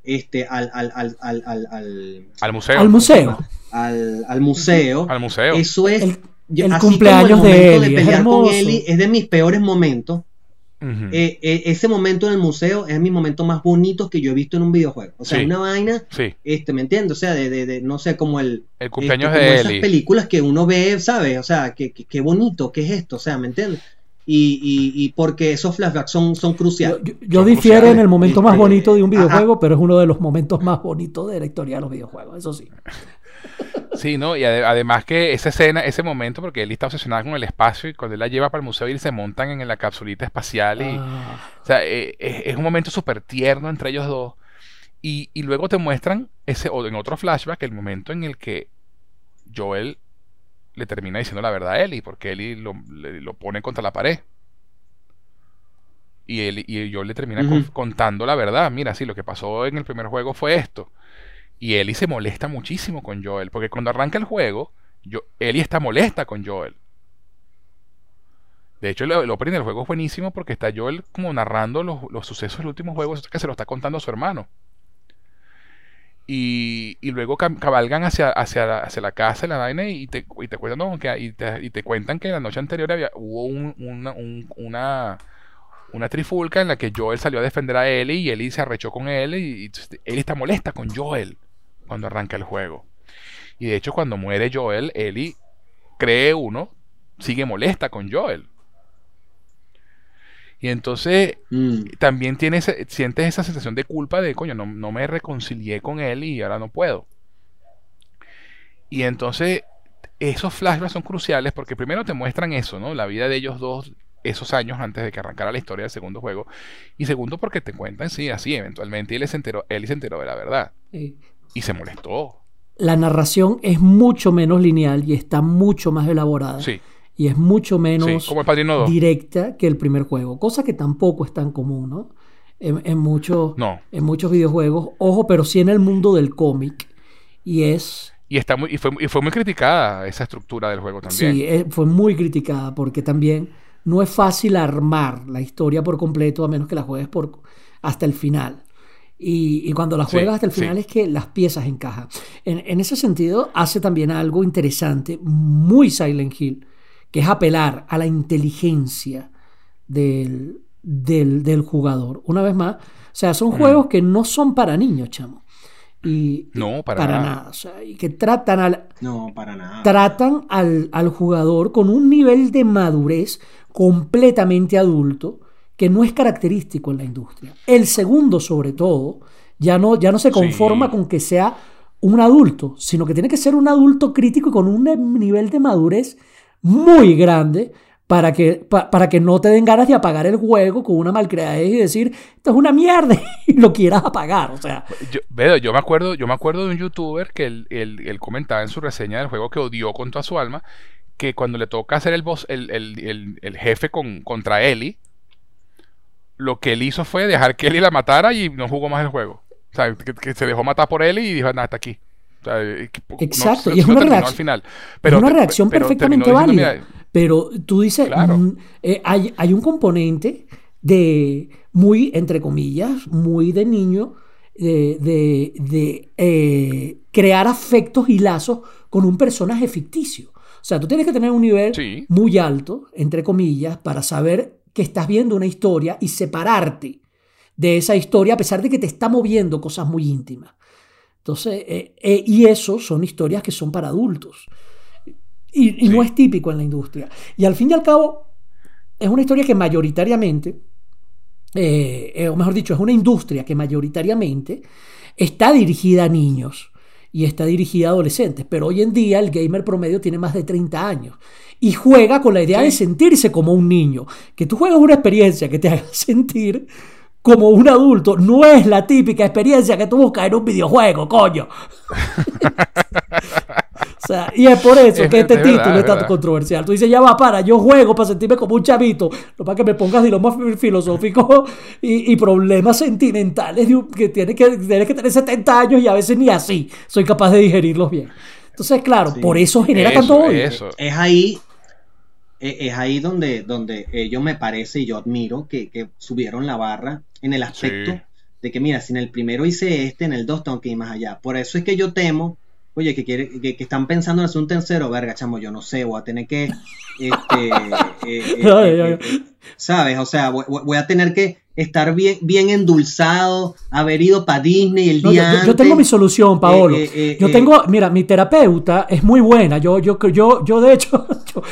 al museo. Al museo. Al museo. Eso es el cumpleaños de Ellie. De pelear con Ellie es de mis peores momentos. Uh-huh. Ese momento en el museo es mi momento más bonito que yo he visto en un videojuego. O sea, una vaina, ¿me entiendes? O sea, de no sé, como el cumpleaños de Ellie. Esas películas que uno ve, ¿sabes? O sea, qué bonito, ¿qué es esto? O sea, ¿me entiendes? Y porque esos flashbacks son cruciales. Yo difiero en el momento más bonito de un videojuego, pero es uno de los momentos más bonitos de la historia de los videojuegos, eso sí. Sí, ¿no? Y además que esa escena, ese momento, porque Ellie está obsesionada con el espacio, y cuando él la lleva para el museo y se montan en la capsulita espacial, o sea, es un momento súper tierno entre ellos dos. Y luego te muestran en otro flashback, el momento en el que Joel le termina diciendo la verdad a Ellie, porque Ellie lo pone contra la pared. Y Joel le termina contando la verdad. Mira, sí, lo que pasó en el primer juego fue esto. Y Ellie se molesta muchísimo con Joel, porque cuando arranca el juego, Ellie está molesta con Joel. De hecho, el opening del juego es buenísimo, porque está Joel como narrando los sucesos del último juego, que se lo está contando a su hermano. Y luego cabalgan hacia la casa de la vaina, y te cuentan, ¿no? y te cuentan que la noche anterior hubo una trifulca en la que Joel salió a defender a Ellie, y Ellie se arrechó con él, y Ellie está molesta con Joel cuando arranca el juego. Y de hecho, cuando muere Joel, Ellie sigue molesta con Joel. Y entonces también sientes esa sensación de culpa de, coño, no me reconcilié con él y ahora no puedo. Y entonces esos flashbacks son cruciales, porque primero te muestran eso, ¿no? La vida de ellos dos esos años antes de que arrancara la historia del segundo juego. Y segundo, porque te cuentan, sí, así eventualmente Ellie se enteró de la verdad. Sí. Y se molestó. La narración es mucho menos lineal y está mucho más elaborada. Sí. Y es mucho menos como el Padrino 2. Directa que el primer juego, cosa que tampoco es tan común, ¿no? En muchos videojuegos, ojo, pero sí en el mundo del cómic. Y fue muy criticada esa estructura del juego también. Sí, fue muy criticada, porque también no es fácil armar la historia por completo, a menos que la juegues hasta el final. Y cuando la juegas hasta el final es que las piezas encajan. En ese sentido, hace también algo interesante, muy Silent Hill, que es apelar a la inteligencia del jugador. Una vez más, o sea, son juegos que no son para niños, chamo. Y No, para para nada. nada. O sea, y que tratan No, para nada. al jugador con un nivel de madurez completamente adulto que no es característico en la industria. El segundo, sobre todo, ya no se conforma Sí. con que sea un adulto, sino que tiene que ser un adulto crítico y con un nivel de madurez muy grande para que no te den ganas de apagar el juego con una malcriadez y decir, esto es una mierda, y lo quieras apagar. O sea, Yo me acuerdo de un youtuber que él comentaba en su reseña del juego que odió con toda su alma, que cuando le toca hacer el boss, el jefe contra Ellie, lo que él hizo fue dejar que Ellie la matara y no jugó más el juego. O sea, que se dejó matar por Ellie y dijo, nada, está aquí. O sea, exacto, no, y es no una terminó reacción. al final. Es una reacción pero perfectamente terminó diciendo, válida. mira, Pero tú dices, claro. hay un componente de muy, entre comillas, muy de niño, de crear afectos y lazos con un personaje ficticio. O sea, tú tienes que tener un nivel Sí. muy alto, entre comillas, para saber que estás viendo una historia y separarte de esa historia a pesar de que te está moviendo cosas muy íntimas. Entonces, y eso son historias que son para adultos. Y no Sí. es típico en la industria. Y al fin y al cabo, es una historia que mayoritariamente, o mejor dicho, es una industria que mayoritariamente está dirigida a niños y está dirigida a adolescentes. Pero hoy en día el gamer promedio tiene más de 30 años y juega con la idea de sentirse como un niño. Que tú juegas una experiencia que te haga sentir como un adulto no es la típica experiencia que tú buscas en un videojuego, coño. O sea, y es por eso que este título es tan controversial. Tú dices, ya va, yo juego para sentirme como un chavito, no para que me pongas dilemas filosóficos y problemas sentimentales que tienes que tener 70 años y a veces ni así soy capaz de digerirlos bien. Entonces, claro, Sí. por eso genera tanto odio. Es ahí donde ellos me parece y yo admiro que subieron la barra en el aspecto Sí. de que mira, si en el primero hice en el 2 tengo que ir más allá. Por eso es que yo temo, oye, que están pensando en hacer un tercero, verga, chamo, yo no sé, voy a tener que ¿sabes? O sea, voy a tener que estar bien endulzado, haber ido para Disney el día antes. Yo tengo mi solución, Paolo. Mira, mi terapeuta es muy buena. Yo de hecho,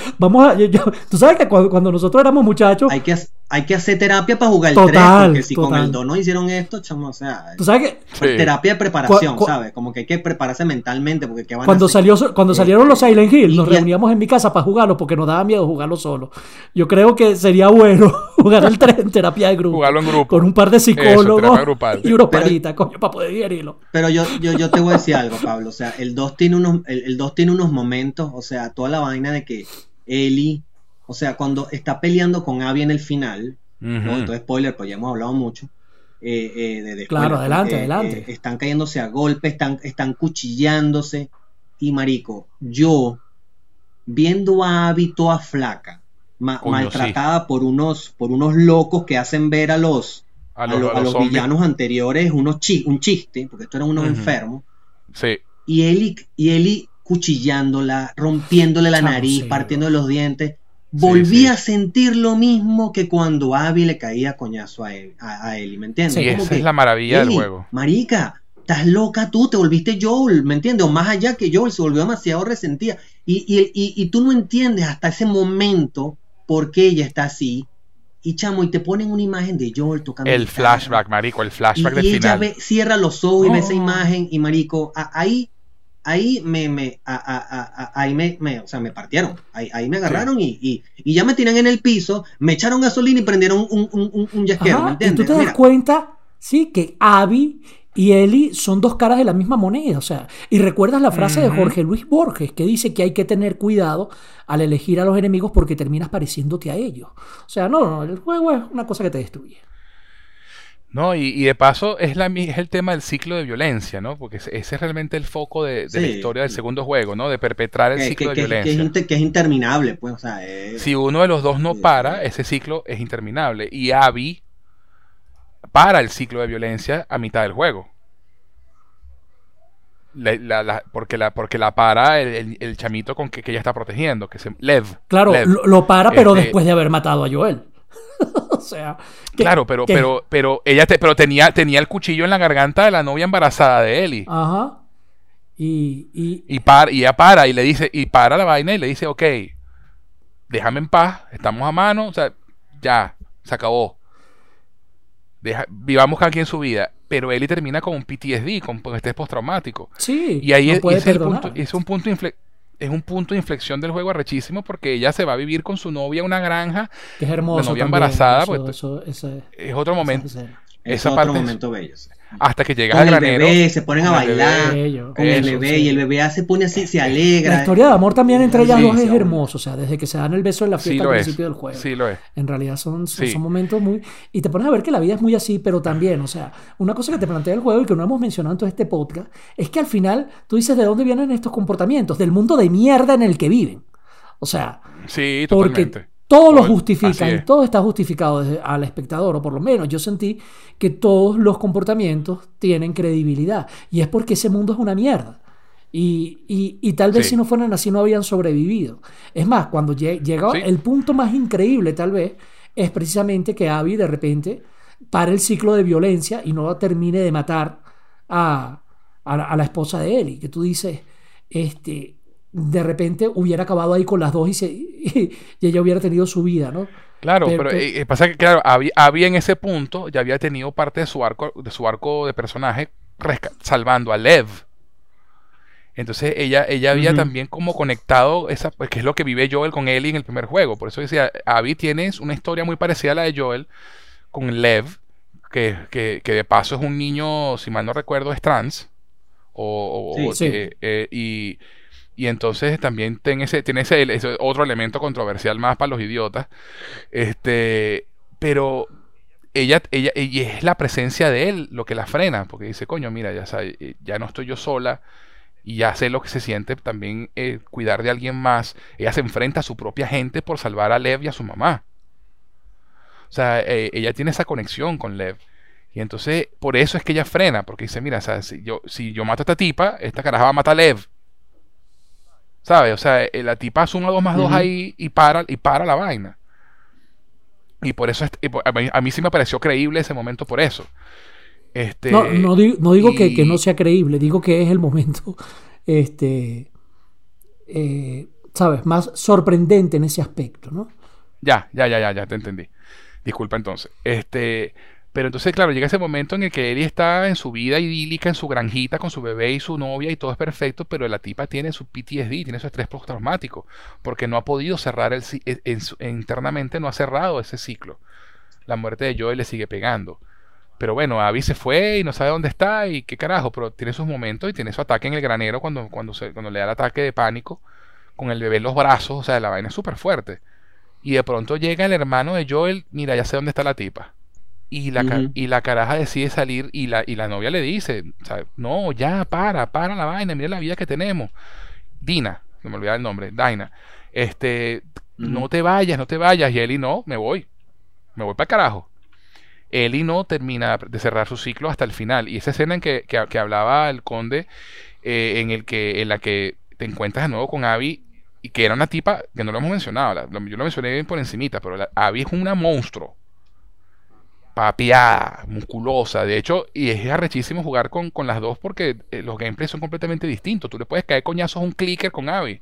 tú sabes que cuando nosotros éramos muchachos, hay que hacer terapia para jugar el total, 3, porque si total. con el 2 no hicieron esto, chamo, o sea, tú sabes que Sí. terapia de preparación, ¿sabes? Como que hay que prepararse mentalmente, porque ¿qué van cuando a hacer? salieron los Silent Hill, nos y- reuníamos en mi casa para jugarlo porque nos daba miedo jugarlo solo. Yo creo que sería bueno jugar el 3 en terapia de grupo. Jugarlo en grupo. Con un par de psicólogos terapia grupal. y unos Pero- panitas, coño, para poder digerirlo. Pero yo te voy a decir algo, Pablo. O sea, el 2 tiene unos momentos, o sea, toda la vaina de que Ellie, o sea, cuando está peleando con Abby en el final, ¿no? Entonces, spoiler, pues ya hemos hablado mucho. Claro, spoiler, adelante. están cayéndose a golpes, están cuchillándose. Y marico, yo, viendo a Abby toda flaca, Coño, maltratada por unos locos que hacen ver a los zombies. villanos anteriores un chiste, porque estos eran unos enfermos, Sí. y Ellie cuchillándola, rompiéndole la Chamo, nariz, sí, partiendo bro. los dientes. Volví sí. a sentir lo mismo que cuando Abby le caía coñazo a Ellie, ¿me entiendes? Sí, Y Como esa que, es la maravilla del Ellie, juego. marica, estás loca tú, te volviste Joel, ¿me entiendes? O más allá que Joel, se volvió demasiado resentida. Y tú no entiendes hasta ese momento por qué ella está así. Y chamo, y te ponen una imagen de Joel tocando El guitarra. flashback, marico, el Y flashback del ella final. cierra los ojos y ve esa Oh. imagen, y marico, ahí me partieron. Ahí me agarraron y ya me tiran en el piso, me echaron gasolina y prendieron un yesquero, ¿me Ajá, y entiendes? tú te das Mira, cuenta, sí, que Abby y Ellie son dos caras de la misma moneda. O sea, y recuerdas la frase de Jorge Luis Borges que dice que hay que tener cuidado al elegir a los enemigos porque terminas pareciéndote a ellos. O sea, no, el juego es una cosa que te destruye. No, y de paso es el tema del ciclo de violencia, ¿no? Porque ese es realmente el foco de la Sí. historia del segundo juego, ¿no? De perpetrar el ciclo de violencia. que es interminable, pues, o sea, Si uno de los dos no Sí, para, sí. ese ciclo es interminable. Y Abby para el ciclo de violencia a mitad del juego. Porque la para el chamito con que ella está protegiendo, Lev. Claro, Lev. lo para, pero después de haber matado a Joel. O sea, claro, pero ella tenía el cuchillo en la garganta de la novia embarazada de Ellie. Ajá. Y Y ella para y le dice, y para la vaina y le dice, ok, déjame en paz, estamos a mano, o sea, ya, se acabó. Vivamos cada quien su vida. Pero Ellie termina con un PTSD, con estrés postraumático. sí, Y ahí no puede es el perdonar. punto, es un punto de inflexión del juego arrechísimo, porque ella se va a vivir con su novia a una granja, Que es hermoso la novia también, embarazada, es otro momento, escena. Es esa otro parte momento bello. Sí. hasta que llegas Con al el granero. bebé, se ponen a con el bailar. bebé, Bello. Con el eso, bebé, sí. y el bebé se pone así, se alegra. La historia de amor también entre ellas Sí, dos es sí, hermosa, o sea, desde que se dan el beso en la Sí fiesta lo al es, principio del juego. sí lo es. En realidad son Sí. momentos muy... Y te pones a ver que la vida es muy así, pero también, o sea, una cosa que te plantea el juego y que no hemos mencionado en todo este podcast, es que al final tú dices de dónde vienen estos comportamientos, del mundo de mierda en el que viven. O sea, Sí, porque totalmente. todo lo Así justifican, es. todo está justificado al espectador, o por lo menos yo sentí que todos los comportamientos tienen credibilidad. Y es porque ese mundo es una mierda. Y tal vez Sí. si no fueran así no habían sobrevivido. Es más, cuando llega Sí. el punto más increíble tal vez, es precisamente que Abby de repente para el ciclo de violencia y no termine de matar a la esposa de Ellie. Que tú dices, de repente hubiera acabado ahí con las dos y ella hubiera tenido su vida, ¿no? Claro, pero pasa que, claro, había en ese punto, ya había tenido parte de su arco de personaje salvando a Lev. Entonces ella había Ujú. también como conectado pues, que es lo que vive Joel con Ellie en el primer juego. Por eso decía, Abby tienes una historia muy parecida a la de Joel con Lev, que de paso es un niño, si mal no recuerdo, es trans. Sí. Y entonces también tiene ese otro elemento controversial más para los idiotas. Pero ella es la presencia de él lo que la frena, porque dice, coño, mira, ya no estoy yo sola y ya sé lo que se siente también cuidar de alguien más. Ella se enfrenta a su propia gente por salvar a Lev y a su mamá. O sea, ella tiene esa conexión con Lev. Y entonces, por eso es que ella frena, porque dice, mira, o sea, si yo mato a esta tipa, esta caraja va a matar a Lev. ¿Sabes? O sea, la tipa suma 2 más 2 Ujú. ahí y para la vaina. Y por eso a mí sí me pareció creíble ese momento por eso. No digo que no Y sea creíble, digo que es el momento, ¿sabes? Más sorprendente en ese aspecto, ¿no? ya, te entendí. Disculpa entonces. Pero entonces, claro, llega ese momento en el que Ellie está en su vida idílica, en su granjita con su bebé y su novia y todo es perfecto, pero la tipa tiene su PTSD, tiene su estrés postraumático, porque no ha podido cerrar internamente, no ha cerrado ese ciclo. La muerte de Joel le sigue pegando. Pero bueno, Abby se fue y no sabe dónde está y qué carajo, pero tiene sus momentos y tiene su ataque en el granero cuando le da el ataque de pánico con el bebé en los brazos, o sea, la vaina es súper fuerte. Y de pronto llega el hermano de Joel, mira, ya sé dónde está la tipa. Ujú. Y la caraja decide salir y la novia le dice, o sea, no, ya, para la vaina, mira la vida que tenemos. Dina, no me olvidaba el nombre, Dina. Ujú. No te vayas. Y Ellie, no, me voy para el carajo. Ellie no termina de cerrar su ciclo hasta el final. Y esa escena en que hablaba el conde, en la que te encuentras de nuevo con Abby, y que era una tipa que no lo hemos mencionado, yo lo mencioné bien por encimita, pero Abby es una monstruo, papeada, musculosa, de hecho, y es arrechísimo jugar con las dos porque los gameplays son completamente distintos. Tú le puedes caer coñazos a un clicker con Abby.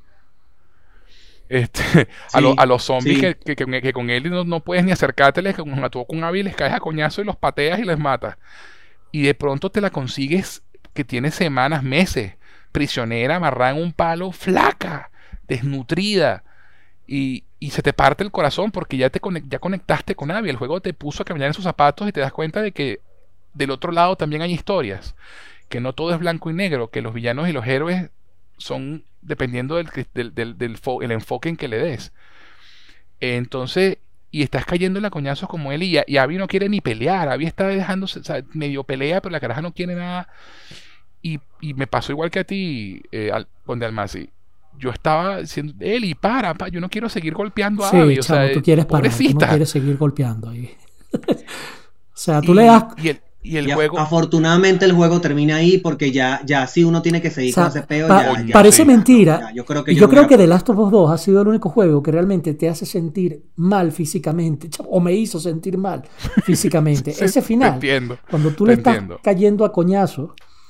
A Sí, los zombies sí. que con él no puedes ni acercárteles, que cuando tú con Abby les caes a coñazo y los pateas y les matas. Y de pronto te la consigues que tiene semanas, meses, prisionera, amarrada en un palo, flaca, desnutrida. Y se te parte el corazón porque ya conectaste con Abby. El juego te puso a caminar en sus zapatos y te das cuenta de que del otro lado también hay historias. Que no todo es blanco y negro, que los villanos y los héroes son dependiendo el enfoque en que le des. Entonces, y estás cayendo en la coñazos como él y Abby no quiere ni pelear. Abby está dejándose, o sea, medio pelea, pero la caraja no quiere nada. Y me pasó igual que a ti, Conde Almasi. Yo estaba diciendo, Eli, yo no quiero seguir golpeando a Sí, Abby, o sea, chamo, tú quieres parar, tú no pobrecita. quieres seguir golpeando ahí. O sea, tú le das, Y él, Y el juego... Afortunadamente el juego termina ahí porque ya sí uno tiene que seguir con ese peo. Parece mentira. Yo creo que The Last of Us 2 ha sido el único juego que realmente te hace sentir mal físicamente, o me hizo sentir mal físicamente. Sí, ese final, cuando tú le estás cayendo a coñazos,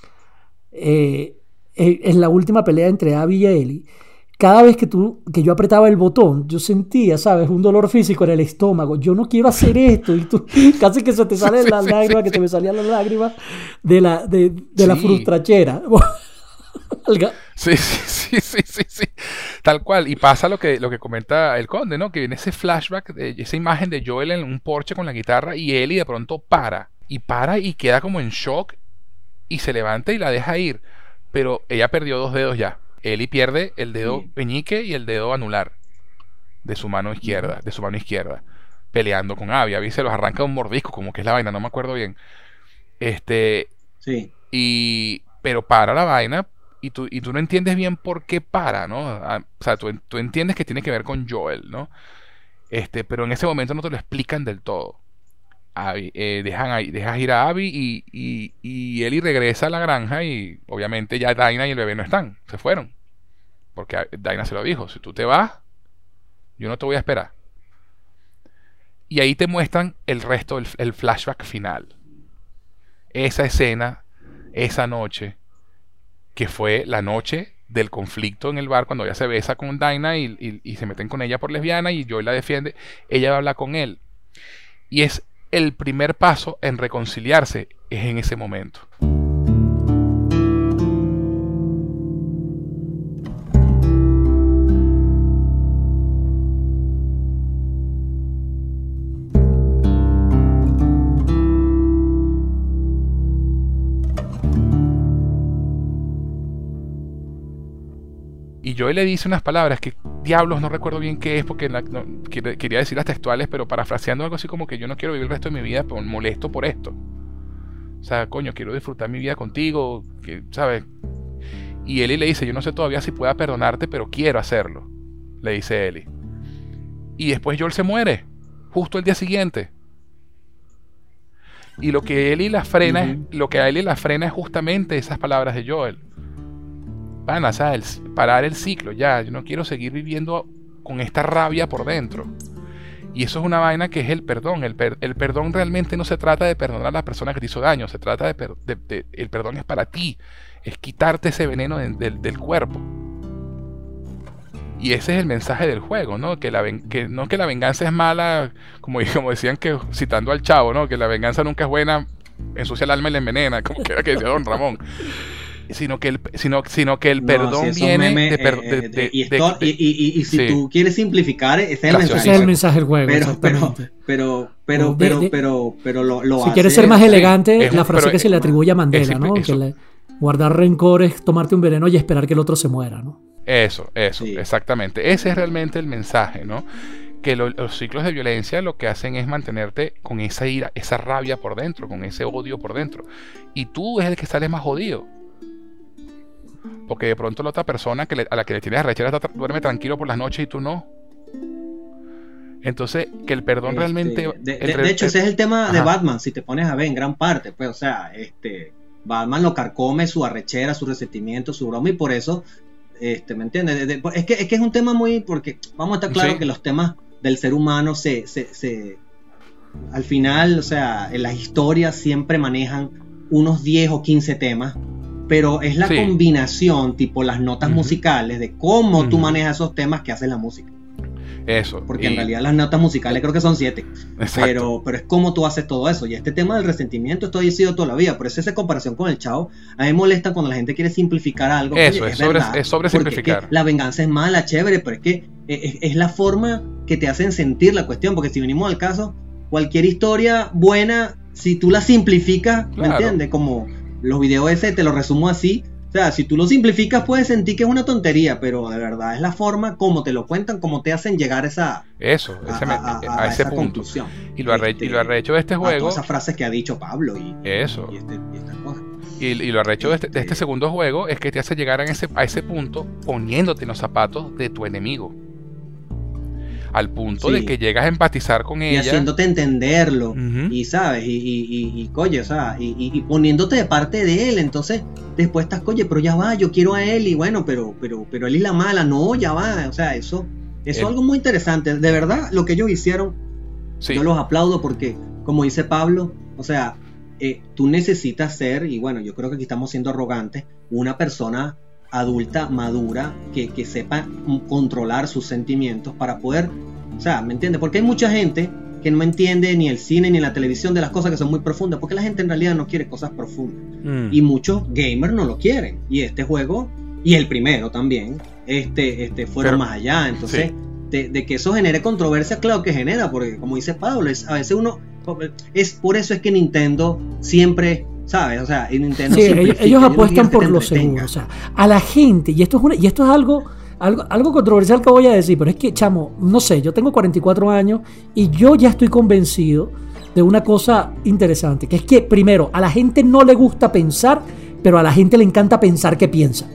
en la última pelea entre Abby y Ellie, cada vez que yo apretaba el botón, yo sentía, ¿sabes? Un dolor físico en el estómago. Yo no quiero hacer esto. Y tú casi que se te salen las lágrimas, que se me salían las lágrimas de la frustrachera. Sí. Tal cual. Y pasa lo que comenta el Conde, ¿no? Que en ese flashback, esa imagen de Joel en un porche con la guitarra y Ellie de pronto para y queda como en shock y se levanta y la deja ir. Pero ella perdió 2 dedos ya. Ellie pierde el dedo meñique y el dedo anular de su mano izquierda, peleando con Abby. Abby se los arranca un mordisco, como que es la vaina, no me acuerdo bien. Pero para la vaina y tú no entiendes bien por qué para, ¿no? O sea, tú entiendes que tiene que ver con Joel, ¿no? Pero en ese momento no te lo explican del todo. Dejas ir a Abby y Ellie regresa a la granja y obviamente ya Dinah y el bebé no están, se fueron, porque Dinah se lo dijo: si tú te vas, yo no te voy a esperar. Y ahí te muestran el resto, el flashback final, esa escena, esa noche que fue la noche del conflicto en el bar, cuando ella se besa con Dinah y se meten con ella por lesbiana y Joel la defiende. Ella habla con él y es el primer paso en reconciliarse, es en ese momento. Y Joel le dice unas palabras que, diablos, no recuerdo bien qué es, porque quería decir las textuales, pero parafraseando algo así como que yo no quiero vivir el resto de mi vida molesto por esto. O sea, coño, quiero disfrutar mi vida contigo, ¿sabes? Y Ellie le dice: yo no sé todavía si pueda perdonarte, pero quiero hacerlo, le dice Ellie. Y después Joel se muere, justo el día siguiente. Y lo que a Ellie la frena es justamente esas palabras de Joel. Van a parar el ciclo ya. Yo no quiero seguir viviendo con esta rabia por dentro. Y eso es una vaina que es el perdón. El perdón realmente no se trata de perdonar a la persona que te hizo daño. Se trata el perdón es para ti. Es quitarte ese veneno del cuerpo. Y ese es el mensaje del juego, ¿no? Que no que la venganza es mala, como decían, que citando al Chavo, ¿no? Que la venganza nunca es buena, ensucia el alma y la envenena, como que era que decía Don Ramón. Sino que el perdón viene y si tú quieres simplificar, ese es el mensaje del juego. Pero lo si quieres ser más elegante, la frase que se le atribuye a Mandela, ¿no? Que guardar rencor es tomarte un veneno y esperar que el otro se muera, ¿no? Eso, sí. Exactamente. Ese es realmente el mensaje, ¿no? Que los ciclos de violencia lo que hacen es mantenerte con esa ira, esa rabia por dentro, con ese odio por dentro. Y tú es el que sales más jodido. Porque de pronto la otra persona a la que le tienes arrechera duerme tranquilo por las noches y tú no. Entonces, que el perdón realmente... De hecho, ese es el tema de Batman, si te pones a ver, en gran parte. Pues, o sea, Batman lo carcome, su arrechera, su resentimiento, su broma, y por eso, ¿me entiendes? Es que es un tema muy... Porque vamos a estar claros que los temas del ser humano al final, o sea, en las historias siempre manejan unos 10 o 15 temas, pero es la combinación, tipo las notas musicales, de cómo tú manejas esos temas que hace la música. Eso. Porque en realidad las notas musicales creo que son 7. Pero es como tú haces todo eso. Y este tema del resentimiento, esto ha sido toda la vida. Por eso esa comparación con el Chavo, a mí me molesta cuando la gente quiere simplificar algo. Eso, es sobre simplificar. La venganza es mala, chévere, pero es que es la forma que te hacen sentir la cuestión. Porque si venimos al caso, cualquier historia buena, si tú la simplificas, ¿me entiendes? Como los videos te lo resumo así. O sea, si tú lo simplificas puedes sentir que es una tontería, pero de verdad es la forma como te lo cuentan, como te hacen llegar a ese punto. Conclusión. Y lo arrecho de este juego... Todas esas frases que ha dicho Pablo y estas cosas. Y lo arrecho de este segundo juego es que te hace llegar a ese punto poniéndote en los zapatos de tu enemigo. al punto Sí. de que llegas a empatizar con Y ella. haciéndote entenderlo, Ujú. y sabes, y coño, o sea, y poniéndote de parte de él. Entonces, después estás, coño, pero ya va, yo quiero a él, y bueno, pero él es la mala, no, ya va, o sea, eso es El- algo muy interesante. De verdad, lo que ellos hicieron, Sí. yo los aplaudo porque, como dice Pablo, o sea, tú necesitas ser, y bueno, yo creo que aquí estamos siendo arrogantes, una persona adulta, madura, que sepa controlar sus sentimientos para poder, o sea, ¿me entiendes? Porque hay mucha gente que no entiende ni el cine ni la televisión de las cosas que son muy profundas, porque la gente en realidad no quiere cosas profundas. Mm. Y muchos gamers no lo quieren. Y este juego, y el primero también, fueron Pero- más allá. Entonces, sí. de que eso genere controversia, claro que genera, porque como dice Pablo, a veces uno, por eso es que Nintendo siempre, ¿sabes? O sea, Nintendo Sí, simplifica, ellos no apuestan quieren que por te lo entretenga. seguro. O sea, a la gente, y esto es algo controversial que voy a decir, pero es que, chamo, no sé, yo tengo 44 años y yo ya estoy convencido de una cosa interesante, que es que, primero, a la gente no le gusta pensar, pero a la gente le encanta pensar que piensa.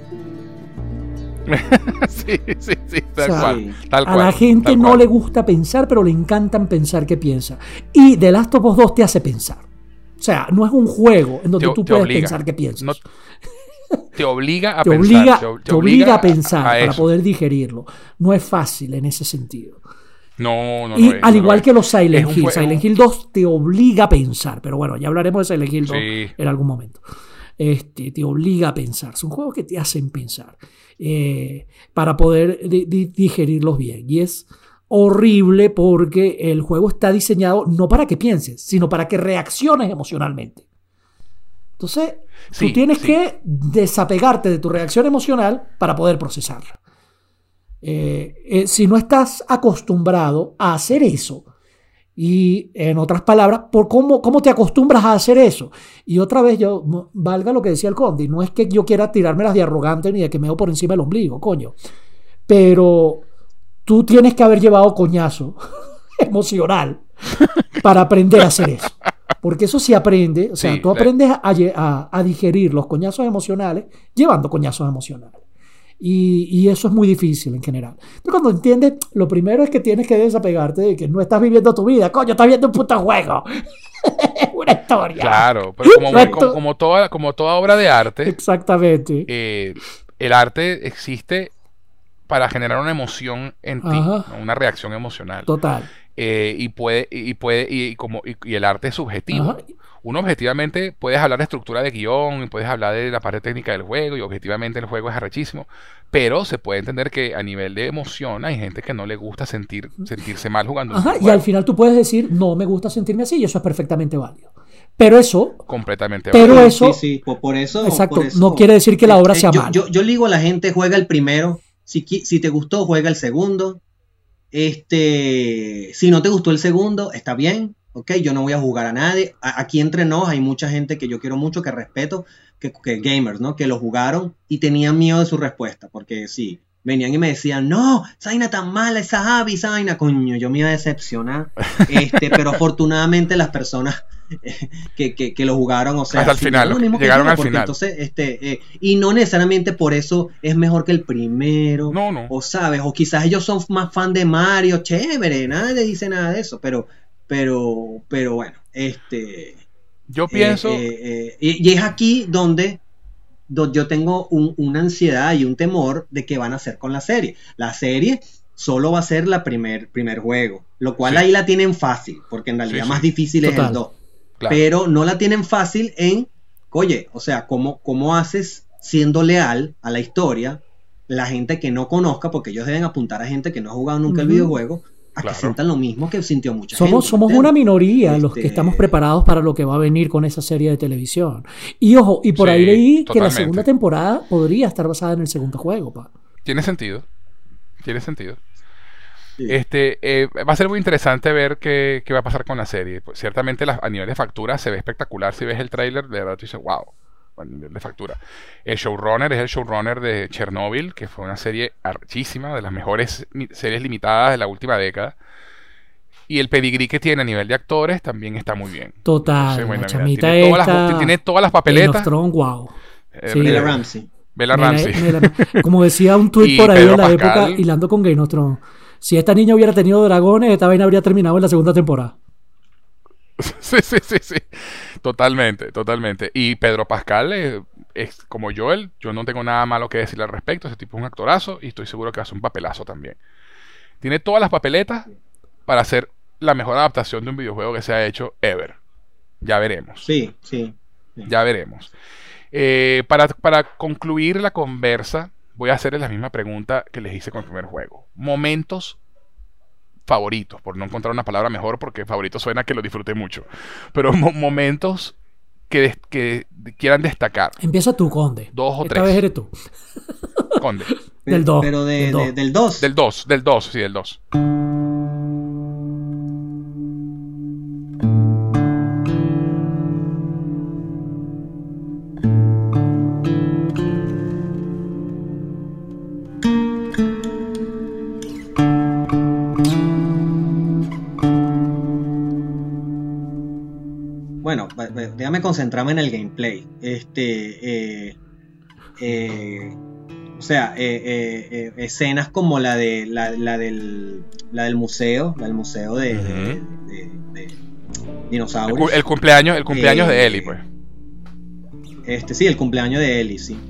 Sí, tal O sea, cual. Tal A cual, la gente tal no cual. le gusta pensar, pero le encantan pensar que piensa. Y The Last of Us 2 te hace pensar. O sea, no es un juego en donde tú Te puedes obliga. pensar que piensas. No- te obliga a te pensar. obliga a pensar para eso. poder digerirlo. No es fácil en ese sentido. No Y lo es, al no igual es. que los Silent Es un Hill. jue- Silent Hill 2 te obliga a pensar. Pero bueno, ya hablaremos de Silent Hill 2 Sí. en algún momento. Te obliga a pensar. Son juegos que te hacen pensar para poder digerirlos bien. Y es horrible porque el juego está diseñado no para que pienses, sino para que reacciones emocionalmente. Entonces, tú Sí, tienes sí. que desapegarte de tu reacción emocional para poder procesarla. Si no estás acostumbrado a hacer eso, y en otras palabras, ¿cómo te acostumbras a hacer eso? Y otra vez, valga lo que decía el Condi, no es que yo quiera tirármelas de arrogante ni de que me veo por encima del ombligo, coño. Pero tú tienes que haber llevado coñazo emocional para aprender a hacer eso. Porque eso se aprende, o sea, Sí, tú aprendes a digerir los coñazos emocionales llevando coñazos emocionales. Y eso es muy difícil en general. Entonces, cuando entiendes, lo primero es que tienes que desapegarte de que no estás viviendo tu vida, coño, estás viendo un puto juego. Es una historia. Claro, pero Exacto. como toda obra de arte, Exactamente. el arte existe para generar una emoción en ti, Ajá. ¿no? Una reacción emocional. Total. Y el arte es subjetivo. Ajá. Uno objetivamente puedes hablar de estructura de guión y puedes hablar de la parte técnica del juego y objetivamente el juego es arrechísimo, pero se puede entender que a nivel de emoción hay gente que no le gusta sentirse mal jugando un Ajá. Y juego. al final tú puedes decir, no me gusta sentirme así, y eso es perfectamente válido. Pero eso, Completamente Pero válido. eso- Sí, por eso. exacto, por eso, no quiere decir que la obra sea mala. yo le digo a la gente, juega el primero. Si te gustó, juega el segundo. Si no te gustó el segundo, está bien. Ok, yo no voy a jugar a nadie. Aquí entre nos hay mucha gente que yo quiero mucho, que respeto, que gamers, ¿no? Que lo jugaron y tenían miedo de su respuesta. Porque sí, venían y me decían, no, esa vaina tan mala, esa Abby, esa vaina, coño, yo me iba a decepcionar. Pero afortunadamente las personas que lo jugaron, o sea, Hasta el final, lo mismo que llegaron yo, al porque final. entonces, y no necesariamente por eso es mejor que el primero, No. o sabes, o quizás ellos son más fan de Mario, chévere, nadie dice nada de eso, pero bueno, Yo pienso, y es aquí donde yo tengo una ansiedad y un temor de qué van a hacer con la serie. La serie solo va a ser la primer juego, lo cual Sí. ahí la tienen fácil, porque en realidad Sí, más sí. difícil es Total. el 2. claro, Pero no la tienen fácil oye, o sea, ¿cómo haces siendo leal a la historia la gente que no conozca? Porque ellos deben apuntar a gente que no ha jugado nunca el Ujú. videojuego, a Claro. que sientan lo mismo que sintió mucha Somos gente. ¿me una entiendes? minoría los que estamos preparados para lo que va a venir con esa serie de televisión. Y ojo, y por Sí, ahí leí que la totalmente. segunda temporada podría estar basada en el segundo juego, pa. tiene sentido. Sí. Va a ser muy interesante ver qué va a pasar con la serie. Pues, ciertamente a nivel de factura se ve espectacular. Si ves el tráiler, de verdad tú dices, wow, a nivel de factura. El showrunner es el showrunner de Chernobyl, que fue una serie archísima, de las mejores series limitadas de la última década. Y el pedigrí que tiene a nivel de actores también está muy bien. Total, Entonces, bueno, la mira, chamita tiene todas esta, tiene todas las Game of papeletas. Thrones, wow. Sí. Bella Ramsey. Bella Ramsey. Como decía un tuit Y por ahí Pedro de la Pascal. época, hilando con Game of Thrones. Si esta niña hubiera tenido dragones, esta vaina habría terminado en la segunda temporada. Sí. Totalmente. Y Pedro Pascal es como Joel. Yo no tengo nada malo que decirle al respecto. Ese tipo es un actorazo y estoy seguro que hace un papelazo también. Tiene todas las papeletas para hacer la mejor adaptación de un videojuego que se ha hecho ever. Ya veremos. Sí. Ya veremos. Para concluir la conversa, voy a hacerles la misma pregunta que les hice con el primer juego. Momentos favoritos, por no encontrar una palabra mejor, porque favorito suena que lo disfruté mucho. Pero momentos que quieran destacar. Empieza tú, Conde. 2 o 3. Esta vez eres tú. Conde. Del 2. Pero del 2. Del 2, sí, del 2. Bueno, déjame concentrarme en el gameplay. Escenas como la del museo, de dinosaurios. El cumpleaños de Ellie, pues. Sí, el cumpleaños de Ellie, sí.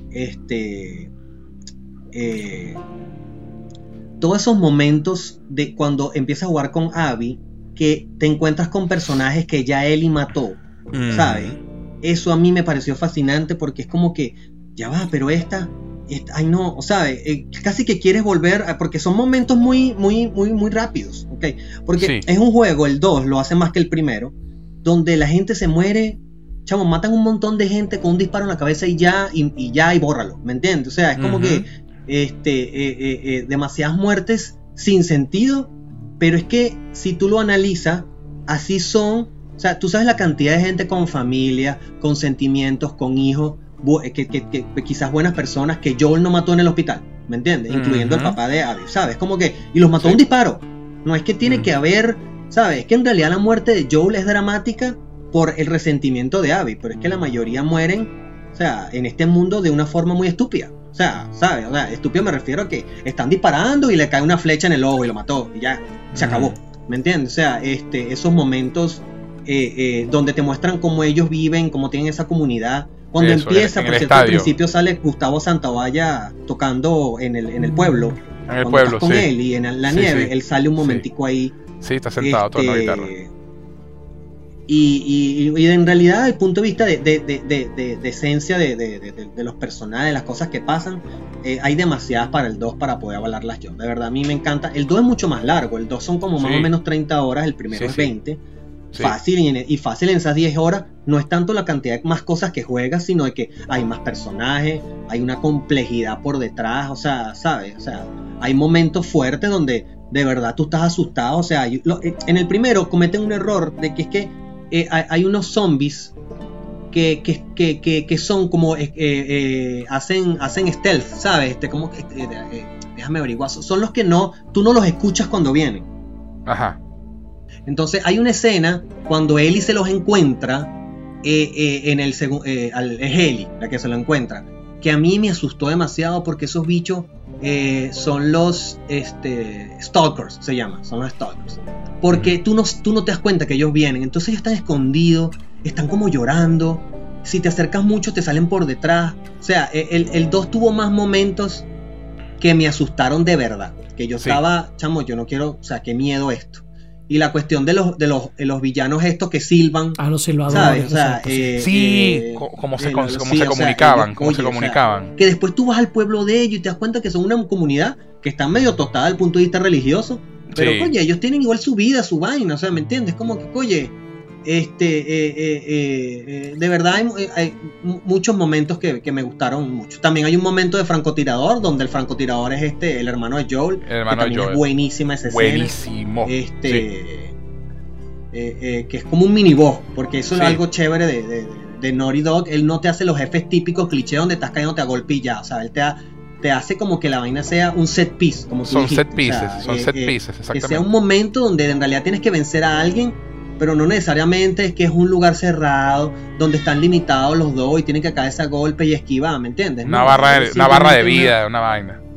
Todos esos momentos de cuando empiezas a jugar con Abby, que te encuentras con personajes que ya Ellie mató, ¿sabes? Eso a mí me pareció fascinante porque es como que, ya va, pero ay no, ¿sabes? Casi que quieres volver, porque son momentos muy rápidos, ¿ok? Porque sí, es un juego, el 2 lo hace más que el primero, donde la gente se muere, chamo, matan un montón de gente con un disparo en la cabeza y bórralo, ¿me entiendes? O sea, es como que demasiadas muertes sin sentido, pero es que si tú lo analizas, así son. O sea, tú sabes la cantidad de gente con familia, con sentimientos, con hijos, que quizás buenas personas que Joel no mató en el hospital, ¿me entiendes? Incluyendo el papá de Abby, ¿sabes? Como que, y los mató a un disparo. No es que tiene que haber, ¿sabes? Es que en realidad la muerte de Joel es dramática por el resentimiento de Abby, pero es que la mayoría mueren, o sea, en este mundo de una forma muy estúpida. O sea, ¿sabes? O sea, estúpido me refiero a que están disparando y le cae una flecha en el ojo y lo mató, y ya, se acabó, ¿me entiendes? O sea, esos momentos donde te muestran cómo ellos viven, cómo tienen esa comunidad. Cuando empieza, por cierto, al principio sale Gustavo Santaolalla tocando en el pueblo. En el pueblo, estás con él y en la nieve, él sale un momentico ahí. Sí, está sentado tocando la guitarra. Y en realidad, desde el punto de vista de esencia de los personajes, de las cosas que pasan, hay demasiadas para el 2 para poder avalarlas yo. De verdad, a mí me encanta. El 2 es mucho más largo, el 2 son como más o menos 30 horas, el primero es 20. Sí. Fácil en esas 10 horas no es tanto la cantidad de más cosas que juegas, sino de que hay más personajes, hay una complejidad por detrás, o sea, ¿sabes? O sea, hay momentos fuertes donde de verdad tú estás asustado, o sea, en el primero cometen un error de que es que hay unos zombies que son como hacen stealth, ¿sabes? Como déjame averiguar, son los que tú no los escuchas cuando vienen. Ajá. Entonces hay una escena cuando Ellie se los encuentra en el segundo, es Ellie la que se lo encuentra, que a mí me asustó demasiado porque esos bichos son los stalkers, se llaman, son los stalkers, porque tú no te das cuenta que ellos vienen, entonces ellos están escondidos, están como llorando, si te acercas mucho te salen por detrás, o sea, el 2 tuvo más momentos que me asustaron de verdad, que yo estaba, chamo, yo no quiero, o sea, qué miedo esto. Y la cuestión de los villanos estos que silban. Los silbadores. O sea, cómo se comunicaban. Que después tú vas al pueblo de ellos y te das cuenta que son una comunidad que está medio tostada desde el punto de vista religioso. Pero, oye, ellos tienen igual su vida, su vaina, o sea, ¿me entiendes? Como que, oye, de verdad hay muchos momentos que me gustaron mucho. También hay un momento de francotirador donde el francotirador es el hermano de Joel, que también es buenísima esa escena. Buenísimo. Que es como un mini boss, porque eso es algo chévere de Naughty Dog. Él no te hace los jefes típicos cliché donde estás cayéndote a golpe y ya, o sea, él te hace como que la vaina sea un set piece, como tú dijiste. Son set pieces, exactamente. Que sea un momento donde en realidad tienes que vencer a alguien, pero no necesariamente es que es un lugar cerrado donde están limitados los dos y tienen que caerse a golpe y esquivar, ¿me entiendes? Una barra de vida, una vaina.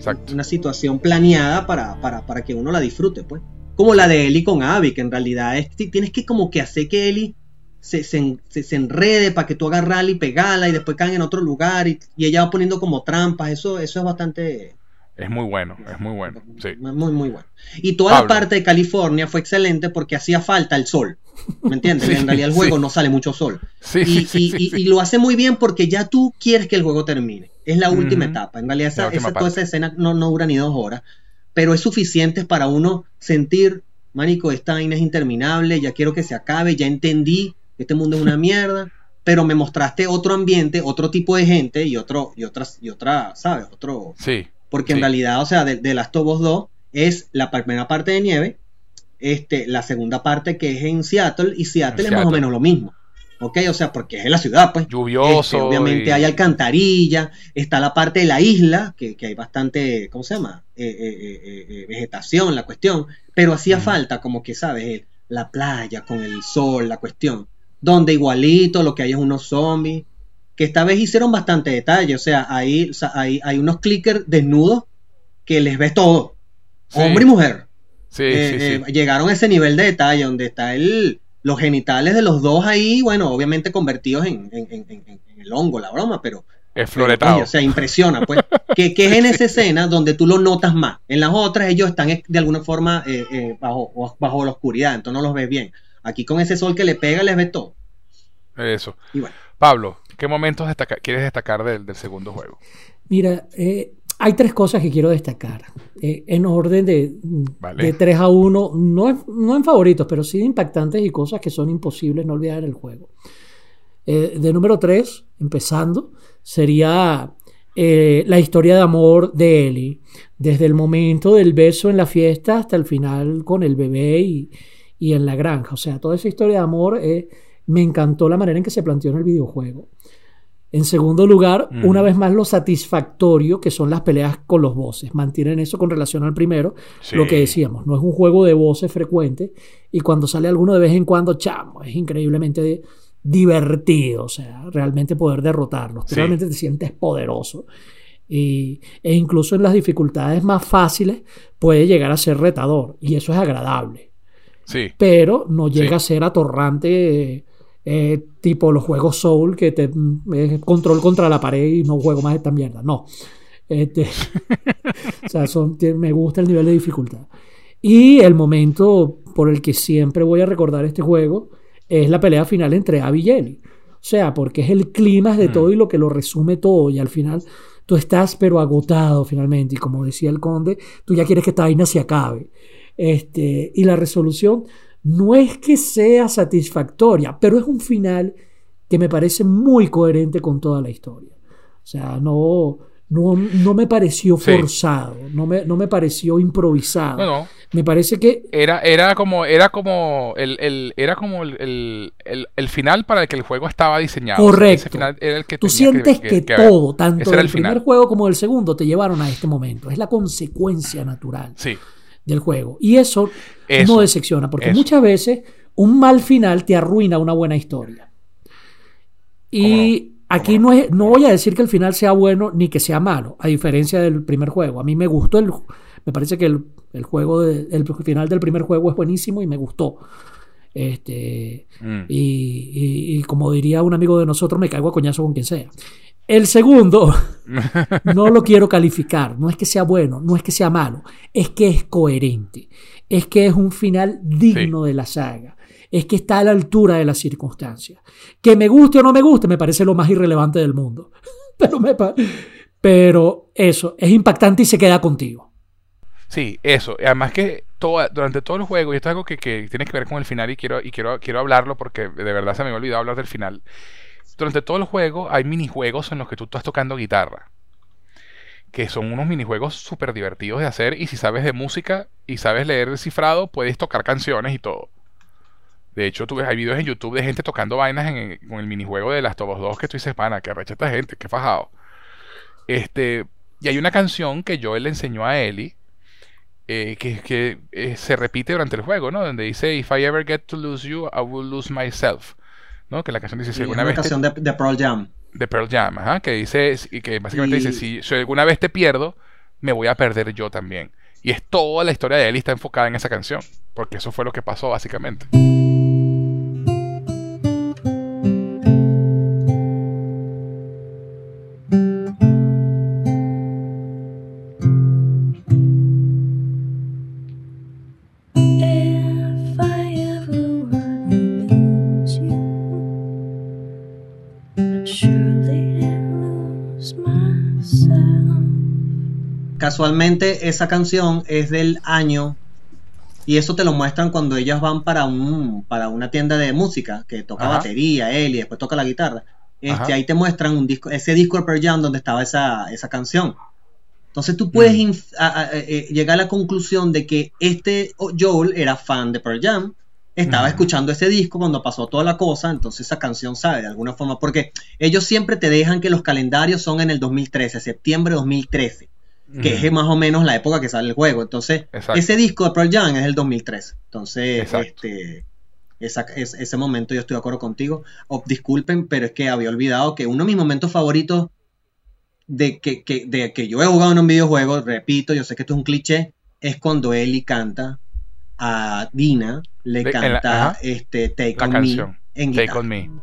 Exacto. una situación planeada para que uno la disfrute, pues. Como la de Ellie con Abby, que en realidad tienes que como que hacer que Ellie se enrede para que tú hagas rally, pegala y después caen en otro lugar y ella va poniendo como trampas. Eso es bastante... Es muy bueno, sí. Muy, muy bueno. Y toda Pablo. la parte de California fue excelente porque hacía falta el sol. ¿Me entiendes? Sí, en realidad el juego sí. no sale mucho sol. Sí, Y lo hace muy bien porque ya tú quieres que el juego termine. Es la última Ujú. etapa. En realidad La última toda esa parte. escena no dura ni 2 horas. Pero es suficiente para uno sentir, marico, esta vaina es interminable, ya quiero que se acabe, ya entendí que este mundo es una mierda. Pero me mostraste otro ambiente, otro tipo de gente y otra, ¿sabes? Otro... Sí. Porque sí. en realidad, o sea, de Last of Us 2 es la primera parte de nieve, la segunda parte que es en Seattle, y Seattle es más o menos lo mismo. ¿Ok? O sea, porque es en la ciudad, pues. Lluvioso. Obviamente hay alcantarilla, está la parte de la isla, que hay bastante, ¿cómo se llama? Vegetación, la cuestión. Pero hacía falta, como que, ¿sabes? La playa con el sol, la cuestión. Donde igualito lo que hay es unos zombies. Que esta vez hicieron bastante detalle, o sea, hay unos clickers desnudos que les ves todo, Sí. hombre y mujer. Sí, sí. Llegaron a ese nivel de detalle donde está los genitales de los dos ahí, bueno, obviamente convertidos en el hongo, la broma, pero Es floretado. oye, o sea, impresiona, pues, que es en esa escena donde tú lo notas más. En las otras ellos están de alguna forma bajo la oscuridad, entonces no los ves bien. Aquí con ese sol que le pega les ves todo. Eso. Y bueno. Pablo, ¿qué momentos quieres destacar del segundo juego? Mira, hay 3 cosas que quiero destacar. En orden Vale. de 3 a 1, no en favoritos, pero sí de impactantes y cosas que son imposibles no olvidar en el juego. De número 3, empezando, sería la historia de amor de Ellie. Desde el momento del beso en la fiesta hasta el final con el bebé y en la granja. O sea, toda esa historia de amor me encantó la manera en que se planteó en el videojuego. En segundo lugar, una vez más lo satisfactorio que son las peleas con los bosses. Mantienen eso con relación al primero. Sí. Lo que decíamos, no es un juego de bosses frecuente y cuando sale alguno de vez en cuando, chamo, es increíblemente divertido. O sea, realmente poder derrotarlos. Sí. Realmente te sientes poderoso. E incluso en las dificultades más fáciles puede llegar a ser retador y eso es agradable. Sí. Pero no llega a ser atorrante tipo los juegos Soul que te control contra la pared y no juego más esta mierda. No. O sea, me gusta el nivel de dificultad. Y el momento por el que siempre voy a recordar este juego es la pelea final entre Abby y Ellie. O sea, porque es el clímax de todo y lo que lo resume todo. Y al final tú estás pero agotado finalmente. Y como decía el conde, tú ya quieres que esta vaina se acabe. Y la resolución no es que sea satisfactoria, pero es un final que me parece muy coherente con toda la historia. O sea, no me pareció forzado, no me pareció improvisado. No. Me parece que era como el final para el que el juego estaba diseñado. Correcto. Ese final era el que tú tenía sientes que todo, tanto del primer final. juego como del segundo, te llevaron a este momento. Es la consecuencia natural. Sí. Del juego. Y eso no decepciona, porque muchas veces un mal final te arruina una buena historia. Y aquí no voy a decir que el final sea bueno ni que sea malo, a diferencia del primer juego. A mí me gustó me parece que el final del primer juego es buenísimo y me gustó. Y como diría un amigo de nosotros, me caigo a coñazo con quien sea. El segundo no lo quiero calificar, no es que sea bueno, no es que sea malo, es que es coherente, es que es un final digno de la saga, es que está a la altura de las circunstancias. Que me guste o no me guste me parece lo más irrelevante del mundo, pero eso, es impactante y se queda contigo. Sí, eso, además que durante todo el juego, y esto es algo que tiene que ver con el final y quiero hablarlo porque de verdad se me había olvidado hablar del final. Durante todo el juego hay minijuegos en los que tú estás tocando guitarra, que son unos minijuegos súper divertidos de hacer, y si sabes de música y sabes leer el cifrado, puedes tocar canciones y todo. De hecho, hay videos en YouTube de gente tocando vainas con el minijuego de Last of Us 2 que tú dices, pana, que arrecha esta gente, que fajado. Y hay una canción que Joel le enseñó a Ellie, que se repite durante el juego, ¿no? Donde dice, if I ever get to lose you, I will lose myself. ¿No? Que la canción dice, si alguna vez canción de Pearl Jam. De Pearl Jam, ajá, que dice, y que básicamente dice, si alguna vez te pierdo, me voy a perder yo también. Y es toda la historia de Ellie está enfocada en esa canción, porque eso fue lo que pasó básicamente. Casualmente esa canción es del año, y eso te lo muestran cuando ellas van para una tienda de música que toca batería, él, y después toca la guitarra. Ahí te muestran un disco, ese disco de Pearl Jam donde estaba esa canción. Entonces tú puedes llegar a la conclusión de que Joel era fan de Pearl Jam, estaba escuchando ese disco cuando pasó toda la cosa, entonces esa canción sabe de alguna forma, porque ellos siempre te dejan que los calendarios son en el 2013, septiembre de 2013. Que es más o menos la época que sale el juego. Entonces, ese disco de Pearl Jam es el 2003. Entonces, ese momento yo estoy de acuerdo contigo. Disculpen, pero es que había olvidado que uno de mis momentos favoritos de que yo he jugado en un videojuego, repito, yo sé que esto es un cliché, es cuando Ellie canta a Dina, le canta Take On Me en guitarra. Take On Me.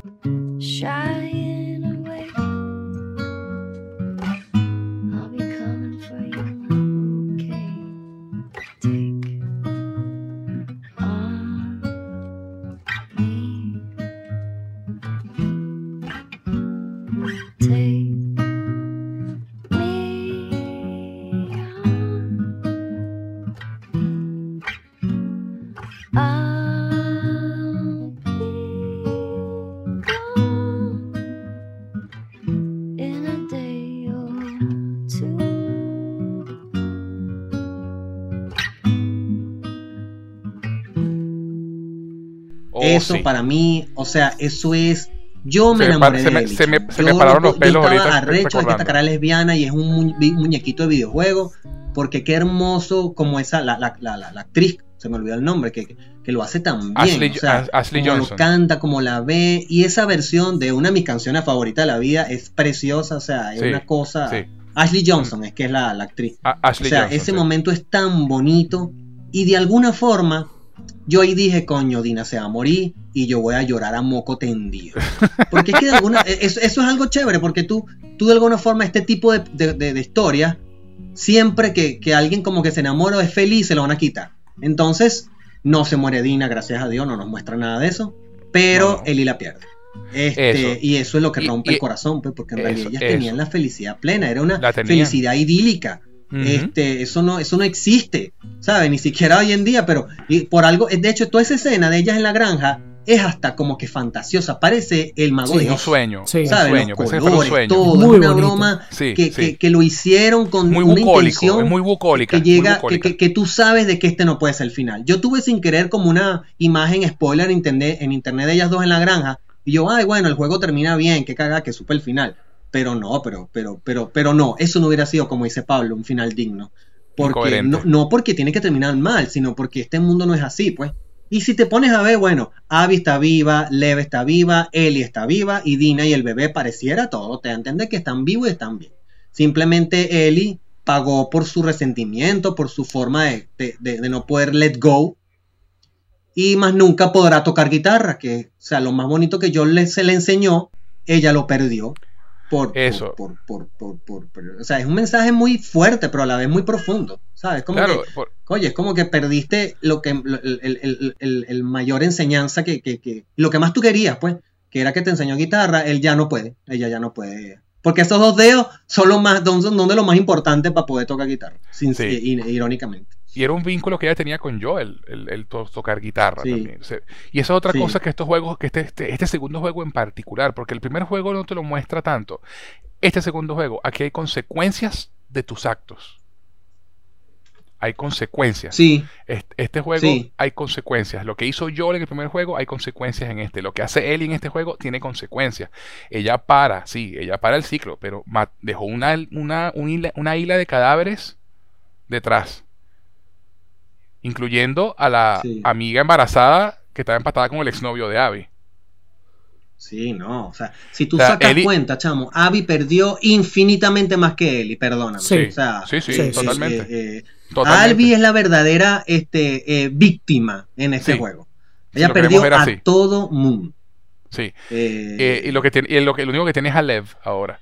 Eso para mí, o sea, eso es... Yo me enamoré de Ellie. Se me pararon los pelos ahorita. Yo estaba arrecho de que esta cara lesbiana y es un muñequito de videojuego, porque qué hermoso como esa, la actriz, se me olvidó el nombre, que lo hace tan bien. Ashley como Johnson. Lo canta, como la ve, y esa versión de una de mis canciones favoritas de la vida es preciosa, o sea, es una cosa... Sí. Ashley Johnson es que es la actriz. Ashley Johnson, ese momento es tan bonito, y de alguna forma... Yo ahí dije, coño, Dina se va a morir y yo voy a llorar a moco tendido. Porque es que eso es algo chévere, porque tú de alguna forma este tipo de historias, siempre que alguien como que se enamora o es feliz, se lo van a quitar. Entonces, no se muere Dina, gracias a Dios, no nos muestra nada de eso, pero Ellie la pierde. Y eso es lo que rompe el corazón, pues, porque en realidad ellas tenían la felicidad plena, era una felicidad idílica. Eso no existe, ¿sabes? Ni siquiera hoy en día, pero por algo, de hecho, toda esa escena de ellas en la granja es hasta como que fantasiosa, parece el mago de Oz. Un sueño, ¿sabes? Los colores, un sueño. Todo, muy una bonito. broma que lo hicieron con muy una bucólico, intención es muy bucólica, que llega, muy bucólica. que tú sabes de que este no puede ser el final. Yo tuve sin querer como una imagen spoiler en internet de ellas dos en la granja, y yo, ay, bueno, el juego termina bien, qué cagada, que supe el final. Pero no, pero no, eso no hubiera sido, como dice Pablo, un final digno. Porque no porque tiene que terminar mal, sino porque este mundo no es así, pues. Y si te pones a ver, bueno, Abby está viva, Lev está viva, Ellie está viva, y Dina y el bebé pareciera todo, te entiendes que están vivos y están bien. Simplemente Ellie pagó por su resentimiento, por su forma de no poder let go, y más nunca podrá tocar guitarra, que, o sea, lo más bonito que se le enseñó, ella lo perdió. O sea, es un mensaje muy fuerte, pero a la vez muy profundo, ¿sabes? Como oye, es como que perdiste el mayor enseñanza que lo que más tú querías, pues, que era que te enseñó guitarra, ella ya no puede, porque esos dos dedos son de lo más importante para poder tocar guitarra, irónicamente. Y era un vínculo que ella tenía con Joel, el tocar guitarra también. Y esa es otra cosa que estos juegos, que este segundo juego en particular, porque el primer juego no te lo muestra tanto. Este segundo juego, aquí hay consecuencias de tus actos. Hay consecuencias. Sí. Este juego hay consecuencias. Lo que hizo Joel en el primer juego, hay consecuencias en este. Lo que hace Ellie en este juego tiene consecuencias. Ella para el ciclo, pero dejó una isla de cadáveres detrás. Incluyendo a la amiga embarazada que estaba empatada con el exnovio de Abby. Sí, no, o sea, si tú O sea, sacas Ellie... cuenta, chamo, Abby perdió infinitamente más que Ellie, perdóname. Sí. O sea, Sí, totalmente. Abby es la verdadera víctima en este Sí. juego. Si Ella lo perdió queremos ver a así. todo mundo. Sí. Y lo único que tiene es a Lev ahora.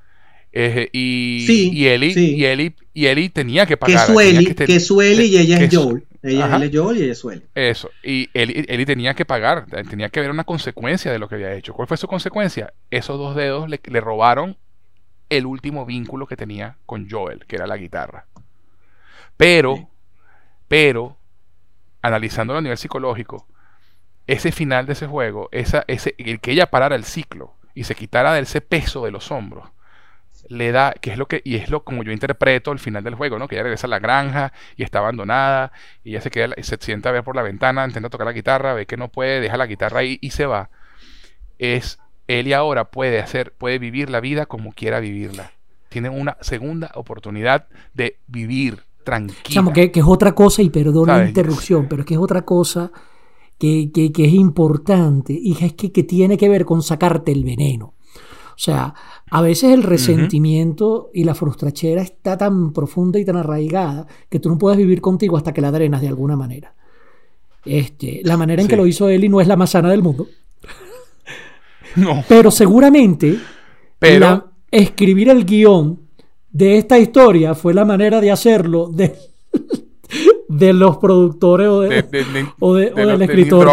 Sí, Y Ellie tenía que que pagar. es Sueli y ella es Joel. Él Ajá. es Joel y ella es Sueli. Eso. Y Ellie tenía que pagar. Tenía que haber una consecuencia de lo que había hecho. ¿Cuál fue su consecuencia? Esos 2 dedos le robaron el último vínculo que tenía con Joel, que era la guitarra. Pero, analizándolo a nivel psicológico, ese final de ese juego, el que ella parara el ciclo y se quitara de ese peso de los hombros, le da, y es lo como yo interpreto el final del juego, ¿no? Que ella regresa a la granja y está abandonada, y ella se sienta a ver por la ventana, intenta tocar la guitarra, ve que no puede, deja la guitarra ahí y se va. Él y ahora puede vivir la vida como quiera vivirla. Tiene una segunda oportunidad de vivir tranquila. Chamo, que es otra cosa, y perdón la ¿Sabes? interrupción, pero es que es otra cosa que es importante, y es que tiene que ver con sacarte el veneno. O sea, a veces el resentimiento y la frustrachera está tan profunda y tan arraigada que tú no puedes vivir contigo hasta que la drenas de alguna manera. La manera en que lo hizo Ellie no es la más sana del mundo. No. Pero seguramente escribir el guión de esta historia fue la manera de hacerlo de los productores o del escritor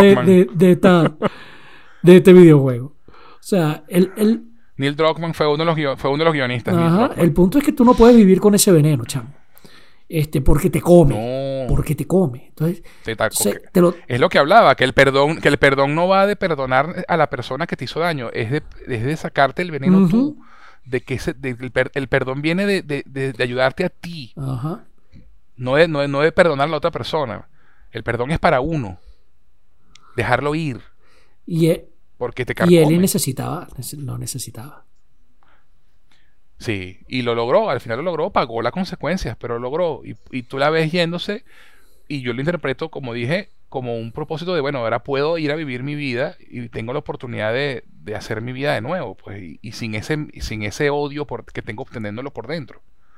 de este videojuego. O sea, Neil Druckmann fue uno de los guionistas. Ajá, el punto es que tú no puedes vivir con ese veneno, chamo. Porque te come. No. Porque te come. Entonces, es lo que hablaba, que el perdón no va de perdonar a la persona que te hizo daño, es de sacarte el veneno tú. De que el perdón viene de ayudarte a ti. Ajá. No de perdonar a la otra persona. El perdón es para uno. Dejarlo ir. Porque te carcome. Y él lo necesitaba. Sí, y lo logró, al final lo logró, pagó las consecuencias, pero lo logró. Y tú la ves yéndose, y yo lo interpreto, como dije, como un propósito de, bueno, ahora puedo ir a vivir mi vida y tengo la oportunidad de hacer mi vida de nuevo, pues, y sin ese odio que tengo obteniéndolo por dentro.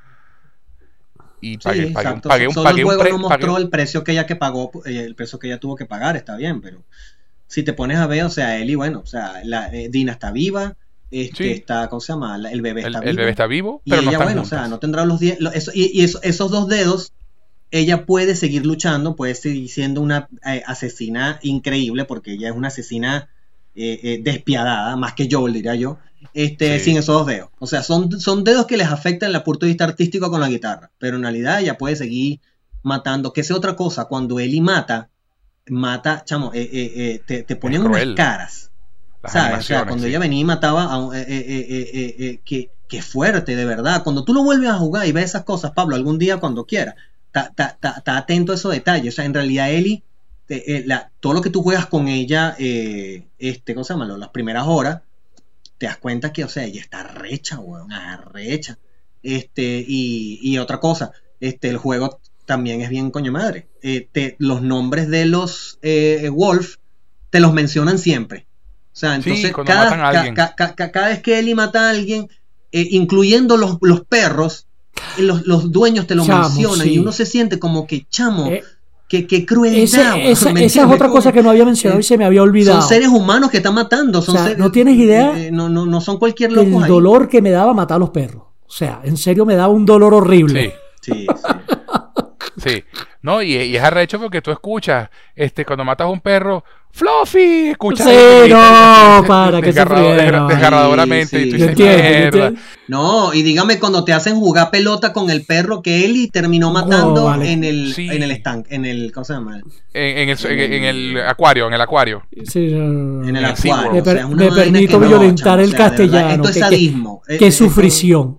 Y pagué un Solo el juego no mostró el precio que ella pagó, el precio que ella tuvo que pagar, está bien, pero si te pones a ver, o sea, Ellie, bueno, o sea, Dina está viva, está, ¿cómo se llama? El bebé está vivo. El bebé está vivo, pero y ella, bueno, juntas. O sea, no tendrá los 10, esos 2 dedos, ella puede seguir luchando, puede seguir siendo una asesina increíble, porque ella es una asesina despiadada, más que Joel, diría yo, sin esos 2 dedos. O sea, son dedos que les afectan el punto de vista artístico con la guitarra, pero en realidad ella puede seguir matando, que es otra cosa, cuando Ellie mata, chamo, te ponen unas caras, ¿sabes? O sea, cuando ella venía y mataba que fuerte, de verdad. Cuando tú lo vuelves a jugar y ves esas cosas, Pablo, algún día cuando quieras, está atento a esos detalles. O sea, en realidad Ellie, todo lo que tú juegas con ella, ¿cómo se llama? Las primeras horas, te das cuenta que, o sea, ella está arrecha, weón, arrecha. Y otra cosa, el juego también es bien coño madre. Los nombres de los Wolf te los mencionan siempre. O sea, entonces cada vez que Ellie mata a alguien, incluyendo los perros, los dueños te lo mencionan, y uno se siente como que, chamo, que crueldad. Esa es otra cosa que no había mencionado y se me había olvidado. Son seres humanos que están matando. No tienes idea. No son cualquier loco. El dolor que me daba matar a los perros. O sea, en serio me daba un dolor horrible. Sí. Sí, no, y es arrecho porque tú escuchas, cuando matas a un perro, Fluffy, escuchas. Sí, para que se desgarradoramente, y tú dices, mierda. No, y dígame cuando te hacen jugar pelota con el perro que Ellie terminó matando en el estanque, ¿cómo se llama? En el acuario. Sí, en el acuario. Me permito violentar el castellano. Esto es sadismo. Qué sufrición.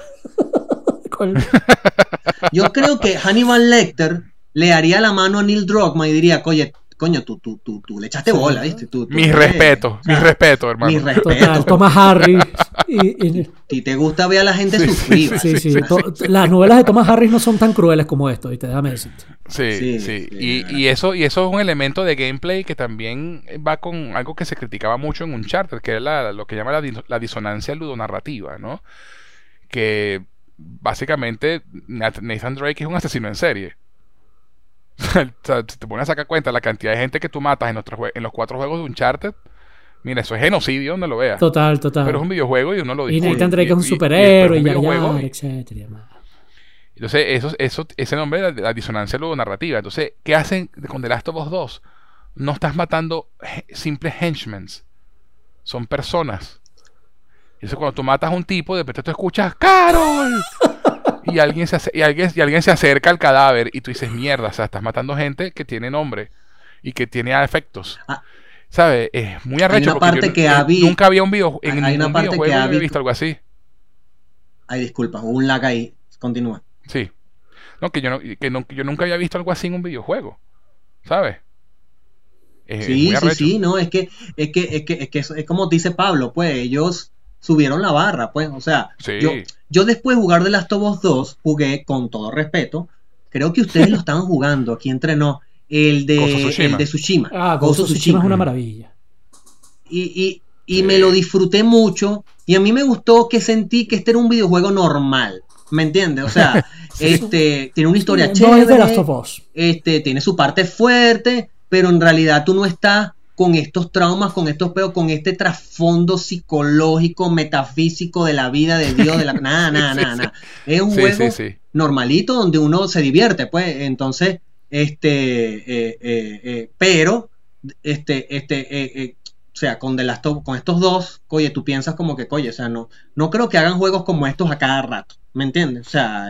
Yo creo que Hannibal Lecter le haría la mano a Neil Druckmann y diría, coño, tú le echaste bola, ¿viste? Mis respetos, hermano. Mis respetos. Total, Thomas Harris. Si te gusta ver a la gente sufrir. Sí. Las novelas de Thomas Harris no son tan crueles como esto, ¿viste? Déjame decirte. Sí. Y eso es un elemento de gameplay que también va con algo que se criticaba mucho en Uncharted, que es lo que llama la disonancia ludonarrativa, ¿no? Que básicamente Nathan Drake es un asesino en serie. O sea, si te pones a sacar cuenta la cantidad de gente que tú matas en los 4 juegos de Uncharted, mira, eso es genocidio donde lo veas. Total. Pero es un videojuego y uno lo disfruta. Y Nathan Drake es un superhéroe, y etcétera. Entonces, ese nombre de la disonancia ludonarrativa. Entonces, ¿qué hacen con The Last of Us 2? No estás matando simples henchmen. Son personas. Entonces, cuando tú matas a un tipo, de repente tú escuchas ¡Carol! Y alguien se acerca al cadáver y tú dices, mierda, o sea, estás matando gente que tiene nombre y que tiene efectos. ¿Sabes? Es muy arrecho. Hay una parte que Abby... Nunca había un videojuego en ningún videojuego había visto algo así. Ay, disculpa, hubo un lag ahí. Continúa. Sí. No, yo nunca había visto algo así en un videojuego. ¿Sabes? Sí, no, es que es como dice Pablo, pues ellos subieron la barra, pues, o sea, sí. yo después de jugar The Last of Us 2, jugué, con todo respeto, creo que ustedes lo estaban jugando, aquí entrenó, el de Tsushima. Ghost of Tsushima es una maravilla. Y me lo disfruté mucho, y a mí me gustó que sentí que este era un videojuego normal, ¿me entiendes? O sea, tiene una historia chévere, no es The Last of Us. Tiene su parte fuerte, pero en realidad tú no estás con estos traumas, con estos peos, con este trasfondo psicológico, metafísico de la vida de Dios, de la nada. Es un juego normalito donde uno se divierte, pues. Entonces, pero, o sea, con estos dos, oye, tú piensas como que, oye, o sea, no creo que hagan juegos como estos a cada rato, ¿me entiendes? O sea,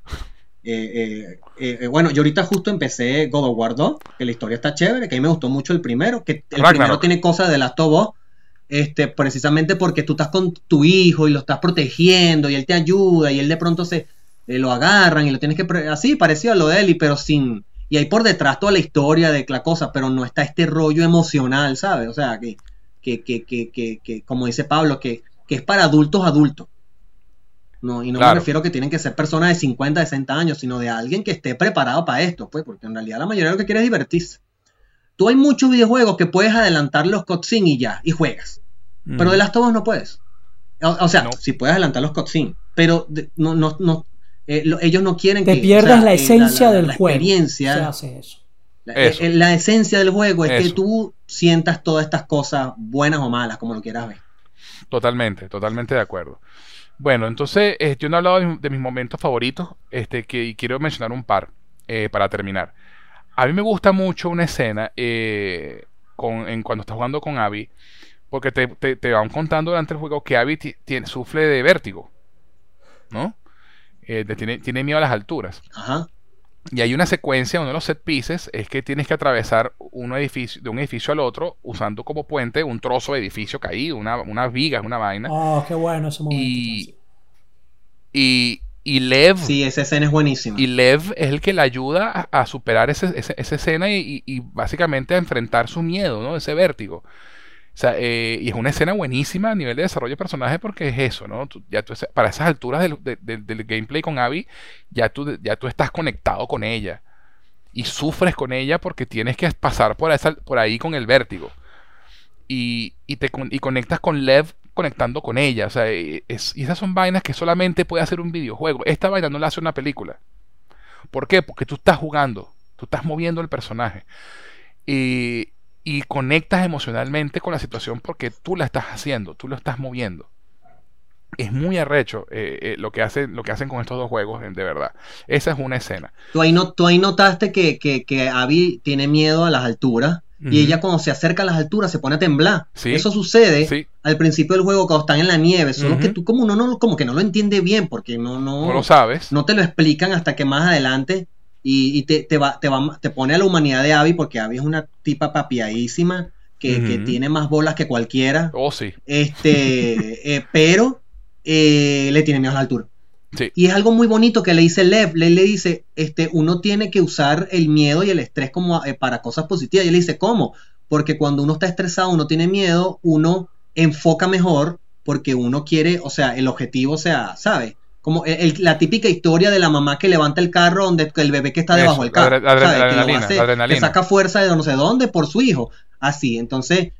bueno, yo ahorita justo empecé God of War 2, que la historia está chévere, que a mí me gustó mucho el primero, que el primero tiene cosas de Last of Us, precisamente porque tú estás con tu hijo y lo estás protegiendo y él te ayuda y él de pronto lo agarran y lo tienes que... así, parecido a lo de Ellie, pero sin... Y hay por detrás toda la historia de la cosa, pero no está este rollo emocional, ¿sabes? O sea, que como dice Pablo, que es para adultos. No, y no me refiero que tienen que ser personas de 50, 60 años, sino de alguien que esté preparado para esto, pues, porque en realidad la mayoría de lo que quiere es divertirse. Tú hay muchos videojuegos que puedes adelantar los cutscenes y ya, y juegas. Pero de Last of Us no puedes. O sea, sí puedes adelantar los cutscenes, pero ellos no quieren que pierdas la esencia del juego. Experiencia, se hace eso. La esencia del juego es que tú sientas todas estas cosas buenas o malas, como lo quieras ver. Totalmente de acuerdo. Bueno, entonces yo no he hablado de mis momentos favoritos, que quiero mencionar un par para terminar. A mí me gusta mucho una escena cuando estás jugando con Abby, porque te van contando durante el juego que Abby sufre de vértigo, ¿no? Tiene miedo a las alturas. Ajá. Y hay una secuencia, uno de los set pieces es que tienes que atravesar de un edificio al otro usando como puente un trozo de edificio caído, unas vigas, una vaina. Oh, qué bueno ese momento. Y Lev... Sí, esa escena es buenísima. Y Lev es el que le ayuda a superar esa escena y básicamente a enfrentar su miedo, ¿no? Ese vértigo. O sea, y es una escena buenísima a nivel de desarrollo de personaje porque es eso, ¿no? Para esas alturas del gameplay con Abby, ya tú estás conectado con ella y sufres con ella porque tienes que pasar por ahí con el vértigo y conectas con Lev conectando con ella. O sea, y esas son vainas que solamente puede hacer un videojuego. Esta vaina no la hace una película. ¿Por qué? Porque tú estás jugando, tú estás moviendo el personaje y conectas emocionalmente con la situación porque tú la estás haciendo, tú lo estás moviendo. Es muy arrecho lo que hacen con estos dos juegos, de verdad. Esa es una escena. Tú ahí notaste que Abby tiene miedo a las alturas. Y ella cuando se acerca a las alturas se pone a temblar. Sí, eso sucede al principio del juego cuando están en la nieve. Solo que tú como que no lo entiende bien porque no lo sabes. No te lo explican hasta que más adelante y te pone a la humanidad de Abby, porque Abby es una tipa papiadísima que tiene más bolas que cualquiera. Oh, sí. Pero le tiene miedo a la altura. Sí. Y es algo muy bonito que le dice Lev. Le dice, uno tiene que usar el miedo y el estrés como para cosas positivas. Y él le dice, ¿cómo? Porque cuando uno está estresado, uno tiene miedo, uno enfoca mejor, porque uno quiere, o sea, el objetivo, o sea, ¿sabes? Como la típica historia de la mamá que levanta el carro donde el bebé que está debajo del carro, la ¿sabes? adrenalina, Que la adrenalina. que saca fuerza de no sé dónde por su hijo, así. Entonces,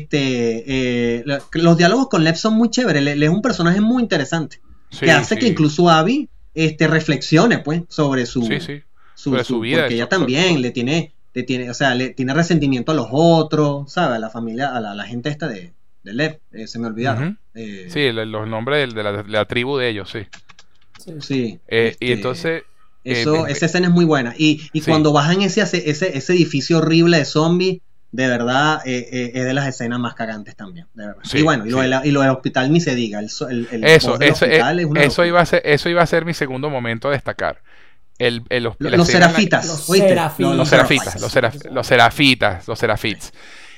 los diálogos con Lev son muy chéveres. Él es un personaje muy interesante, que hace que incluso Abby reflexione, pues, sobre su vida, porque ella también le tiene, o sea, le tiene resentimiento a los otros, ¿sabes? A la familia, a la gente esta de Lev, se me olvidaron. Sí, los nombres de la tribu de ellos, sí. Sí. Y entonces esa escena es muy buena. Y cuando bajan ese edificio horrible de zombies, de verdad, es de las escenas más cagantes también, de verdad. Sí, y bueno, y lo del hospital ni se diga. Eso iba a ser mi segundo momento a destacar. Los serafitas. Los serafitas.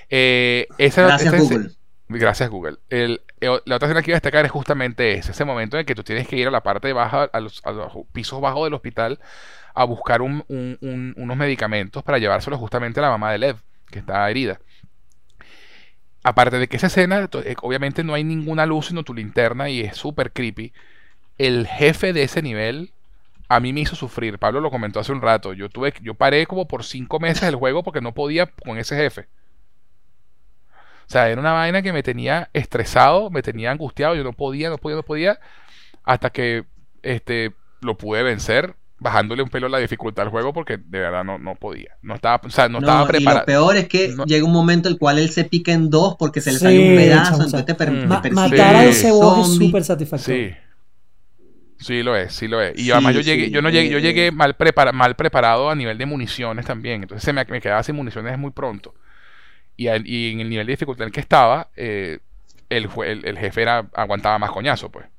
Gracias, Google. La otra escena que iba a destacar es justamente ese momento en el que tú tienes que ir a la parte baja, a los pisos bajos del hospital, a buscar unos medicamentos para llevárselos justamente a la mamá de Lev, que está herida. Aparte de que esa escena, obviamente no hay ninguna luz sino tu linterna y es súper creepy. El jefe de ese nivel a mí me hizo sufrir. Pablo lo comentó hace un rato. Yo paré como por 5 meses el juego porque no podía con ese jefe. O sea, era una vaina que me tenía estresado, me tenía angustiado, yo no podía, hasta que lo pude vencer, bajándole un pelo la dificultad al juego, porque de verdad no podía. No estaba preparado. Y lo peor es que llega un momento en el cual él se pica en dos porque se le sale un pedazo, entonces te persigue. Matar a ese boss es súper satisfactorio. Sí lo es. Y además yo llegué mal preparado a nivel de municiones también, entonces me quedaba sin municiones muy pronto. Y en el nivel de dificultad en el que estaba, el jefe aguantaba más coñazo, pues.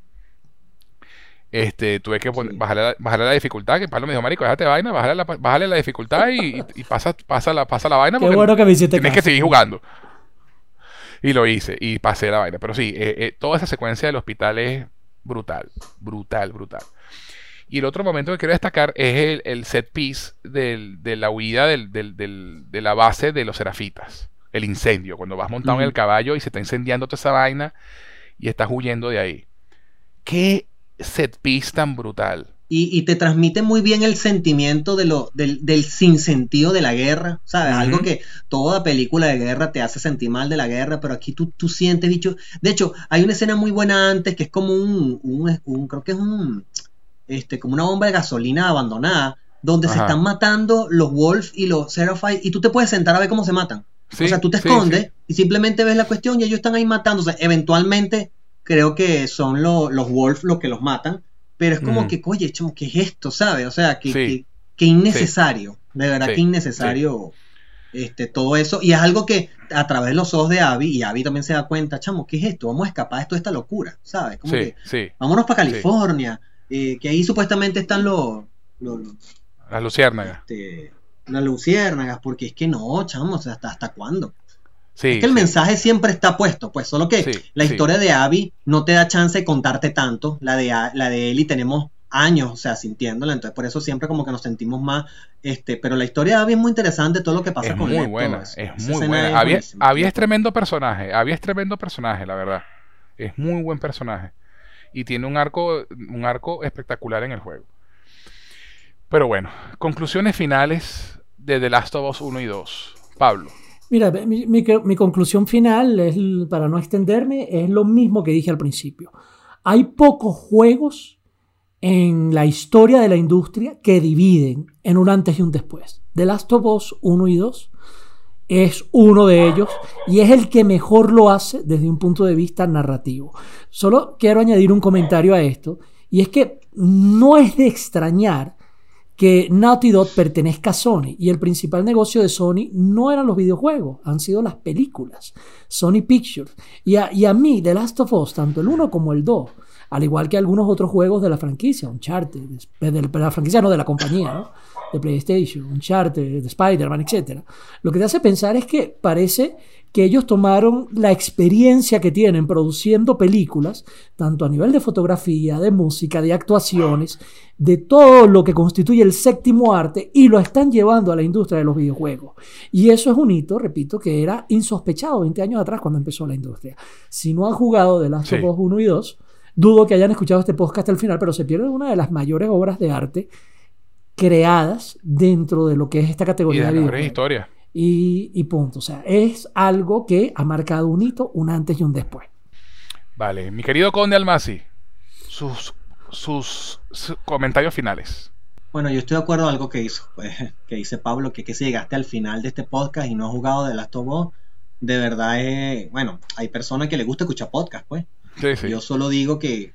Tuve que bajarle la dificultad, que Pablo me dijo, marico, déjate vaina, bájale la dificultad y pasa la vaina, porque bueno que me hiciste tienes que seguir jugando. Y lo hice, y pasé la vaina. Pero sí, toda esa secuencia del hospital es brutal. Y el otro momento que quiero destacar es el set piece de la huida de la base de los serafitas. El incendio, cuando vas montado en el caballo y se está incendiando toda esa vaina y estás huyendo de ahí. Qué set piece tan brutal. Y te transmite muy bien el sentimiento del sinsentido de la guerra, ¿sabes? Algo que toda película de guerra te hace sentir mal de la guerra, pero aquí tú sientes, bicho. De hecho, hay una escena muy buena antes que es como creo que es como una bomba de gasolina abandonada, donde se están matando los Wolf y los Seraphite, y tú te puedes sentar a ver cómo se matan. Sí, o sea, tú te escondes y simplemente ves la cuestión y ellos están ahí matándose. Eventualmente creo que son los Wolf los que los matan, pero es como que, oye, chamo, ¿qué es esto? ¿Sabes? O sea, que innecesario. De verdad que innecesario todo eso. Y es algo que a través de los ojos de Abby, y Abby también se da cuenta, chamo, ¿qué es esto? Vamos a escapar de toda esta locura, ¿sabes? Como vámonos para California, que ahí supuestamente están las luciérnagas. Las luciérnagas, porque es que no, chamo, o sea, ¿hasta cuándo? Es que el mensaje siempre está puesto, pues, solo que la historia de Abby no te da chance de contarte tanto, la de Ellie tenemos años, o sea, sintiéndola, entonces por eso siempre como que nos sentimos más, pero la historia de Abby es muy interesante, todo lo que pasa con él. Es muy buena. Abby es tremendo personaje, la verdad. Es muy buen personaje. Y tiene un arco espectacular en el juego. Pero bueno, conclusiones finales de The Last of Us 1 y 2. Pablo. Mira, mi conclusión final, para no extenderme, es lo mismo que dije al principio. Hay pocos juegos en la historia de la industria que dividen en un antes y un después. The Last of Us 1 y 2 es uno de ellos y es el que mejor lo hace desde un punto de vista narrativo. Solo quiero añadir un comentario a esto, y es que no es de extrañar que Naughty Dog pertenezca a Sony, y el principal negocio de Sony no eran los videojuegos, han sido las películas, Sony Pictures, y a mí The Last of Us, tanto el 1 como el 2, al igual que algunos otros juegos de la franquicia, Uncharted, de la franquicia no, de la compañía, ¿no? De PlayStation, Uncharted, de Spider-Man, etc. Lo que te hace pensar es que parece que ellos tomaron la experiencia que tienen produciendo películas, tanto a nivel de fotografía, de música, de actuaciones, de todo lo que constituye el séptimo arte, y lo están llevando a la industria de los videojuegos. Y eso es un hito, repito, que era insospechado 20 años atrás cuando empezó la industria. Si no han jugado The Last of Us 1 y 2, dudo que hayan escuchado este podcast hasta el final, pero se pierde una de las mayores obras de arte creadas dentro de lo que es esta categoría de videojuegos. Historia. Y punto. O sea, es algo que ha marcado un hito, un antes y un después. Vale, mi querido Conde Almasi, sus comentarios finales. Bueno, yo estoy de acuerdo con algo que hizo, pues, que dice Pablo, que si llegaste al final de este podcast y no has jugado The Last of Us, de verdad es, bueno, hay personas que les gusta escuchar podcast, pues. Sí, sí. Yo solo digo que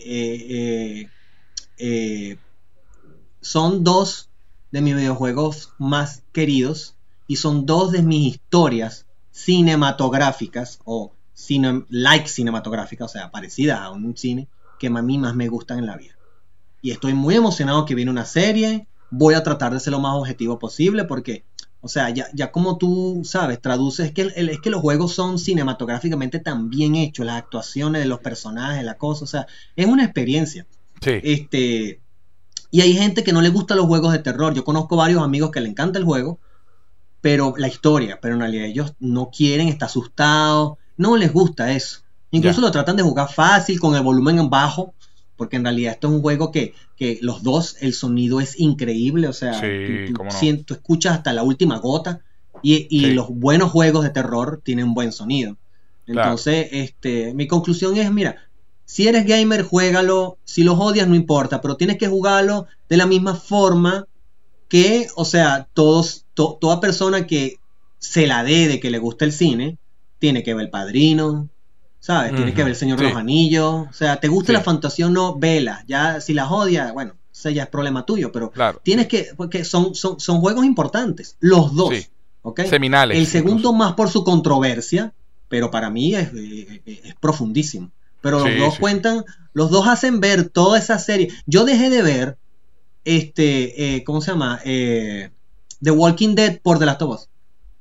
son dos de mis videojuegos más queridos y son dos de mis historias cinematográficas o cinematográficas, o sea, parecidas a un cine, que a mí más me gustan en la vida. Y estoy muy emocionado que viene una serie. Voy a tratar de ser lo más objetivo posible porque, o sea, ya como tú sabes, traduces, es que los juegos son cinematográficamente tan bien hechos, las actuaciones de los personajes, la cosa, o sea, es una experiencia. Sí. Y hay gente que no le gusta los juegos de terror. Yo conozco varios amigos que le encanta el juego, pero la historia, pero en realidad ellos no quieren, están asustados, no les gusta eso. Incluso lo tratan de jugar fácil, con el volumen en bajo, porque en realidad esto es un juego que los dos, el sonido es increíble, o sea, sí, tú escuchas hasta la última gota, y los buenos juegos de terror tienen buen sonido. Entonces, mi conclusión es, mira, si eres gamer, juégalo, si los odias no importa, pero tienes que jugarlo de la misma forma que, o sea, toda persona que se la dé de que le gusta el cine, tiene que ver El Padrino, ¿sabes? Tienes que ver El Señor de los Anillos, o sea, te gusta la fantasía o no, vela, ya si las odias, bueno, ese ya es problema tuyo, pero tienes que, porque son juegos importantes, los dos, ¿ok? Seminales. El segundo más por su controversia, pero para mí es profundísimo. Pero los dos cuentan, los dos hacen ver toda esa serie. Yo dejé de ver ¿cómo se llama? The Walking Dead por The Last of Us.